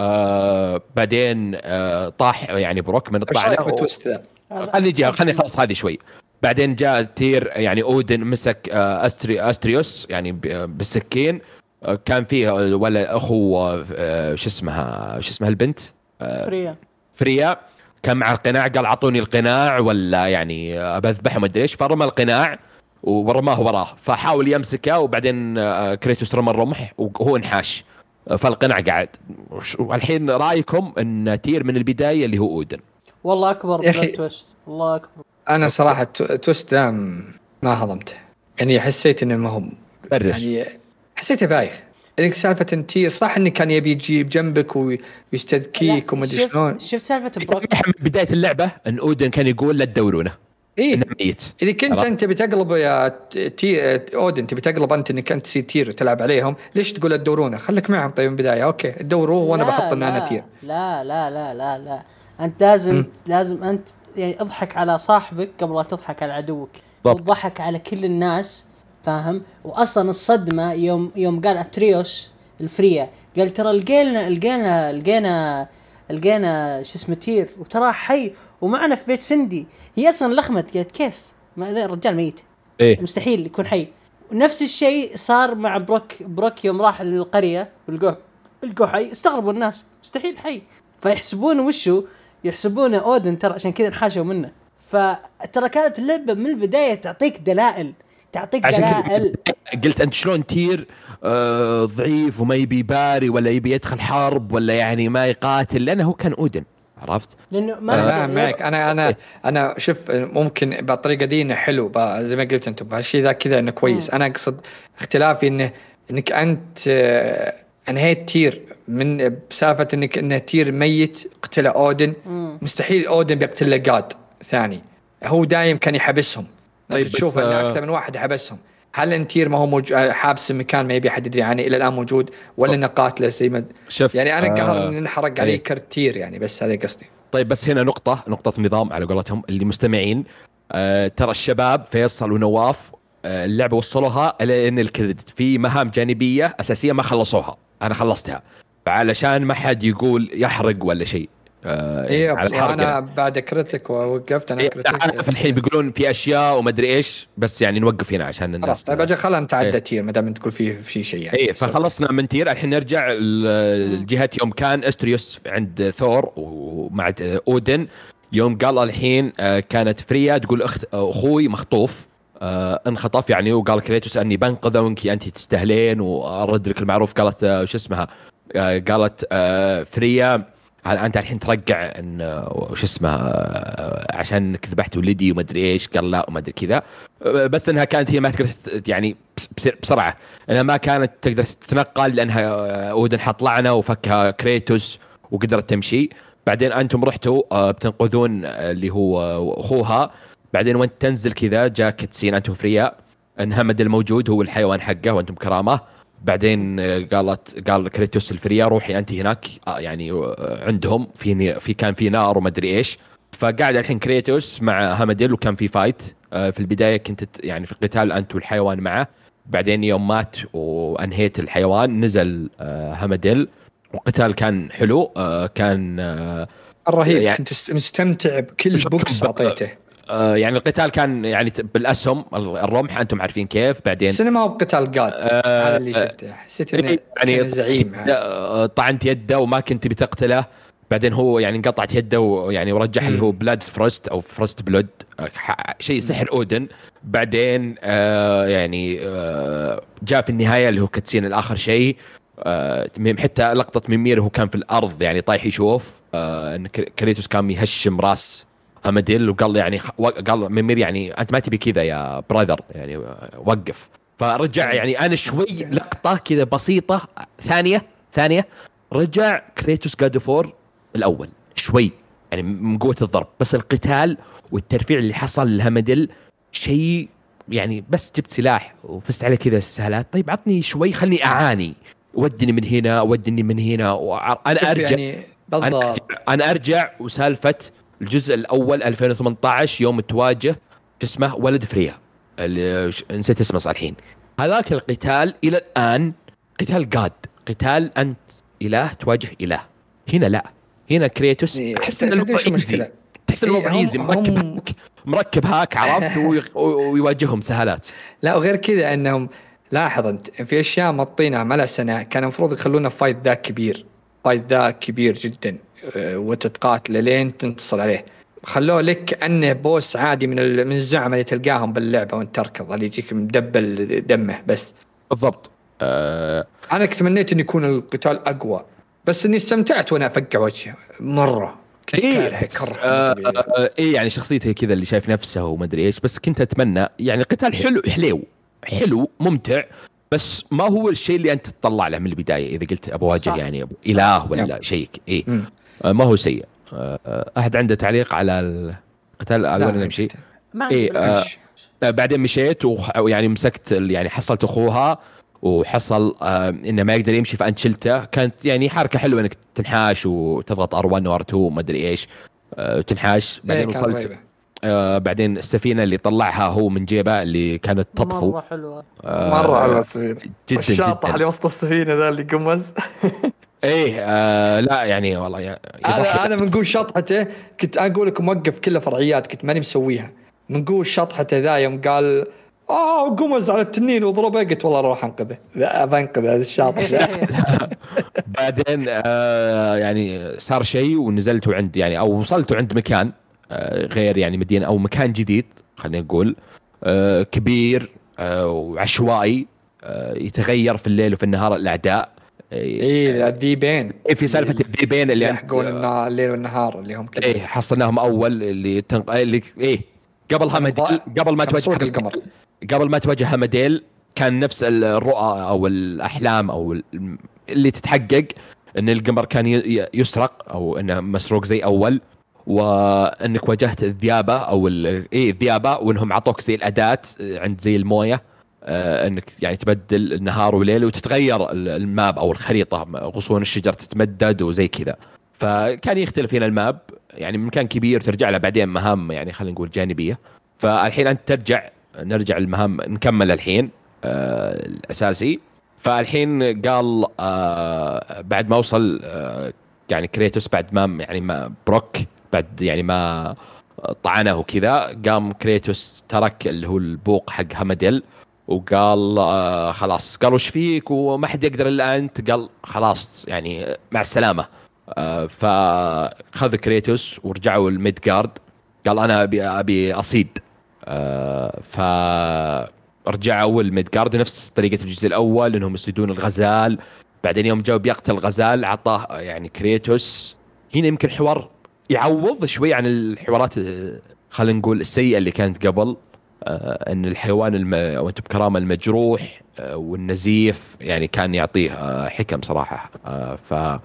آه بعدين آه طاح يعني بروك من الطعنه. و... خلني نجي خلني خلص هذه شوي. بعدين جاء تير يعني اودن مسك أستري أستريوس يعني بالسكين. كان فيه ولا اخو شو اسمها شو اسمها البنت فريا فريا كان مع القناع، قال اعطوني القناع ولا يعني بذبحه ما ادري ايش، فرمى القناع ورماه وراه، فحاول يمسكه وبعدين كريتوس رمى الرمح وهو انحاش، فالقناع قاعد. والحين رايكم ان تير من البدايه اللي هو اودن؟ والله اكبر بلوت تويست، الله اكبر. انا صراحه تويست دام ما هضمته، يعني حسيت انه ما هم يعني حسيته بايخ. انك سالفه انتي صح اني كان يبي يجيب جنبك ويستذكيك وما ادري شلون. شفت سالفه بروك من بدايه اللعبه ان اودن كان يقول لا تدورونه إيه؟ انه ميت. اذا كنت انت بتقلب يا تي اودن تبي تقلب انت انك انت تصير تير وتلعب عليهم، ليش تقول تدورونه؟ خليك معهم طيب من البدايه. اوكي تدوروه وانا بحط ان انا تير. لا لا لا لا لا انت لازم م. لازم انت يعني اضحك على صاحبك قبل لا تضحك على عدوك، وتضحك على كل الناس، فاهم؟ واصلا الصدمه يوم يوم قال اتريوس الفريا قال ترى لقينا لقينا لقينا لقينا شو اسمه تير وترى حي ومعنا في بيت سندي. هي اصلا لخمت قالت كيف ما ذا الرجال ميت إيه؟ مستحيل يكون حي. ونفس الشيء صار مع بروك بروك يوم راح للقريه ولقوه لقوه حي، استغربوا الناس مستحيل حي، فيحسبونه وشو يحسبونه اودن ترى، عشان كذا انحاشوا منه. فترى كانت اللعبه من البدايه تعطيك دلائل تعطيك دلائل. قلت انت شلون تير آه ضعيف وما يبي باري ولا يبي يدخل حرب ولا يعني ما يقاتل، لانه هو كان اودن، عرفت؟ لانه ما آه معك انا انا انا شوف ممكن بالطريقه دي انه حلو زي ما قلت انتم بهالشيء ذا كذا انه كويس. م. انا اقصد اختلافي انه انك انت آه انهيت تير من بسالفه انك انه تير ميت قتل اودن. م. مستحيل اودن بيقتل له قاد ثاني، هو دايم كان يحبسهم. طيب تشوف ان اكثر من واحد حبسهم. هل انتير ما هو موج... حابس المكان ما يبي حد يدري عنه الى الان موجود ولا انه قاتله زي ما يعني انا قهر آه. ان نحرق عليه كرتير يعني، بس هذا قصدي. طيب بس هنا نقطه نقطه نظام على قولتهم اللي مستمعين. آه ترى الشباب فيصل ونواف آه اللعبه وصلوها الى ان الكريدت في مهام جانبيه اساسيه ما خلصوها، انا خلصتها علشان ما حد يقول يحرق ولا شيء. آه إيه على الحرق. انا بعد كريتك ووقفت انا إيه كريتك في الحين بيقولون في اشياء وما ادري ايش، بس يعني نوقف هنا عشان الناس. طيب اجل خلينا نتعدى إيه. تير ما دام تقول فيه في شيء يعني. ايه فخلصنا من تير، الحين نرجع الجهه يوم كان استريوس عند ثور ومع اودن. يوم قال الحين كانت فريا تقول اخت اخوي مخطوف انخطف يعني، وقال كريتوس اني بنقذه وانك انت تستاهلين وارد لك المعروف. قالت وش اسمها قالت فريا هل انت الحين ترجع ان وش اسمه عشان كذبحت ولدي وما ادري ايش؟ قال لا وما ادري كذا، بس انها كانت هي ما تقدر يعني بسرعه انها ما كانت تقدر تتنقل لانها اودن حط لعنه وفكها كريتوس وقدرت تمشي. بعدين انتم رحتوا بتنقذون اللي هو اخوها، بعدين وانت تنزل كذا جاء كتسين انتم فريا ان همد الموجود هو الحيوان حقه وانتم كرامه. بعدين قالت قال كريتوس الفريا روحي انت هناك يعني عندهم في في كان في نار وما ادري ايش. فقاعد الحين كريتوس مع هامديل وكان في فايت في البدايه كنت يعني في القتال انت والحيوان معه. بعدين يوم مات وانهيت الحيوان نزل هامديل وقتال كان حلو كان رهيب يعني كنت مستمتع بكل بوكس اعطيته. آه يعني القتال كان يعني بالاسهم الرمح انتم عارفين كيف. بعدين سينما وقتال قاد آه هذا اللي شفته حسيت انه يعني زعيم طعنت يده وما كنت بتقتله. بعدين هو يعني انقطعت يده ويعني ورجح اللي هو بلاد فروست او فروست بلود شيء سحر اودن. بعدين آه يعني آه جاء في النهايه اللي هو كتسين الاخر شيء آه حتى لقطه ميمير هو كان في الارض يعني طايح يشوف آه ان كريتوس كان يهشم راس هامديل وقال يعني قال ميمير يعني انت ما تبي كذا يا براذر يعني وقف. فرجع يعني انا شوي لقطه كذا بسيطه ثانيه ثانيه رجع كريتوس جاد فور الاول شوي يعني من قوه الضرب، بس القتال والترفيع اللي حصل لهامديل شيء يعني بس جبت سلاح وفزت عليه كذا سهلات. طيب عطني شوي خلني اعاني ودني من هنا ودني من هنا وانا ارجع يعني أنا أرجع, انا ارجع وسالفه الجزء الأول ألفين وثمانية عشر يوم تواجه اسمه ولد فريا اللي نسيت اسمه صالحين. هذاك القتال إلى الآن قتال قاد قتال أنت إله تواجه إله. هنا لا هنا كريتوس أحس إن الموضوع إيزي تحس الموضوع إيزي مركب هاك عرفت ويواجههم سهالات. لا وغير كذا انهم لاحظ انت في اشياء مطينها ملا سنه كان المفروض يخلونا فايت ذا كبير، فايت ذا كبير جدا وتتقاتل لين تنتصر عليه، خلوه لك كأنه بوس عادي من من الزعماء اللي تلقاهم باللعبه وانت تركض اللي يجيك مدبل دمه بس. بالضبط. أه انا تمنيت انه يكون القتال اقوى بس اني استمتعت وانا افقع وجهي مره. كنت إيه كاره كره آه آه ايه يعني شخصيته كذا اللي شايف نفسه وما ادري ايش، بس كنت اتمنى يعني قتال حلو حلو حلو ممتع، بس ما هو الشيء اللي انت تطلع له من البدايه. اذا قلت ابو واجه يعني أبو اله ولا شيء ايه آه ما هو سيء. آه احد عنده تعليق على القتال الاول ولا شيء؟ ايه آه بعدين مشيت ويعني مسكت يعني حصلت اخوها وحصل آه انه ما يقدر يمشي فانت شلته. كانت يعني حركه حلوه انك تنحاش وتضغط ار واحد وار اثنين ما ادري ايش آه وتنحاش. بعدين وصلت آه بعدين السفينه اللي طلعها هو من جيبه اللي كانت تطفو مره حلوه آه مره حلوه السفينه جدا الشاطح اللي وسط السفينه ذا اللي قمز ايه آه لا يعني والله يعني انا انا من قوه شطحته كنت اقول لكم موقف كله فرعيات كنت ماني مسويها من قوه شطحته ذا يوم قال اه قمز على التنين وضربه قلت والله اروح انقذه بنقذ هذا الشاطح. بعدين آه يعني صار شيء ونزلت عند يعني او وصلت عند مكان آه غير يعني مدينه او مكان جديد خلينا نقول آه كبير آه وعشوائي آه يتغير في الليل وفي النهار الاعداء. ايه الذيبين إيه في سالفه الذيبين اللي يحقون الليل والنهار اللي هم كذا. ايه حصلناهم اول اللي تنق... اللي ايه قبل همديل قبل ما تواجه القمر قبل ما تواجه همديل كان نفس الرؤى او الاحلام او اللي تتحقق ان القمر كان يسرق او انه مسروق زي اول، وانك واجهت الذيابه او ايه الذيابه وانهم عطوك زي الاداه عند زي المويه آه انك يعني تبدل النهار وليل وتتغير الماب او الخريطه غصون الشجر تتمدد وزي كذا. فكان يختلف هنا الماب يعني مكان كبير ترجع له بعدين مهام يعني خلينا نقول جانبيه. فالحين انت ترجع نرجع المهام نكمل الحين آه الاساسي. فالحين قال آه بعد ما وصل آه يعني كريتوس بعد ما يعني ما بروك بعد يعني ما طعنه كذا قام كريتوس ترك اللي هو البوق حق همديل وقال آه خلاص قال وش فيك وما حد يقدر الا انت. قال خلاص يعني مع السلامه. آه فخذ كريتوس ورجعوا الميدغارد. قال انا ابي ابي اصيد آه فرجعوا الميدغارد نفس طريقه الجزء الاول انهم يصيدون الغزال. بعدين يوم جاء بيقتل الغزال عطاه يعني كريتوس هنا يمكن حوار يعوض شوي عن الحوارات خلينا نقول السيئه اللي كانت قبل آه ان الحيوان الم... او انت بكرامه المجروح آه والنزيف يعني كان يعطيه آه حكم صراحه. آه ف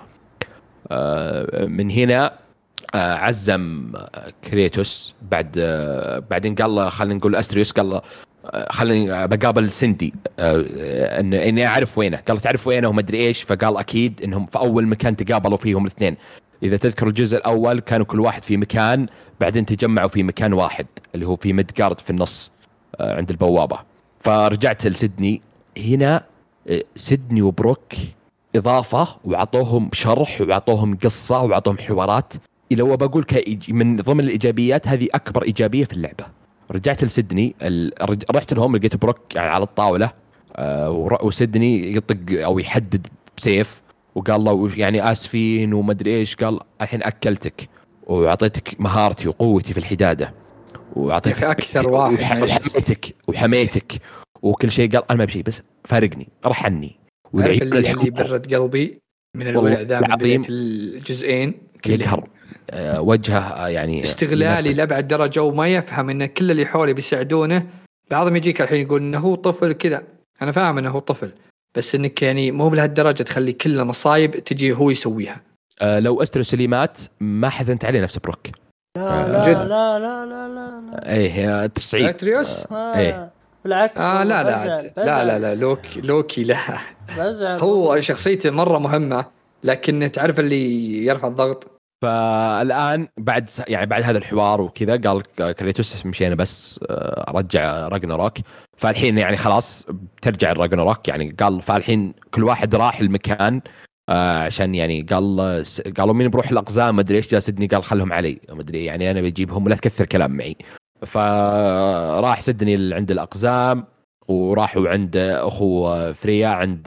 آه من هنا آه عزم كريتوس بعد آه بعدين قال خلينا نقول استريوس قال آه خليني بقابل سندي آه ان اني اعرف وينه. قال تعرف وينه وما ادري ايش. فقال اكيد انهم في اول مكان تقابلوا فيهم الاثنين. اذا تذكر الجزء الاول كانوا كل واحد في مكان بعدين تجمعوا في مكان واحد اللي هو في ميدغارد في النص آه عند البوابه. فرجعت لسيدني هنا آه سيدني وبروك اضافه وعطوهم شرح وعطوهم قصه وعطوهم حوارات. إلا هو بقول من ضمن الإيجابيات هذه أكبر إيجابية في اللعبة. رجعت لسيدني رحت لهم لقيت بروك على الطاولة آه وسيدني يطق أو يحدد بسيف وقال له يعني آسفين وما أدري إيش. قال الحين أكلتك وعطيتك مهارتي وقوتي في الحدادة وعطيتك أكثر واحد وحميتك وحميتك وكل شيء. قال أنا ما بشيء بس فارقني رحني. واللي اللي برد قلبي من الولع ذا من بداية الجزئين يقهر أه وجهه يعني استغلالي لأبعد درجة وما يفهم ان كل اللي حوله بيساعدونه. بعضهم يجيك الحين يقول انه هو طفل كذا. انا فاهم انه هو طفل بس انك يعني مو بهالدرجة تخلي كل مصايب تجي هو يسويها. أه لو أسترو سليمات ما حزنت عليه نفس بروك. لا لا, لا لا لا لا لا ايه تصعيد أتريوس آه ايه بالعكس آه لا لا بزعل. لا لا لا لوكي لوكي لا بزعل. هو شخصيته مرة مهمة لكن تعرف اللي يرفع الضغط. فالآن بعد يعني بعد هذا الحوار وكذا قال كريتوس مشينا بس رجع راجناروك. فالحين يعني خلاص ترجع الراجناروك يعني. قال فالحين كل واحد راح المكان عشان يعني قال قالوا مين بروح الأقزام ما أدري إيش. جاء سيدني قال خلهم علي ما أدري يعني أنا بجيبهم ولا تكثر كلام معي. فراح سيدني عند الأقزام، وراحوا عند أخو فريا عند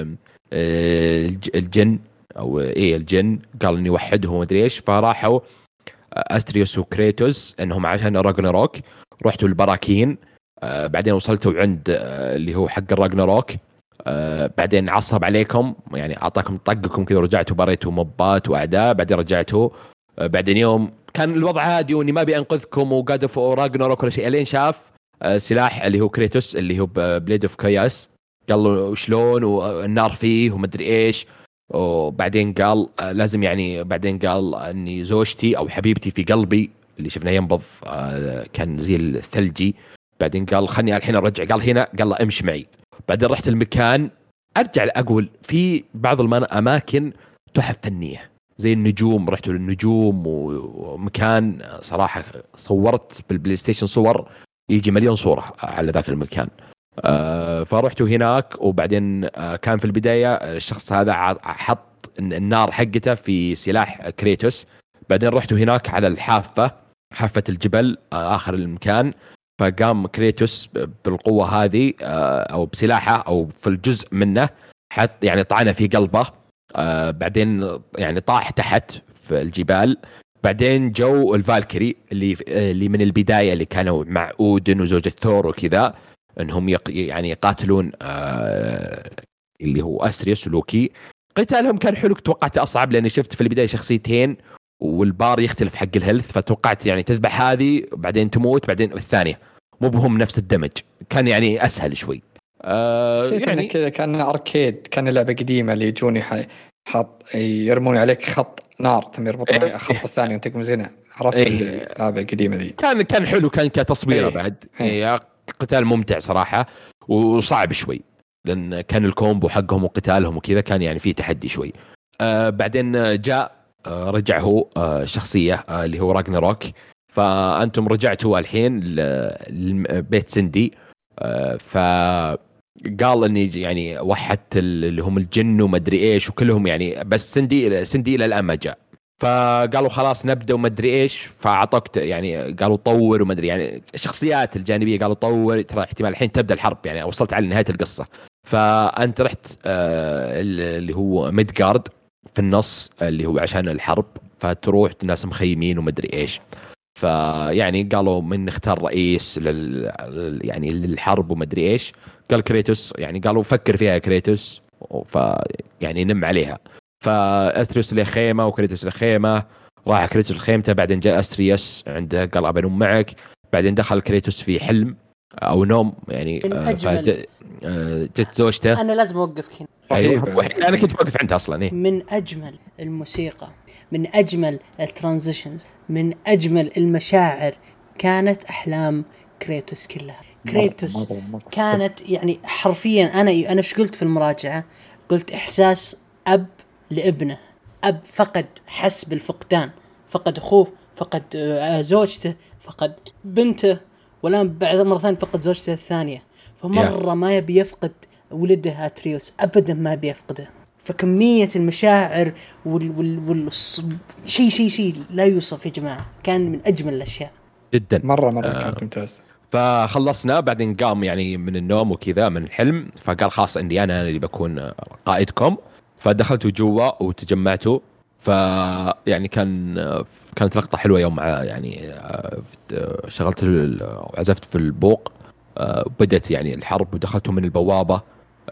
الجن أو إيه الجن، قال إني وحدهم ومدري إيش. فراحوا أستريوس وكريتوس إنهم عشان راغناروك. رحتوا البراكين، آه بعدين وصلتوا عند آه اللي هو حق الراغناروك. آه بعدين عصب عليكم، يعني أعطاكم طقكم كذا، ورجعتوا بريتوا مبات وأعداء. بعدين رجعتوا، آه بعدين يوم كان الوضع هادي وإني ما بأنقذكم وقادف راغناروك ولا شيء، لين شاف آه سلاح اللي هو كريتوس اللي هو بليد اوف كاياس، قال له شلون والنار فيه ومدري إيش. وبعدين قال آه لازم يعني، بعدين قال أني زوجتي أو حبيبتي في قلبي اللي شفنا ينبض آه كان زي الثلجي. بعدين قال خلني الحين أرجع، قال هنا، قال له امشي معي. بعدين رحت المكان، أرجع أقول في بعض الأماكن تحف فنية زي النجوم، رحت للنجوم ومكان صراحة صورت بالبلاي ستيشن صور يجي مليون صورة على ذاك المكان. آه فرحت هناك. وبعدين آه كان في البداية الشخص هذا حط النار حقته في سلاح كريتوس. بعدين رحت هناك على الحافة، حافة الجبل آه آخر المكان. فقام كريتوس بالقوة هذه آه أو بسلاحه أو في الجزء منه، حط يعني طعنه في قلبه. آه بعدين يعني طاح تحت في الجبال. بعدين جو الفالكري اللي اللي من البداية اللي كانوا مع أودن وزوجة ثور وكذا، انهم يق... يعني يقاتلون آه اللي هو أستريوس ولوكي. قتالهم كان حلو، توقعت أصعب لأني شفت في البداية شخصيتين والبار يختلف حق الهيلث، فتوقعت يعني تذبح هذه بعدين تموت بعدين الثانية، مو بهم نفس الدمج، كان يعني أسهل شوي. آه يعني كذا كان أركيد، كان لعبة قديمة اللي يجوني حط يرمون عليك خط نار ثم يربطون إيه خط الثاني وانت تمزينه، عرفت إيه اللعبة القديمة ذي. كان كان حلو، كان كتصويره إيه بعد إيه. قتال ممتع صراحة وصعب شوي لأن كان الكومبو حقهم وقتالهم وكذا كان يعني فيه تحدي شوي. آه بعدين جاء آه رجع هو آه شخصية آه اللي هو راغناروك. فأنتم رجعتوا الحين لبيت سندي. آه فقال إني يعني وحدت اللي هم الجن ومدري إيش وكلهم يعني، بس سندي سندي إلى الآن ما جاء. فقالوا خلاص نبدأ ومدري إيش، فعطوك يعني قالوا طور ومدري يعني الشخصيات الجانبية قالوا طور، ترى احتمال الحين تبدأ الحرب يعني، وصلت على نهاية القصة. فأنت رحت آه اللي هو ميدغارد في النص اللي هو عشان الحرب، فتروح الناس مخيمين ومدري إيش. فيعني قالوا من نختار رئيس لل يعني للحرب ومدري إيش. قال كريتوس، يعني قالوا فكر فيها كريتوس، فيعني نم عليها. فأستريوس له خيمة وكريتوس له خيمة. راح كريتوس لخيمته، بعدين جاء أستريوس عنده قال أبى أنوم معك. بعدين دخل كريتوس في حلم أو نوم يعني أجمل. جت زوجته. أنا لازم أوقف هنا. أيوة أنا كنت واقف عندها أصلاً. إيه؟ من أجمل الموسيقى، من أجمل الترانزيشنز، من أجمل المشاعر كانت أحلام كريتوس كلها. كريتوس كانت يعني حرفيا أنا أنا إيش قلت في المراجعة؟ قلت إحساس أب لابنه، أب فقد، حس بالفقدان، فقد أخوه، فقد زوجته، فقد بنته، والآن بعد مرة ثانية فقد زوجته الثانية. فمرة ما يبي يفقد ولده أتريوس أبدا، ما بيفقده. فكمية المشاعر وال وال وال شيء شيء شيء لا يوصف يا جماعة، كان من أجمل الأشياء جدا. مرة مرة آه كانت ممتاز. فخلصنا، بعدين قام يعني من النوم وكذا من الحلم، فقال خلاص إني أنا اللي بكون قائدكم. فدخلتوا جوا وتجمعتوا. فيعني كان كانت لقطة حلوة يوم يعني شغلت وعزفت في البوق. بدأت يعني الحرب ودخلتوا من البوابة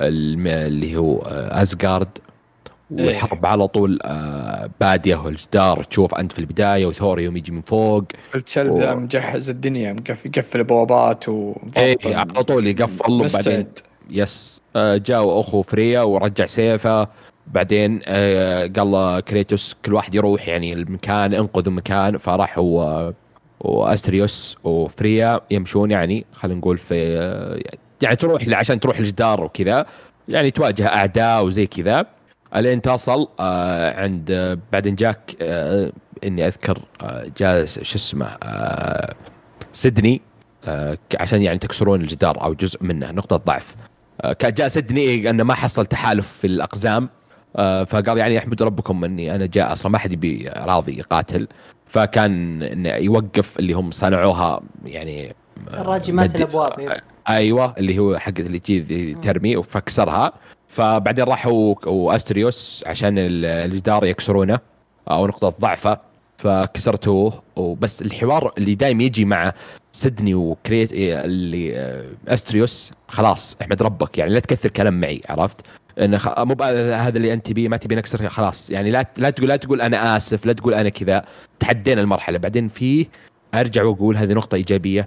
اللي هو أزغارد، والحرب على طول بادية والجدار تشوف أنت في البداية وثور يوم يجي من فوق. الشلب ذا و... مجهز الدنيا، مقفل يقفل البوابات و ايه على طول يقفل. وبعدين يس جاء أخو فريا ورجع سيفه. بعدين قال كريتوس كل واحد يروح يعني المكان، انقذوا مكان. فراح هو وأستريوس وفريا يمشون يعني خلينا نقول في يعني تروح عشان تروح الجدار وكذا، يعني تواجه أعداء وزي كذا. ألين تصل آه عند آه بعدين جاك آه إني أذكر آه جاء شو اسمه آه سيدني آه عشان يعني تكسرون الجدار أو جزء منه، نقطة ضعف. آه جاء سيدني أنه ما حصل تحالف في الأقزام، آه فقال يعني احمد ربكم اني انا جاء اصلا ما حد يبي راضي يقاتل، فكان انه يوقف اللي هم صنعوها يعني الراجمات الابواب. آه ايوه اللي هو حق اللي تجي ترمي وفكسرها. فبعدين راحوا واستريوس عشان الجدار يكسرونه او نقطه ضعفه فكسرتوه. وبس الحوار اللي دايم يجي مع سيدني وكريت اللي استريوس خلاص احمد ربك يعني لا تكثر كلام معي، عرفت انه خ... مو هذا اللي انت بيه ما تبي نكسر خلاص يعني لا لا تقول لا تقول انا اسف لا تقول انا كذا. تحدينا المرحله. بعدين فيه ارجع واقول هذه نقطه ايجابيه،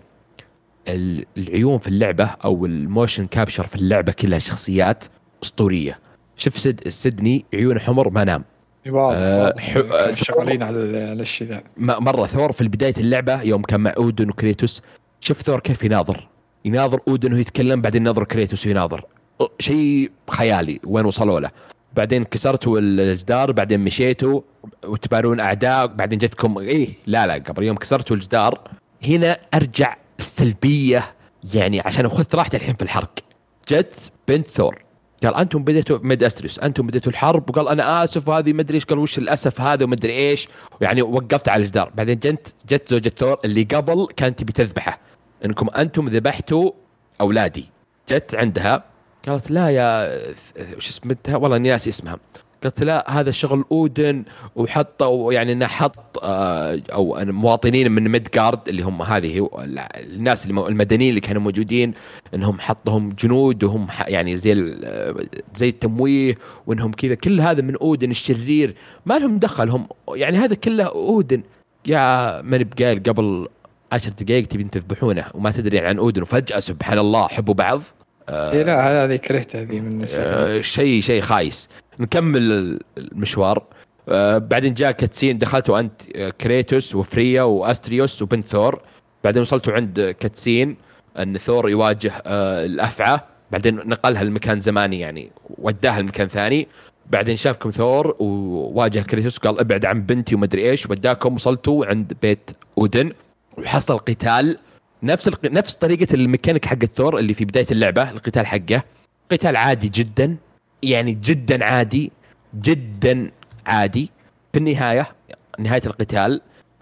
العيون في اللعبه او الموشن كابشر في اللعبه كلها شخصيات اسطوريه. شوف سد سيدني عيون حمر ما نام آه حو... شغالين على الشيء ذا. مره ثور في بدايه اللعبه يوم كان مع اودن وكريتوس، شوف ثور كيف يناظر يناظر اودن وهو يتكلم، بعدين يناظر كريتوس ويناظر، شيء خيالي وين وصلوا له. بعدين كسرتوا الجدار، بعدين مشيتوا وتبارون اعداء، بعدين جتكم ايه لا لا قبل يوم كسرتوا الجدار. هنا ارجع السلبيه يعني عشان اخذت راحتي الحين في الحرق. جت بنت ثور قال انتم بديتوا ميد استريس انتم بديتوا الحرب، وقال انا اسف وهذه ما ادري ايش، قال وش الاسف هذا وما ادري ايش، يعني وقفت على الجدار. بعدين جت جت زوجة ثور اللي قبل كانت بتذبحه، انكم انتم ذبحتوا اولادي. جت عندها قالت لا يا وش اسمها والله اني ناسي اسمها، قالت لا هذا شغل اودن، وحطوا يعني انه حط او مواطنين من ميدغارد اللي هم هذه الناس اللي المدنيين اللي كانوا موجودين انهم حطهم جنود وهم يعني زي زي التمويه، وانهم كذا كل هذا من اودن الشرير ما لهم دخلهم يعني هذا كله اودن. يا من بقال قبل عشر دقائق تبين تذبحونه وما تدري عن اودن، وفجأة سبحان الله حبوا بعض. آه لا هذه كرهت هذه من آه شيء شيء خايس. نكمل المشوار. آه بعدين جاء كاتسين، دخلتوا انت كريتوس وفريا واستريوس وبنت ثور. بعدين وصلتوا عند كاتسين ان ثور يواجه آه الافعى، بعدين نقلها لمكان زماني يعني وداها لمكان ثاني. بعدين شافكم ثور وواجه كريتوس قال ابعد عن بنتي وما ادري ايش، وداكم وصلتوا عند بيت اودن وحصل قتال نفس الق... نفس طريقة الميكانيك حق الثور اللي في بداية اللعبة. القتال حقه قتال عادي جدا يعني جدا عادي جدا عادي. في النهاية نهاية القتال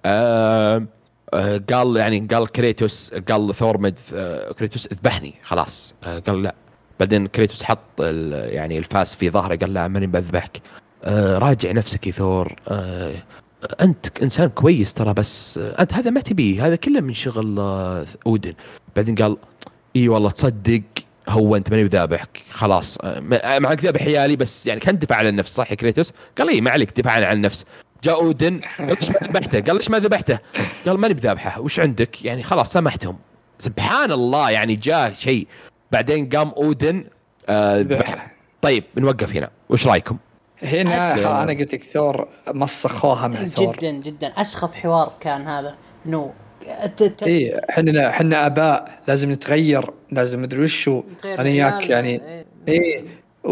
آه آه قال يعني قال كريتوس قال ثور مد آه كريتوس اذبحني خلاص. آه قال لا. بعدين كريتوس حط يعني الفاس في ظهره قال لا ماني بذبحك. آه راجع نفسك يا ثور. آه أنت إنسان كويس ترى، بس أنت هذا ما تبيه، هذا كله من شغل أودن. بعدين قال إيه والله تصدق هو أنت ماني بذابحك خلاص، معك ذابح حيالي بس يعني كان دفاع عن النفس صح يا كريتوس؟ قال إيه ما عليك دفاع عن النفس. جاء أودن قال ليش ما ذبحته؟ قال ليش ما ذبحته؟ قال ماني بذابحه وش عندك يعني خلاص سامحتهم. سبحان الله يعني جاء شيء. بعدين قام أودن آه ذبحه. طيب بنوقف هنا، وش رأيكم؟ هنا أنا قلت لك ثور مسخوها مع ثور جدا جدا. أسخف حوار كان هذا نو الت... إيه حنا حنا آباء لازم نتغير، لازم ندري وشو أنا ياك يعني إيه, إيه.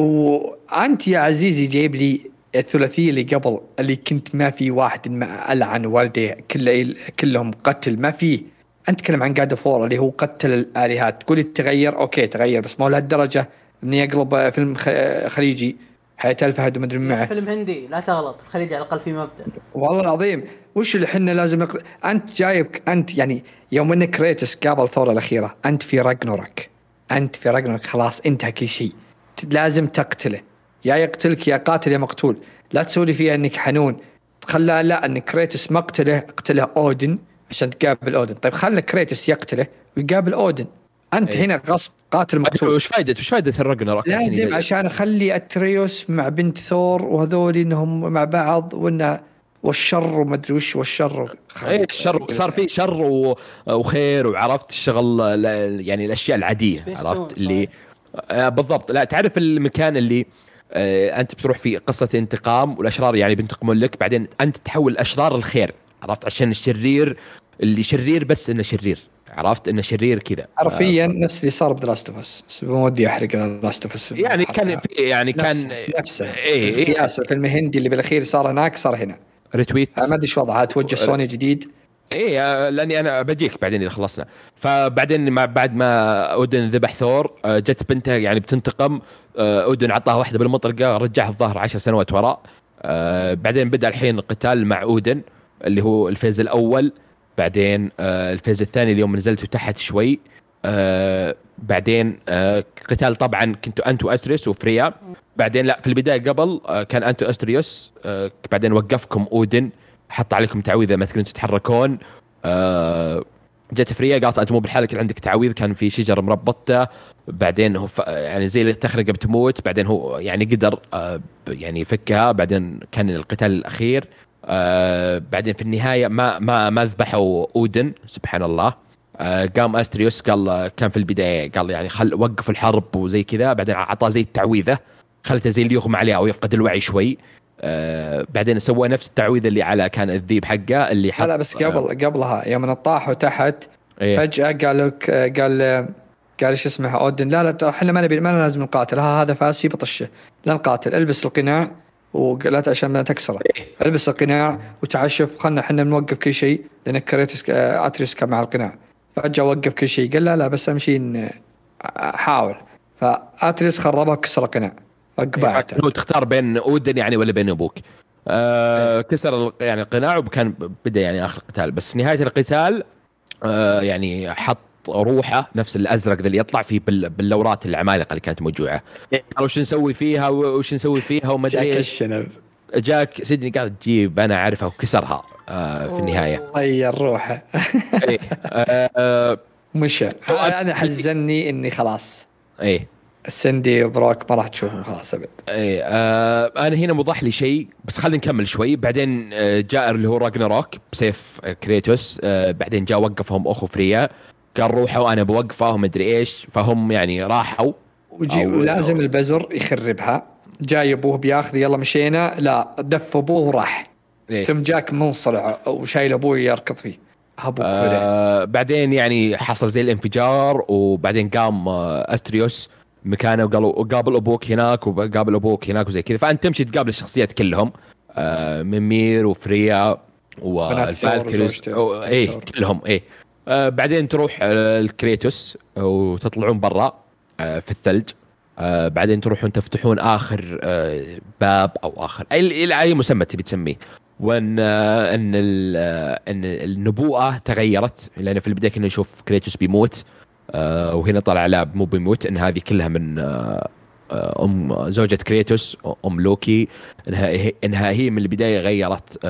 وأنت يا عزيزي جايب لي الثلاثية اللي قبل اللي كنت ما في واحد مع ألعن والدي كل كلهم قتل ما فيه. أنت تكلم عن قاعدة فور اللي هو قتل الآلهات، تقولي تغير أوكي تغير بس ما لهالدرجة إني أقلب فيلم خليجي حياة الفهد ومدري معه فيلم هندي لا تغلط. الخليج على الأقل في مبدأ والله العظيم. وش اللي حنا لازم نق... أنت جايبك أنت يعني يوم إن كريتوس قابل ثور الأخيرة أنت في راجناروك، أنت في راجناروك خلاص انتهى كل شيء، لازم تقتله يا يقتلك يا قاتل يا مقتول. لا تسولي فيها إنك حنون خلى لا إن كريتوس مقتله اقتله أودن عشان تقابل أودن. طيب خلى كريتوس يقتله ويقابل أودن. أنت أيه. هنا غصب قاتل مقتول. وش فايدة وش فايدة الرجناروك؟ لازم عشان أخلي أتريوس مع بنت ثور وهذول إنهم مع بعض وإنه والشر وما أدري وش والشر. إيه الشر صار فيه شر وخير وعرفت الشغل يعني الأشياء العادية عرفت اللي آه بالضبط. لا تعرف المكان اللي آه أنت بتروح فيه قصة انتقام والأشرار يعني بينتقمون لك، بعدين أنت تحول الأشرار الخير عرفت عشان الشرير اللي شرير بس إنه شرير عرفت إنه شرير كذا حرفيا. آه نفس اللي صار بدراستوفس بس بمودي أحرق دراستوفس يعني كان يعني كان نفسه إيه الخياس الفيلم الهندي اللي بالأخير صار هناك صار هنا ريتويت. ما أدري شو وضعها توجه سوني جديد ايه لاني انا بجيك بعدين اذا خلصنا. فبعدين ما بعد ما اودن ذبح ثور جت بنته يعني بتنتقم. اودن عطاها واحده بالمطرقه رجعها الظهر عشر سنوات وراء. بعدين بدا الحين القتال مع اودن اللي هو الفيز الاول. بعدين الفيز الثاني اليوم نزلت تحت شوي. بعدين قتال طبعا كنتوا انتو استريوس وفريا. بعدين لا في البدايه قبل كان انتو استريوس. بعدين وقفكم اودن حط عليكم تعويذه ما تقدرون تتحركون. أه جت فريا قالت انت مو بالحالك اللي عندك تعويذ. كان في شجر مربطه بعدين هو يعني زي اللي تخرق بتموت. بعدين هو يعني قدر أه يعني يفكها. بعدين كان القتال الاخير. أه بعدين في النهايه ما ما ما ذبحوا اودن سبحان الله. أه قام استريوس قال كان في البدايه قال يعني خل وقف الحرب وزي كذا. بعدين عطاه زي التعويذه خلته زي اللي يغمى عليه او يفقد الوعي شوي. آه بعدين سوى نفس التعويذ اللي على كان الذيب حقه اللي حط. لا بس قبل آه قبلها يوم طاحوا تحت إيه؟ فجأة قالوا قال قال ايش اسمه اودن لا لا احنا ما نبي ما لازم نقاتل. ها هذا فاسي بطشه لا نقاتل. البس القناع وقالت عشان ما تكسره. إيه؟ البس القناع وتعال شوف خلنا احنا نوقف كل شيء لان كريتوس اتريوس كان مع القناع. فجأة وقف كل شيء قال لا لا بس امشي حاول. فاتريوس خربها وكسر القناع. فقبعته. هو تختار بين اودن يعني ولا بين ابوك. آه كسر يعني القناع وكان بدا يعني اخر قتال. بس نهايه القتال آه يعني حط روحه نفس الازرق اللي يطلع فيه باللورات العمالقه اللي كانت موجوعه. قالوا وش نسوي فيها وش نسوي فيها وما ادري ايش. جاك سيدني قال تجيب انا اعرفها وكسرها آه في النهايه. غير روحه. ايه آه مش انا حزني اني خلاص. ايه سندي وبروك ما راح تشوفهم خلاص ابد. ايه آه انا هنا موضح لي شيء بس خلينا نكمل شوي. بعدين آه جاء اللي هو راجناروك بسيف كريتوس. آه بعدين جاء وقفهم اخو فريا قال روحوا انا بوقفه وما ادري ايش. فهم يعني راحوا وجي ولازم البزر يخربها. جاي ابوه بياخذ يلا مشينا لا دف ابوه وراح. إيه؟ ثم جاك منصلع وشايل ابوه يركض فيه. آه بعدين يعني حصل زي الانفجار وبعدين قام آه استريوس مكانه وقالوا قابل ابوك هناك وقابل ابوك هناك وزي كذا. فانت تمشي تقابل الشخصيات كلهم آه ميمير وفريا والفالكريز ايه كلهم ايه. آه بعدين تروح آه الكريتوس وتطلعون برا آه في الثلج. آه بعدين تروحون تفتحون اخر آه باب او اخر اي اي مسمى تبي تسميه. وان آه ان آه ان النبوءه تغيرت لان في البدايه كنا نشوف كريتوس بيموت. آه وهنا طلع لا مو بيموت ان هذه كلها من آه ام زوجة كريتوس ام لوكي. انها انها هي من البدايه غيرت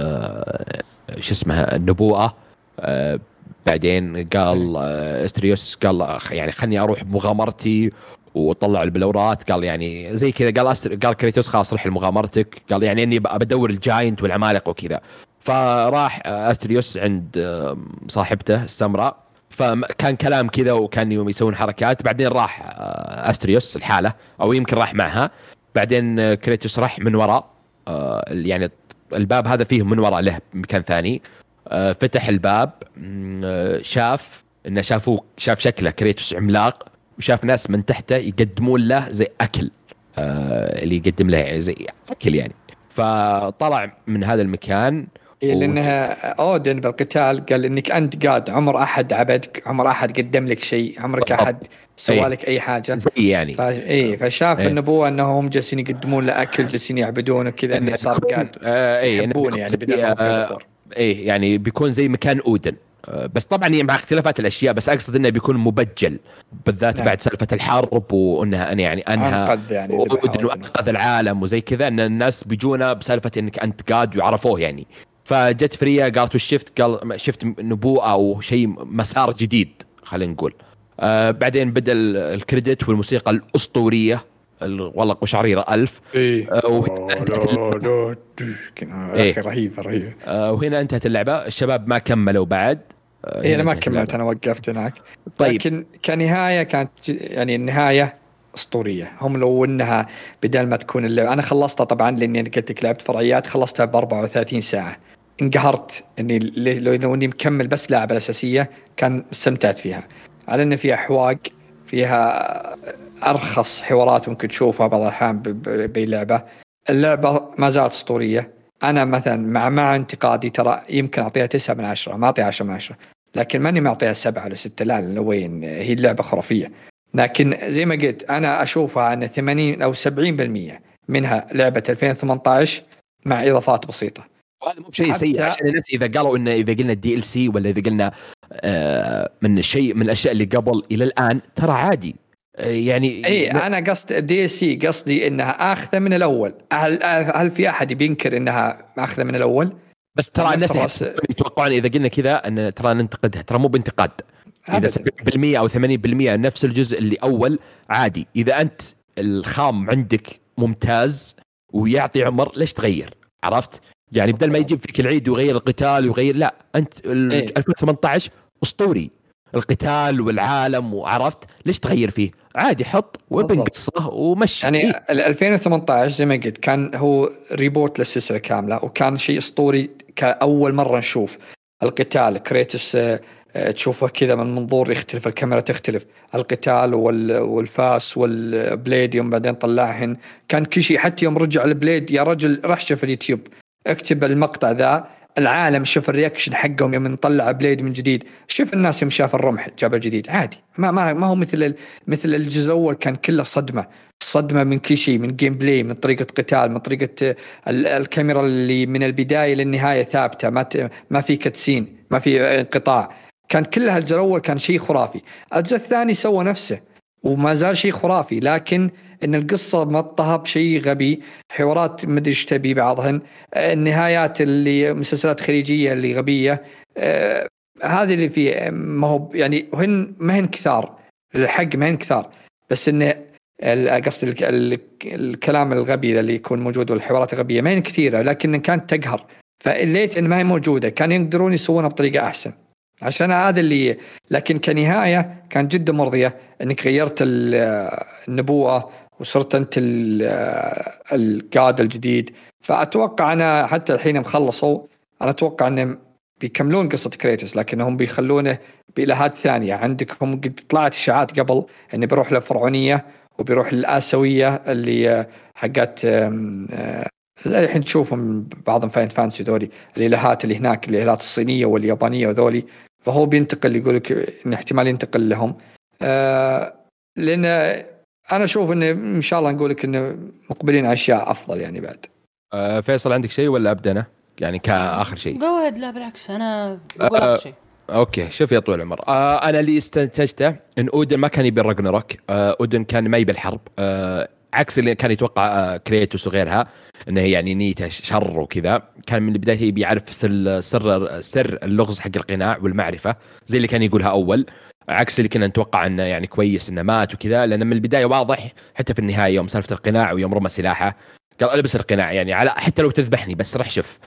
آه شو اسمها النبوءه. آه بعدين قال آه استريوس قال يعني خلني اروح بمغامرتي وطلع البلورات. قال يعني زي كذا قال أستر... قال كريتوس خلاص روح لمغامرتك. قال يعني اني بدور الجاينت والعمالقه وكذا. فراح استريوس عند صاحبته السمراء. فكان كلام كذا وكان يسوون حركات. بعدين راح استريوس الحالة أو يمكن راح معها. بعدين كريتوس راح من وراء يعني الباب هذا فيه من وراء له مكان ثاني. فتح الباب شاف إنه شافوه شاف شكله كريتوس عملاق وشاف ناس من تحته يقدمون له زي أكل اللي يقدم له زي أكل يعني. فطلع من هذا المكان إيه لأنها أودن بالقتال قال إنك أنت قاد عمر أحد عبدك عمر أحد قدم لك شيء عمرك أحد سوى لك أي حاجة زي يعني فا إيه فشاف إيه. النبوة أنهم جالسين يقدمون له أكل جالسين يعبدون وكذا إنه صار قاد آه إيه يحبون يعني بدل آه إيه يعني بيكون زي مكان أودن. بس طبعا مع اختلافات الاشياء بس اقصد انه بيكون مبجل بالذات نعم. بعد سالفه الحرب وانها انا يعني انها يعني وانقذ العالم وزي كذا ان الناس بيجونا بسالفه انك انت قاد ويعرفوه يعني. فجت فريا قالت الشفت قال شفت نبوءه او شيء مسار جديد خلينا نقول. آه بعدين بدا الكريدت والموسيقى الاسطوريه والله قشعريره ألف. إيه. آه إيه. رهيبه رهيبه. آه وهنا انتهت اللعبه. الشباب ما كملوا بعد. آه إيه أنا ما كملت أنا وقفت هناك. طيب. لكن كنهاية كانت يعني النهاية أسطورية. هم لو إنها بدل ما تكون اللعبة أنا خلصتها طبعا لأني أنا قلت لك لعبت فرعيات خلصتها بأربعة وثلاثين ساعة. انقهرت إني لو لو إني مكمل بس لعبة الأساسية كان استمتعت فيها على إن فيها حواق فيها أرخص حوارات ممكن تشوفها بعض الأحيان باللعبة. اللعبة ما زالت أسطورية انا مثلا مع مع انتقادي ترى يمكن اعطيها تسعة من عشرة، ما اعطيها عشرة من عشرة، لكن ماني معطيها سبعة ولا ستة. لا لا وين، هي اللعبه خرافيه. لكن زي ما قلت انا اشوفها ان ثمانين او سبعين بالمئة منها لعبه ألفين وثمانية عشر مع اضافات بسيطه. وهذا مو بشيء سيء عشان الناس اذا قالوا انه اذا قلنا دي ال سي ولا اذا قلنا آه من الشيء من الاشياء اللي قبل الى الان ترى عادي. آه يعني اي انا قصد دي ال سي قصدي انها اخذه من الاول. هل, هل في احد بينكر انها اخذه من الاول؟ بس ترى الناس يتوقعون اذا قلنا كذا ان ترى ننتقدها، ترى مو بانتقاد. اذا سبعين بالمئة او ثمانين بالمئة نفس الجزء اللي اول عادي. اذا انت الخام عندك ممتاز ويعطي عمر ليش تغير؟ عرفت يعني بدل ما يجيب فيك العيد ويغير القتال ويغير، لا انت إيه؟ ألفين وثمانية عشر اسطوري القتال والعالم، وعرفت ليش تغير فيه؟ عادي حط وابن قصه ومشي. يعني إيه؟ ألفين وثمانية عشر زي ما قلت كان هو ريبوت للسلسله كامله، وكان شيء اسطوري كاول مره نشوف القتال كريتوس تشوفه كذا من منظور يختلف، الكاميرا تختلف، القتال والفاس والبليد يوم بعدين طلعهن كان كل شيء. حتى يوم رجع البليد يا رجل رح شوف اليوتيوب اكتب المقطع ذا العالم، شوف الرياكشن حقهم يوم نطلع بليد من جديد، شوف الناس يوم شاف الرمح جاب الجديد عادي. ما ما ما هو مثل مثل الجزء الاول كان كله صدمه صدمه من كل شيء، من جيم بلاي، من طريقه قتال، من طريقه الكاميرا اللي من البدايه للنهايه ثابته، ما ما في كتسين، ما في انقطاع. كان كل هالجزء الأول كان شيء خرافي. الجزء الثاني سوى نفسه وما زال شيء خرافي، لكن إن القصة مطها بشيء غبي، حوارات مدري ايش تبي بعضهن، النهايات اللي مسلسلات خليجية اللي غبية، آه هذه اللي فيه ما هو يعني هن ما هن كثار الحق، ما هن كثار، بس إن قصد الكلام الغبي اللي يكون موجود والحوارات الغبية ما هن كثيرة، لكن كانت تقهر. فليت إن ما هي موجودة، كان يقدرون يسوونها بطريقة أحسن عشان هذا اللي. لكن كنهاية كان جدا مرضية انك غيرت النبوءة وصرت انت القادة الجديد. فأتوقع أنا حتى الحين مخلصوا، أنا أتوقع أنهم بيكملون قصة كريتوس لكنهم بيخلونه بإلهات ثانية. عندكم قد طلعت إشاعات قبل أنه بيروح للفرعونية وبيروح للآسوية اللي حقات الحين تشوفهم بعضهم فاين فانسي ذولي الإلهات اللي هناك، الإلهات الصينية واليابانية وذولي، فهو بينتقل يقولك إن احتمال ينتقل لهم. آه لأن أنا أشوف إن إن شاء الله نقولك إنه مقبلين على أشياء أفضل يعني بعد. آه فيصل عندك شيء ولا أبدأ أنا يعني كآخر شيء؟ قواعد لا بالعكس أنا بقول آه آخر شيء. أوكي شوف يا طويل العمر، آه أنا اللي استنتجته إن أودن ما كان يبي الراجناروك، آه أودن كان ما يبي الحرب، آه عكس اللي كان يتوقع كريتوس وغيرها انه يعني نيته شر وكذا. كان من البدايه يبي يعرف سر سر سر اللغز حق القناع والمعرفه زي اللي كان يقولها اول، عكس اللي كنا نتوقع انه يعني كويس انه مات وكذا. لان من البدايه واضح حتى في النهايه يوم سالفه القناع ويوم رمى سلاحه قال البس القناع يعني على حتى لو تذبحني بس رح شوف.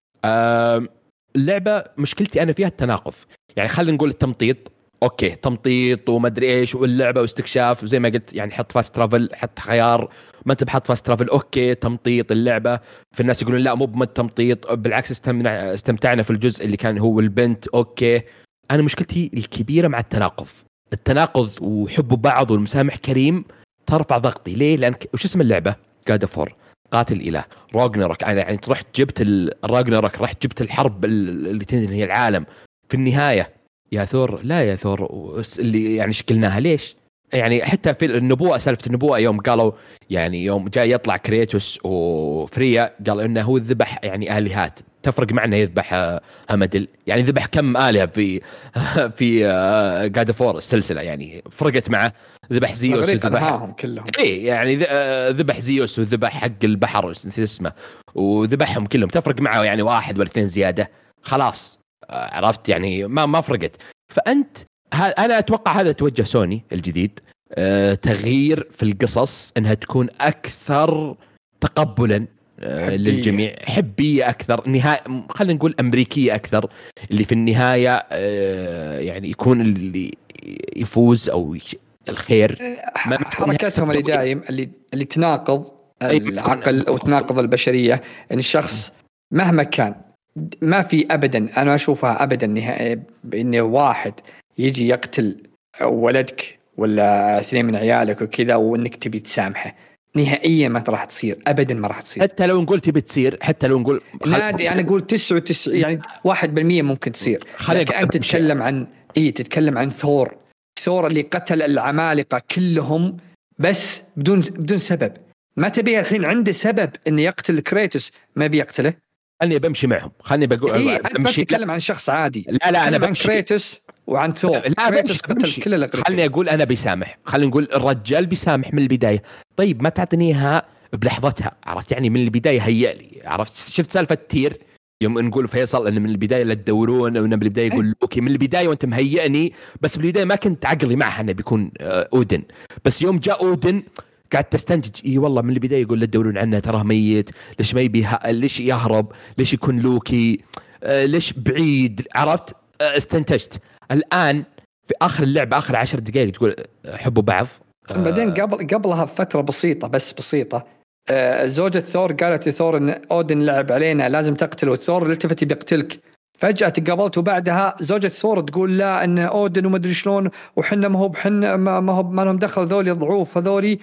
اللعبه مشكلتي انا فيها التناقض، يعني خلينا نقول التمطيط اوكي تمطيط وما ادري ايش واللعبه واستكشاف وزي ما قلت يعني حط فاست ترافل، حط خيار ما انت بحط فاست ترافل اوكي تمطيط اللعبه. فالناس يقولون لا مو بتمطيط بالعكس استمتعنا استمتعنا في الجزء اللي كان هو البنت اوكي. انا مشكلتي الكبيره مع التناقض التناقض وحب بعض والمسامح كريم ترفع ضغطي. ليه؟ لان وش اسم اللعبه God of War قاتل الاله راجناروك. انا يعني رحت جبت الراجناروك رحت جبت الحرب اللي تنهي العالم في النهايه يا ثور. لا يا ثور اللي يعني شكلناها ليش يعني حتى في النبوءة سالفة النبوءة يوم قالوا يعني يوم جاي يطلع كريتوس وفريا قال إنه هو ذبح يعني آلهات. تفرق معنا يذبح همدل يعني ذبح كم آلهة في في God of War السلسلة يعني فرقت معه. ذبح زيوس وذبح كلهم إيه يعني ذبح زيوس وذبح حق البحر اسمه وذبحهم كلهم. تفرق معه يعني واحد ولا اثنين زيادة خلاص عرفت يعني ما ما فرقت. فأنت أنا أتوقع هذا توجه سوني الجديد، أه تغيير في القصص إنها تكون أكثر تقبلا أه حبية. للجميع حبية أكثر نهاية خلينا نقول أمريكية أكثر اللي في النهاية أه يعني يكون اللي يفوز أو الخير. حركاتهم اللي دايم اللي اللي تناقض العقل أو تناقض البشرية إن الشخص مهما كان ما في أبدا أنا أشوفها أبدا نهائي بإنه واحد يجي يقتل ولدك ولا اثنين من عيالك وكذا وإنك تبي تسامحه. نهائيا ما راح تصير ابدا، ما راح تصير. حتى لو نقول تبي تصير، حتى لو نقول لا يعني نقول تسعة وتسعين يعني واحد بالمية ممكن تصير. لكن انت تتكلم عن اي تتكلم عن ثور ثور اللي قتل العمالقه كلهم بس بدون بدون سبب. ما تبيه الحين عنده سبب انه يقتل كريتوس، ما بيقتله. خلني بمشي معهم، خلني بقول إيه بمشي. تتكلم عن شخص عادي. لا لا انا بمشي عن كريتوس وعن ثور. لا كريتوس قتل كل الاغريق. خلني اقول انا بيسامح، خلينا نقول الرجال بيسامح من البدايه. طيب ما تعطينيها بلحظتها، عرفت يعني من البدايه هيأ لي. عرفت شفت سالفه تير يوم نقول فيصل ان من البدايه لا تدورون، ومن البدايه يقول اوكي من البدايه وانت مهيئني، بس بالبدايه ما كنت عقلي معها انه بيكون اودن. بس يوم جاء اودن قاعد تستنتج اي والله من البدايه يقول لا تدورون عنه تراه ميت، ليش ما يبي ليش يهرب، ليش يكون لوكي، آه ليش بعيد. عرفت آه استنتجت. الان في اخر اللعبه اخر عشر دقائق تقول حبوا بعض. آه بعدين قبل قبلها بفتره بسيطه بس بسيطه آه زوجة ثور قالت لثور ان اودن لعب علينا لازم تقتله. ثور التفت بيقتلك، فجأة تقابلت وبعدها زوجة ثور تقول لا ان اودن وما ادري شلون وحنا ما هو بحنا ما هو ما لهم دخل ذولي ضعوف هذولي.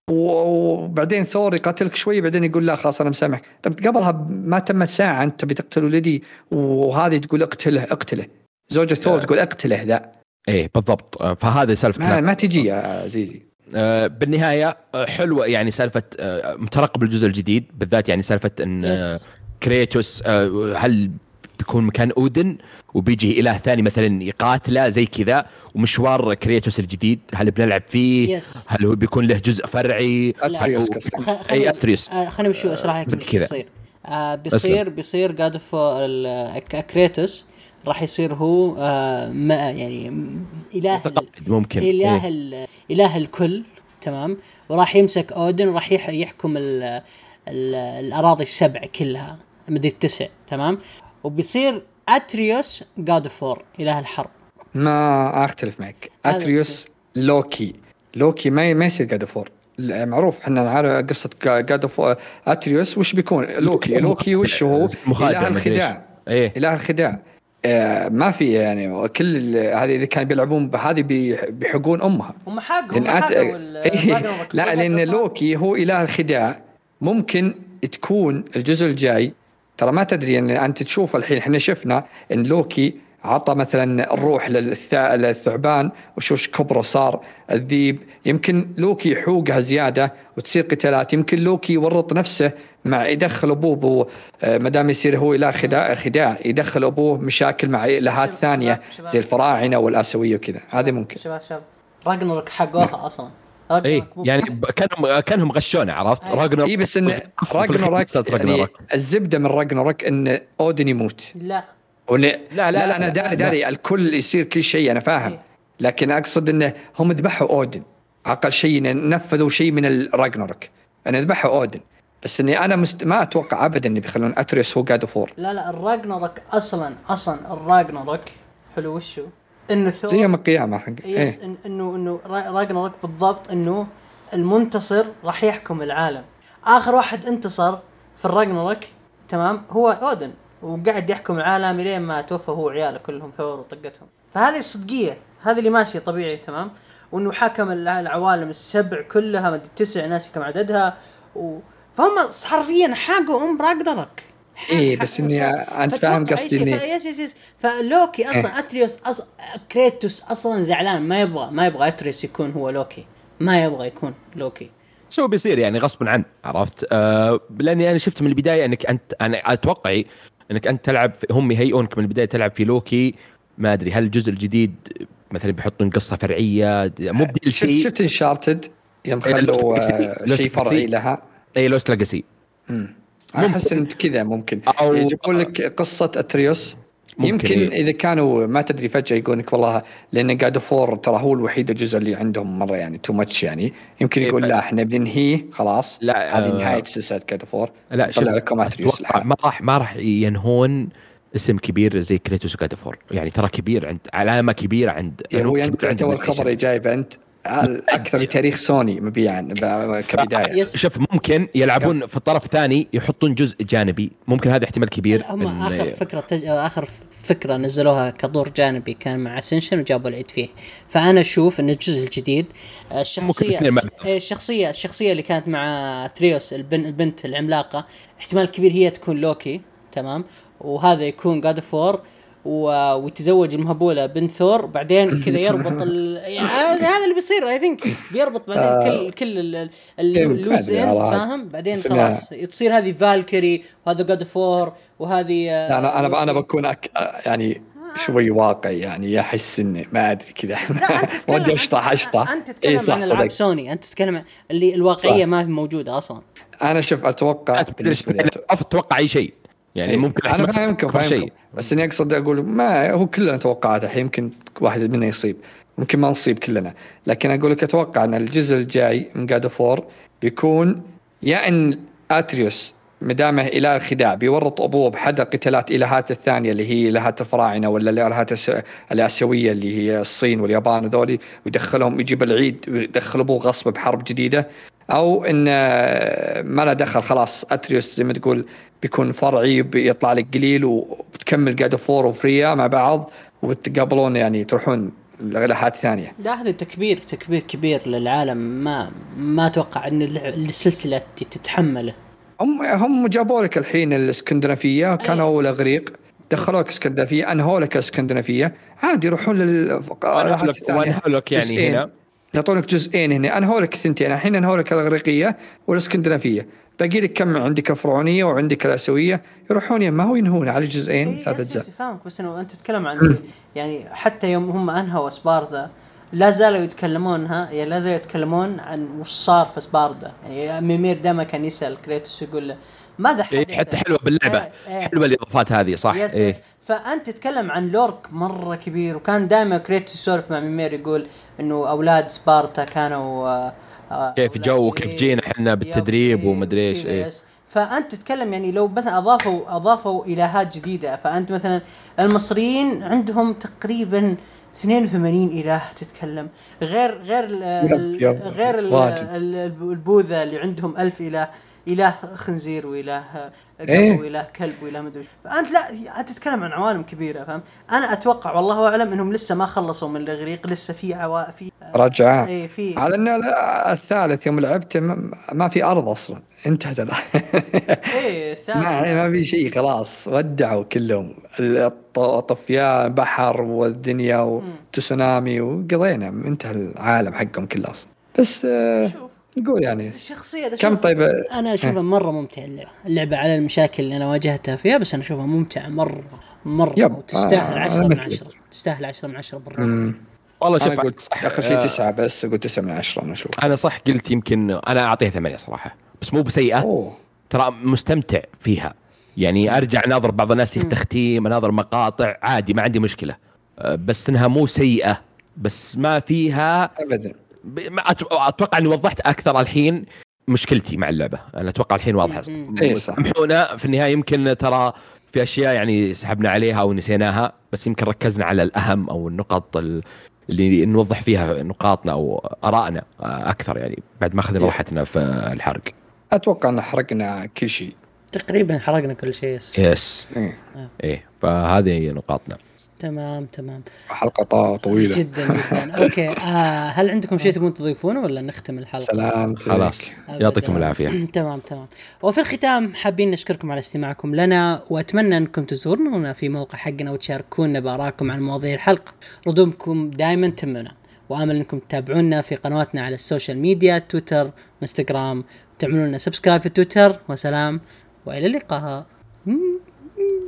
وبعدين ثور يقتلك شوي بعدين يقول لا خلاص انا مسامح. طب قبلها ما تمت ساعه انت بتقتل ولدي وهذه تقول اقتله اقتله. زوجة ثور تقول اقتله ذا. ايه بالضبط. فهذا سالفه ما, ما تجي يا عزيزي. آه بالنهايه حلوه يعني سالفه آه مترقب الجزء الجديد بالذات. يعني سالفه ان آه كريتوس آه هل بيكون مكان اودن وبيجي اله ثاني مثلا يقاتله زي كذا، ومشوار كريتوس الجديد هل بنلعب فيه يس. هل هو بيكون له جزء فرعي أتريوس اي أستريوس. خلينا نشوف اشرح لك ايش بيصير. آه بيصير بيصير جاد اوف كريتوس راح يصير هو آه ما يعني اله ممكن اله إيه؟ اله الكل تمام. وراح يمسك اودن وراح يحكم ال ال الاراضي السبع كلها مدة التسع تمام. وبيصير أتريوس جاد فور إله الحرب. ما أختلف معك. أتريوس لوكي لوكي ما ما يصير جاد فور. معروف احنا نعرف قصة جاد فور. أتريوس وش بيكون لوكي لوكي وش هو إله الخداع. إيه؟ إله الخداع. آه ما في يعني كل هذه إذا كانوا بيلعبون بهذه بيحقون أمها. هم حقهم أت... إيه لا لأن لوكي هو إله الخداع. ممكن تكون الجزء الجاي ترى ما تدري ان انت تشوف الحين احنا شفنا ان لوكي عطى مثلا الروح للثعبان وشوش كبره صار الذيب. يمكن لوكي يحوقها زياده وتصير قتالات. يمكن لوكي يورط نفسه مع يدخل ابوه ما دام يصير هو اله خداع خداع يدخل ابوه مشاكل مع الهات ثانيه زي الفراعنه والاسيويه وكذا. هذه ممكن شباب شباب راجنروك حقوها اصلا. اي يعني كانهم كانهم غشونه. عرفت راجنروك اي بس ان راجنروك يعني الزبده من راجنروك ان اودن يموت. لا ون... لا, لا لا لا انا داري داري الكل يصير كل شيء انا فاهم إيه. لكن اقصد انه هم ذبحوا اودن اقل شيء نفذوا شيء من الراجنروك. انا ذبحوا اودن بس اني انا مست... ما اتوقع ابدا ان بيخلون اتريوس هو جاد فور. لا لا الراجنروك اصلا اصلا الراجنروك حلو وشو انه ثور زي يوم القيامه حق إيه؟ انه انه راجنروك بالضبط انه المنتصر راح يحكم العالم. اخر واحد انتصر في الراجنروك تمام هو اودن وقاعد يحكم العالم لين ما توفى هو وعياله كلهم ثور وطقتهم. فهذه الصدقيه هذه اللي ماشيه طبيعي تمام. وانه حكم العوالم السبع كلها ما تسع ناس كم عددها و... فهم حرفيا حاقوا ام راجنروك. ايه بس اني انت فاهم قصدي اني يس يس يس فلوكي اصلا إيه؟ اتريوس أص... كريتوس اصلا زعلان ما يبغى ما يبغى اتريوس يكون هو لوكي. ما يبغى يكون لوكي. شو بيصير يعني غصبا عنه. عرفت آه لاني انا شفت من البدايه انك انت انا اتوقعي انك انت تلعب هم يهيئونك من البدايه تلعب في لوكي. ما ادري هل الجزء الجديد مثلا بيحطون قصه فرعيه مو بدي شفت شفت انشارتد يوم خلوا شيء فرعي لها. اي لوست ليجاسي. احس ان كذا ممكن يجيبون لك قصه اتريوس. يمكن إيه؟ اذا كانوا ما تدري فجاه يقولك والله لان جاد فور ترى هو الوحيد الجزء اللي عندهم مره يعني تو ماتش يعني يمكن يقول إيه لا احنا بننهيه خلاص هذه آه نهايه سلسله جاد فور. لا طلع لكم اتريوس ما راح ما راح ينهون اسم كبير زي كريتوس جاد فور. يعني ترى كبير عند علامه كبيره عند يعني هو انت تو الخبر جايب انت اكثر تاريخ سوني مبيعا كبدايه. شوف ممكن يلعبون يب. في الطرف الثاني يحطون جزء جانبي، ممكن هذا احتمال كبير. هم اخر فكره تج... اخر فكره نزلوها كدور جانبي كان مع اسنشن وجابوا العيد فيه. فانا اشوف ان الجزء الجديد الشخصيه الشخصيه الشخصيه اللي كانت مع تريوس البن... البنت العملاقه احتمال كبير هي تكون لوكي، تمام، وهذا يكون جاد اوف وور و... وتزوج المهبوله بنت ثور، بعدين كذا يربط ال... يعني هذا اللي بيصير اي ثينك بيربط بعدين آه كل كل اللوز اند، فاهم؟ بعدين خلاص تصير هذه فالكري وهذا جاد اوف وور وهذه آه انا انا انا بكون أك... يعني شوي واقعي، يعني احس اني ما ادري كذا ودي اشطح اشطح. انت تتكلم إيه عن العاب سوني، انت تتكلم اللي الواقعيه صح. ما هي موجوده اصلا. انا شوف اتوقع بالنسبه لي اتوقع اي شيء يعني إيه؟ ممكن انا فاهمكم فاهمكم بس اني اقصد اقول ما هو كلنا توقعات الحين، يمكن واحد منا يصيب ممكن ما نصيب كلنا، لكن اقول لك اتوقع ان الجزء الجاي من جاد اوف وور بيكون يا ان اتريوس مدامه إله الخداع بيورط أبوه بحد قتالات إلهات الثانية اللي هي إلهات الفراعنة ولا الإلهات الآسيوية اللي هي الصين واليابان وذولي، ويدخلهم يجيب العيد ويدخل أبوه غصب بحرب جديدة، أو إن ما له دخل خلاص أتريوس زي ما تقول بيكون فرعي بيطلع لك قليل وبتكمل جاد اوف وور وفريا مع بعض وبتقابلون يعني تروحون لغلحات ثانية. ده هذا تكبير تكبير كبير للعالم، ما ما أتوقع إن السلسلة تتحمله. هم هم جابوا لك الحين الاسكندنافية كانوا الأغريق، دخلوا لك اسكندنافية، أنهوا لك اسكندنافية، عادي يروحون للغلحات الثانية. وأنهوا لك يعني هنا يعطونك جزئين هنا، أنهوا لك ثنتين، الحين أنهوا لك الأغريقية والاسكندنافية، باقي لك كم عندك الفرعونية وعندك الآسيوية، يروحون ما هو ينهون على جزئين إيه ثلاثة أجزاء. فاهمك، بس إنه أنت تتكلم عن يعني حتى يوم هم أنهوا سبارتا لا زالوا يتكلمونها، يعني لا زالوا يتكلمون عن وش صار في سبارتا. يعني ميمير دائما كان يسأل كريتوس يقول له ماذا حدث. إيه حتى حلوة باللعبة إيه إيه حلوة الإضافات هذه صح. يس إيه. يس. فأنت تتكلم عن لورك مرة كبير، وكان دائما كريتوس يسولف مع ميمير يقول إنه أولاد سبارتا كانوا آه كيف جو وكيف إيه جينا إحنا بالتدريب ومدري إيش. إيه. فأنت تتكلم يعني لو مثلا أضافوا أضافوا إلهات جديدة، فأنت مثلا المصريين عندهم تقريبا اثنين وثمانين إله تتكلم، غير غير ال غير ال البوذا اللي عندهم ألف إله، إله خنزير وإله قب إيه؟ وإله كلب وإله مدري. فأنت لا تتكلم عن عوالم كبيرة، فهم؟ أنا أتوقع والله أعلم إنهم لسه ما خلصوا من الإغريق، لسه في عوا في رجعة إيه في على أن الثالث يوم لعبت ما في أرض أصلا انتهت إيه ما ما في شيء خلاص ودعوا كلهم الطفيان بحر والدنيا وتسونامي وقضينا انتهى العالم حقهم كله أصلا. بس نقول يعني الشخصية كم طيب أنا أشوفها مرة ممتعة اللعبة اللعبة على المشاكل اللي أنا واجهتها فيها، بس أنا أشوفها ممتعة مرة مرة وتستاهل عشرة من عشرة، تستاهل عشرة من عشرة بالرغم. والله شوف قلت صح آخر شيء تسعة بس قلت تسعة من عشرة. أنا شوف أنا صح قلت يمكن أنا أعطيها ثمانية صراحة، بس مو بسيئة ترى مستمتع فيها يعني. أرجع ناظر بعض الناس التختيم ناظر مقاطع عادي ما عندي مشكلة، بس إنها مو سيئة بس ما فيها أبدا. أتوقع أني وضحت أكثر الحين مشكلتي مع اللعبة. أنا أتوقع الحين واضحة. سامحونا في النهاية يمكن ترى في أشياء يعني سحبنا عليها أو نسيناها، بس يمكن ركزنا على الأهم أو النقاط اللي نوضح فيها نقاطنا أو آرائنا أكثر يعني بعد ما أخذنا راحتنا في الحرق. أتوقع أن حرقنا كل شيء تقريبا، حرقنا كل شيء. يس إيه. إيه فهذه نقاطنا. تمام تمام. حلقة طويلة جدا جدا. أوكي آه هل عندكم شيء تبون تضيفونه ولا نختم الحلقة؟ سلام خلاص يعطيكم العافية. تمام تمام. وفي الختام حابين نشكركم على استماعكم لنا، وأتمنى أنكم تزورونا في موقع حقنا وتشاركونا بآرائكم عن مواضيع الحلقة. ردودكم دائما تهمنا، وآمل أنكم تتابعونا في قنواتنا على السوشيال ميديا تويتر وإنستغرام، تعملون لنا سبسكرايب في تويتر. وسلام وإلى اللقاء.